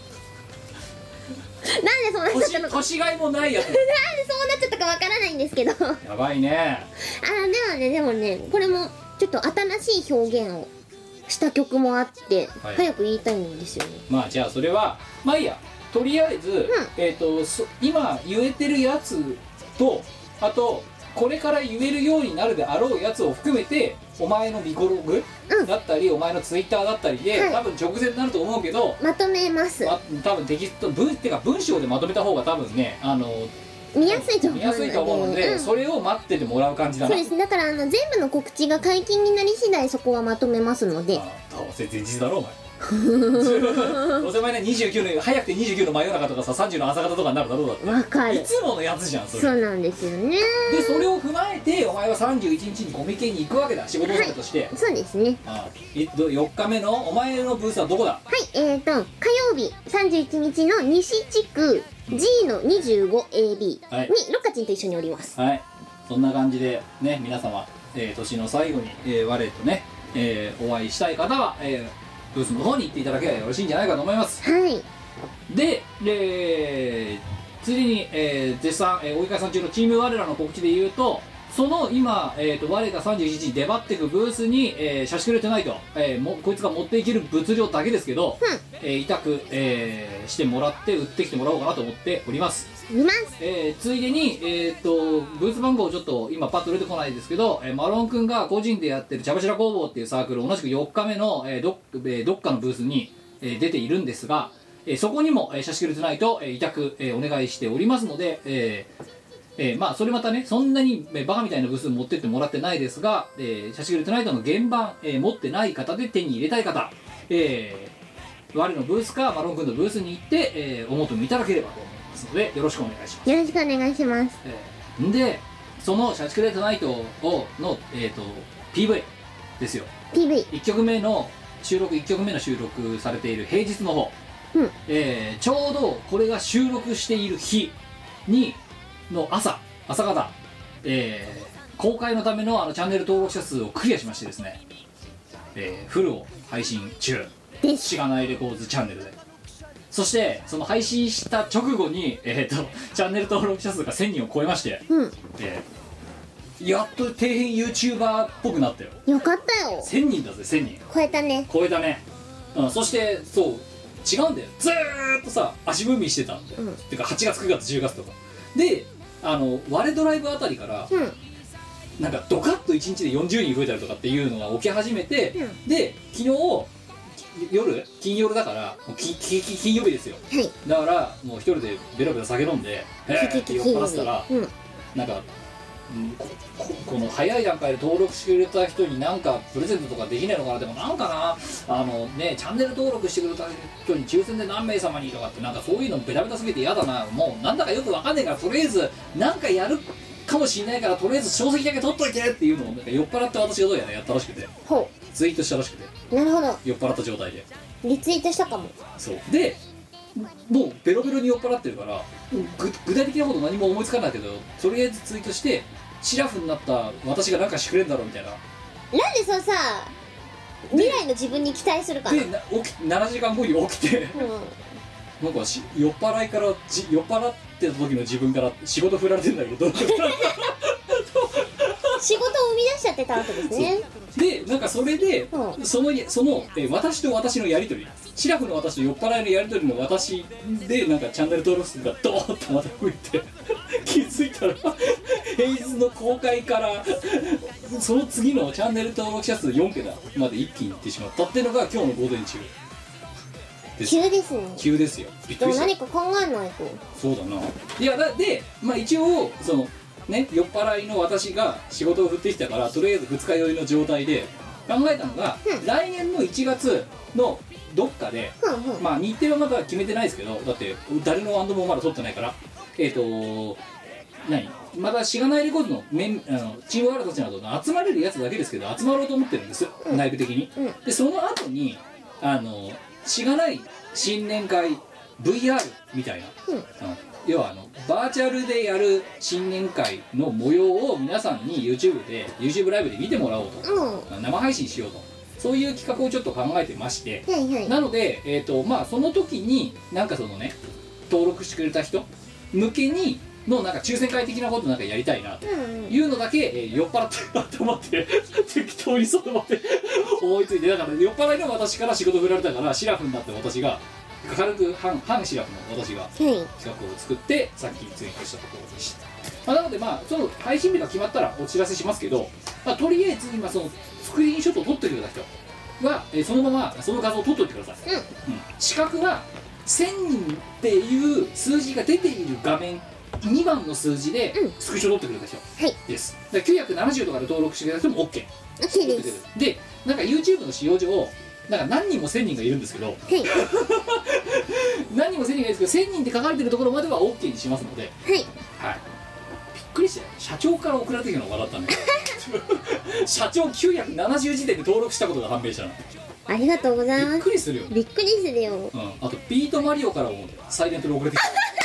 なんでそうなっちゃったのか、 年がいもないやつ。 なんでそうなっちゃったかわからないんですけどやばいね。 でもねこれもちょっと新しい表現をした曲もあって、早く言いたいんですよね。 まあじゃあそれはまあいいや。とりあえず、今言えてるやつと、あとこれから言えるようになるであろうやつを含めて、お前のビコログだったり、お前のツイッターだったりで、多分直前になると思うけどまとめます。 多分テキスト文章でまとめた方が多分ね見やすいと思うので、それを待っててもらう感じだな。 そうです。だから全部の告知が解禁になり次第そこはまとめますので、 どうせ前日だろお前どうせお前ね29の早くて29の真夜中とかさ30の朝方とかになるだろうだってわかる。 いつものやつじゃんそれ。 そうなんですよね。 でそれを踏まえてお前は31日にコミケに行くわけだ仕事納めとして、 そうですね。 4日目のお前のブースはどこだ。 はい、火曜日31日の西地区 G の 25AB にはいロッカチンと一緒におります。 はい、そんな感じでね皆様、年の最後に、我とね、お会いしたい方は、ブースの方に行っていただければよろしいんじゃないかと思います。 はい。 で、次に、絶賛、及川さん中のチーム我らの告知で言うとその今、我が31日に出張っていくブースに、シャシクレトゥナイト、こいつが持っていける物量だけですけど、委託、してもらって売ってきてもらおうかなと思っております。 見ます。 ついでに、ブース番号ちょっと今パッと出てこないですけど、マロンくんが個人でやってる茶柱工房っていうサークル同じく4日目の、どっかのブースに、出ているんですが、そこにも、シャシクレトゥナイト、委託、お願いしておりますので、まあそれまたねそんなにバカみたいなブース持ってってもらってないですが、シャシグルトゥナイトの原版、持ってない方で手に入れたい方、我のブースかマロン君のブースに行って、お求めいただければと思いますのでよろしくお願いします。 よろしくお願いします。 でそのシャシグルトゥナイトの、PV ですよ。 PV 1曲目の収録されている平日の方、ちょうどこれが収録している日にの朝方、公開のためのチャンネル登録者数をクリアしましてですね、フルを配信中しがないレコーズチャンネルで、そしてその配信した直後に、チャンネル登録者数が1000人を超えまして、やっと底辺 YouTuber っぽくなったよ。 よかったよ。 1000人だぜ1000人超えたね。 そしてそう違うんだよ、ずーっとさ足踏みしてたんだよ、てか8月9月10月とかで我ドライブあたりから、なんかドカッと1日で40人増えたりとかっていうのが起き始めて、で昨日金夜だから金曜日ですよ、だからもう一人でベラベラ酒飲んで酔っ払ってたら、なんかこの早い段階で登録してくれた人になんかプレゼントとかできないのかな。でもなんかなチャンネル登録してくれた人に抽選で何名様にとかってなんかそういうのベタベタすぎて嫌だな。もうなんだかよくわかんないからとりあえずなんかやるかもしれないからとりあえず書籍だけ取っといてっていうのをなんか酔っ払って私がどうやらやったらしくて、ツイートしたらしくて、 なるほど、 酔っ払った状態でリツイートしたかも。 そうでもうベロベロに酔っ払ってるから具体的なこと何も思いつかないけどとりあえずツイートしてシラフになった私が何かしてくれるんだろうみたいな。 なんでそうさ未来の自分に期待するかな。 で7時間後に起きて、なんか酔っ払ってた時の自分から仕事振られてんだけど仕事を生み出しちゃってたわけですね。 でなんかそれで、その私と私のやり取り、シラフの私と酔っ払いのやり取りの私でなんかチャンネル登録数がドーッとまた増えて気づいたら平日の公開からその次のチャンネル登録者数4桁まで一気にいってしまったっていうのが今日の午前中です。 急ですね。 急ですよ。びっくりした。 でも何か考えないと。 そうだな。いやでまあ一応そのね酔っ払いの私が仕事を振ってきたからとりあえず二日酔いの状態で考えたのが、来年の1月のどっかで、まあ日程はまだ決めてないですけど、だって誰のワンドもまだ取ってないからまだしがないレコードのチームワールドたちなどの集まれるやつだけですけど集まろうと思ってるんです、内部的に、でその後にしがない新年会 VR みたいな、要はバーチャルでやる新年会の模様を皆さんに YouTube ライブで見てもらおうと、生配信しようと、そういう企画をちょっと考えてまして、なので、まあその時になんかそのね登録してくれた人向けにのなんか抽選会的なことなんかやりたいなというのだけ、酔っ払ってるなと思って適当にその場で思いついて、だから酔っ払いの私から仕事振られたからシラフになって私が軽く反シラフの私が企画を作ってさっきツイートしたところでした。なのでまあその配信日が決まったらお知らせしますけど、まあ、とりあえず今そのスクリーンショットを撮ってくれた人は、そのままその画像を撮っといてください。視覚は1000人っていう数字が出ている画面2番の数字でスクショ撮ってくれた人です、だから970とかで登録してくれた人も OK です。 でなんか YouTube の使用上なんか何人も1000人がいるんですけど、 はい何人も1000人がいるんですけど、1000人って書かれてるところまでは OK にしますので、 はいはい、びっくりしたよ。社長から送られてきたのが笑ったんだけど社長970時点で登録したことが判明したの。 ありがとうございびっます。 くりするよね。 びっくりするよ。 うん、あとビートマリオからもサイレントで送れてきた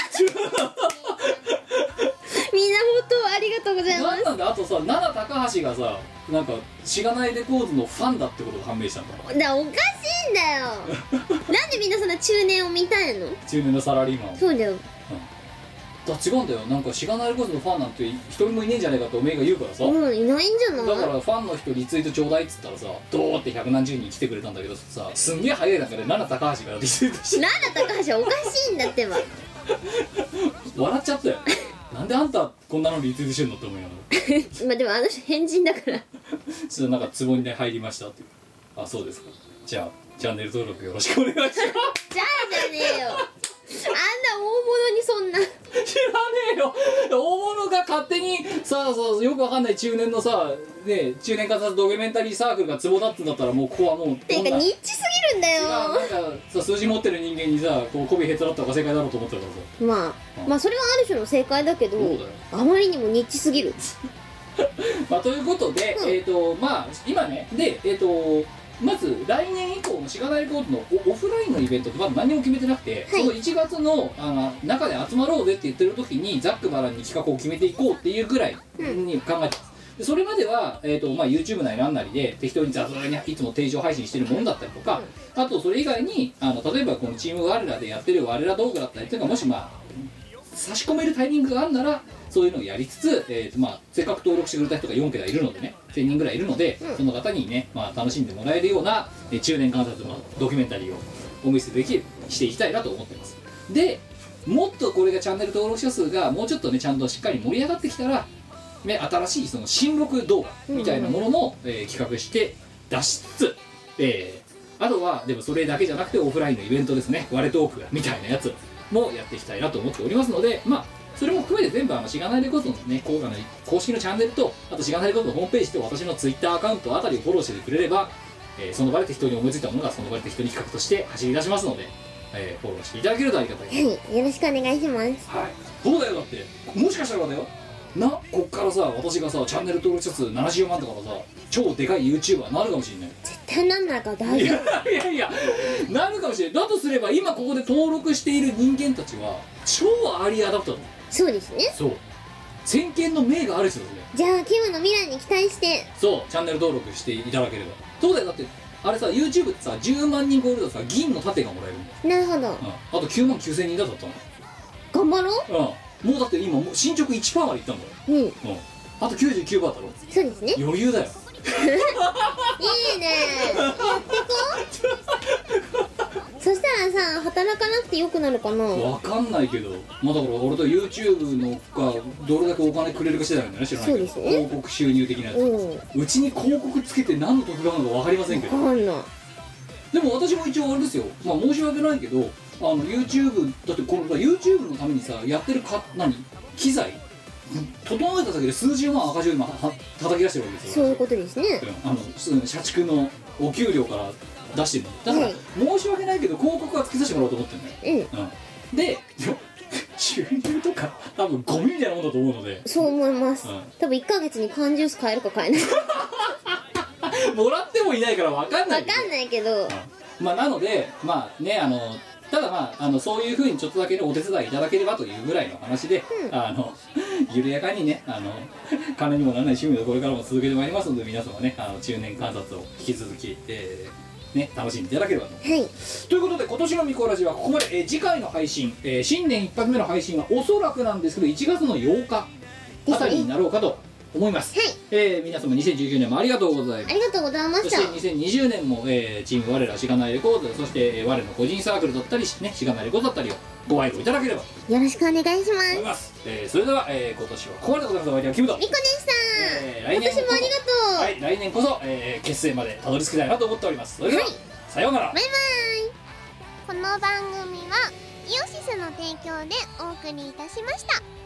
みんな本当ありがとうございます。 なんなんだ。あとさ、奈良高橋がさ、なんかしがないレコーズのファンだってことが判明したんだ。 おかしいんだよなんでみんなそんな中年を見たいの？ 中年のサラリーマンを。 そうだよ。 だ違うんだよ。なんかしがないレコーズのファンなんて一人もいねえんじゃねえかっておめえが言うからさ、 いないんじゃない？ だからファンの人リツイートちょうだいっつったらさ、ドーって100何十人来てくれたんだけどさ、すんげえ早い中で奈良高橋からリツイートしてなんだ高橋はおかしいんだってば笑っちゃったよなんであんたこんなのリツイートしてんのって思いながらまあでもあの人変人だからちょっとなんかツボにね入りましたっていう。あ、そうですか。じゃあチャンネル登録よろしくお願いしますじゃあじゃねえよあんな大物にそんな知らねえよ。大物が勝手にさあよくわかんない中年のさ、ね、中年観察ドキュメンタリーサークルがツボだっつんだったら、もうここはもうていうかニッチすぎるんだよ。 なんかさ、数字持ってる人間にさ、こう媚びへつらった方が正解だろうと思ってるからさ。 まあそれはある種の正解だけど、 そうだよ。 あまりにもニッチすぎるまあ、ということで、まあ今ねでまず来年以降のしがないレコードのオフラインのイベントってまだ何も決めてなくて、 はいその1月の中で集まろうぜって言ってる時にざっくばらんに企画を決めていこうっていうぐらいに考えてます。でそれまでは、まあ、YouTube なりなんなりで適当に雑にいつも定常配信してるものだったりとか、あとそれ以外に例えばこのチーム我らでやってる我ら動画だったりとか、もしまあ差し込めるタイミングがあるならそういうのをやりつつ、まあ、せっかく登録してくれた人が4桁いるのでね、1000人ぐらいいるので、その方にね、まあ、楽しんでもらえるような、中年観察のドキュメンタリーをお見せしていきたいなと思ってます。でもっとこれがチャンネル登録者数がもうちょっとねちゃんとしっかり盛り上がってきたら、ね、新しいその新録動画みたいなものも、企画して出しつつ、あとはでもそれだけじゃなくてオフラインのイベントですね、割れトークみたいなやつもやっていきたいなと思っておりますので、まあそれも含めて全部しがないレコードのね公式のチャンネルと、あとしがないレコードのホームページと私のツイッターアカウントあたりをフォローしてくれれば、その場で適当に思いついたものがその場で適当に企画として走り出しますので、フォローしていただけるとありがたいです。 はいよろしくお願いします。 はい、そうだよ。だってもしかしたらだよこっからさ、私がさチャンネル登録者数70万とかのさ超でかい YouTuber なるかもしれない。 絶対なんないから大丈夫。 いやなるかもしれない。だとすれば今ここで登録している人間たちは超アーリーアダプターだ。 そうですね。 そう先見の明がある人ですね。 じゃあキムの未来に期待してそうチャンネル登録していただければ。そうだよ。だってあれさ YouTube ってさ10万人超えるとさ銀の盾がもらえるんだよ。 なるほど、 あと9万9000人だったの。 頑張ろもうだって今もう進捗 1% までいったんだよ。 う。 あと 99% だろ。 そうですね。 余裕だよ。 いいねやってこそしたらさ働かなくてよくなるかな。 わかんないけど、まあだから俺と YouTube のがどれだけお金くれるかしてないんだよね。知らないけど、 そうですね広告収入的なやつ、うちに広告つけて何の得があるのか分かりませんけど、 わかんない。 でも私も一応あれですよ、まあ申し訳ないけどYouTube だってこの YouTube のためにさやってる機材整えただけで数十万赤字を今叩き出してるわけですよ。 そういうことですね。 社畜のお給料から出してるのだから、申し訳ないけど広告はつけさせてもらおうと思ってるんだよ、でも収入とか多分ゴミみたいなもんだと思うので、 そう思います、多分1ヶ月に缶ジュース買えるか買えないもらってもいないから分かんないけど、 まあなのでまあねただまあそういうふうにちょっとだけ、ね、お手伝いいただければというぐらいの話で、緩やかにね金にもならない趣味をこれからも続けてまいりますので、皆様ね中年観察を引き続き、楽しんでいただければと、ということで今年のミコラジはここまで、次回の配信、新年一発目の配信はおそらくなんですけど1月の8日あたりになろうかと思います。皆様2019年もありがとうございます。 ありがとうございました。 そして2020年も、チーム我らしがないレコード、そして、我の個人サークルだったりね、しがないレコードだったりをご愛顧いただければとよろしくお願いしま思います。それでは、今年はここまででございます。お相手はキムとみこでした、 来年私もありがとう、 はい、来年こそ、結成までたどり着きたいなと思っております。それでは、さようなら。 バイバイ。この番組はイオシスの提供でお送りいたしました。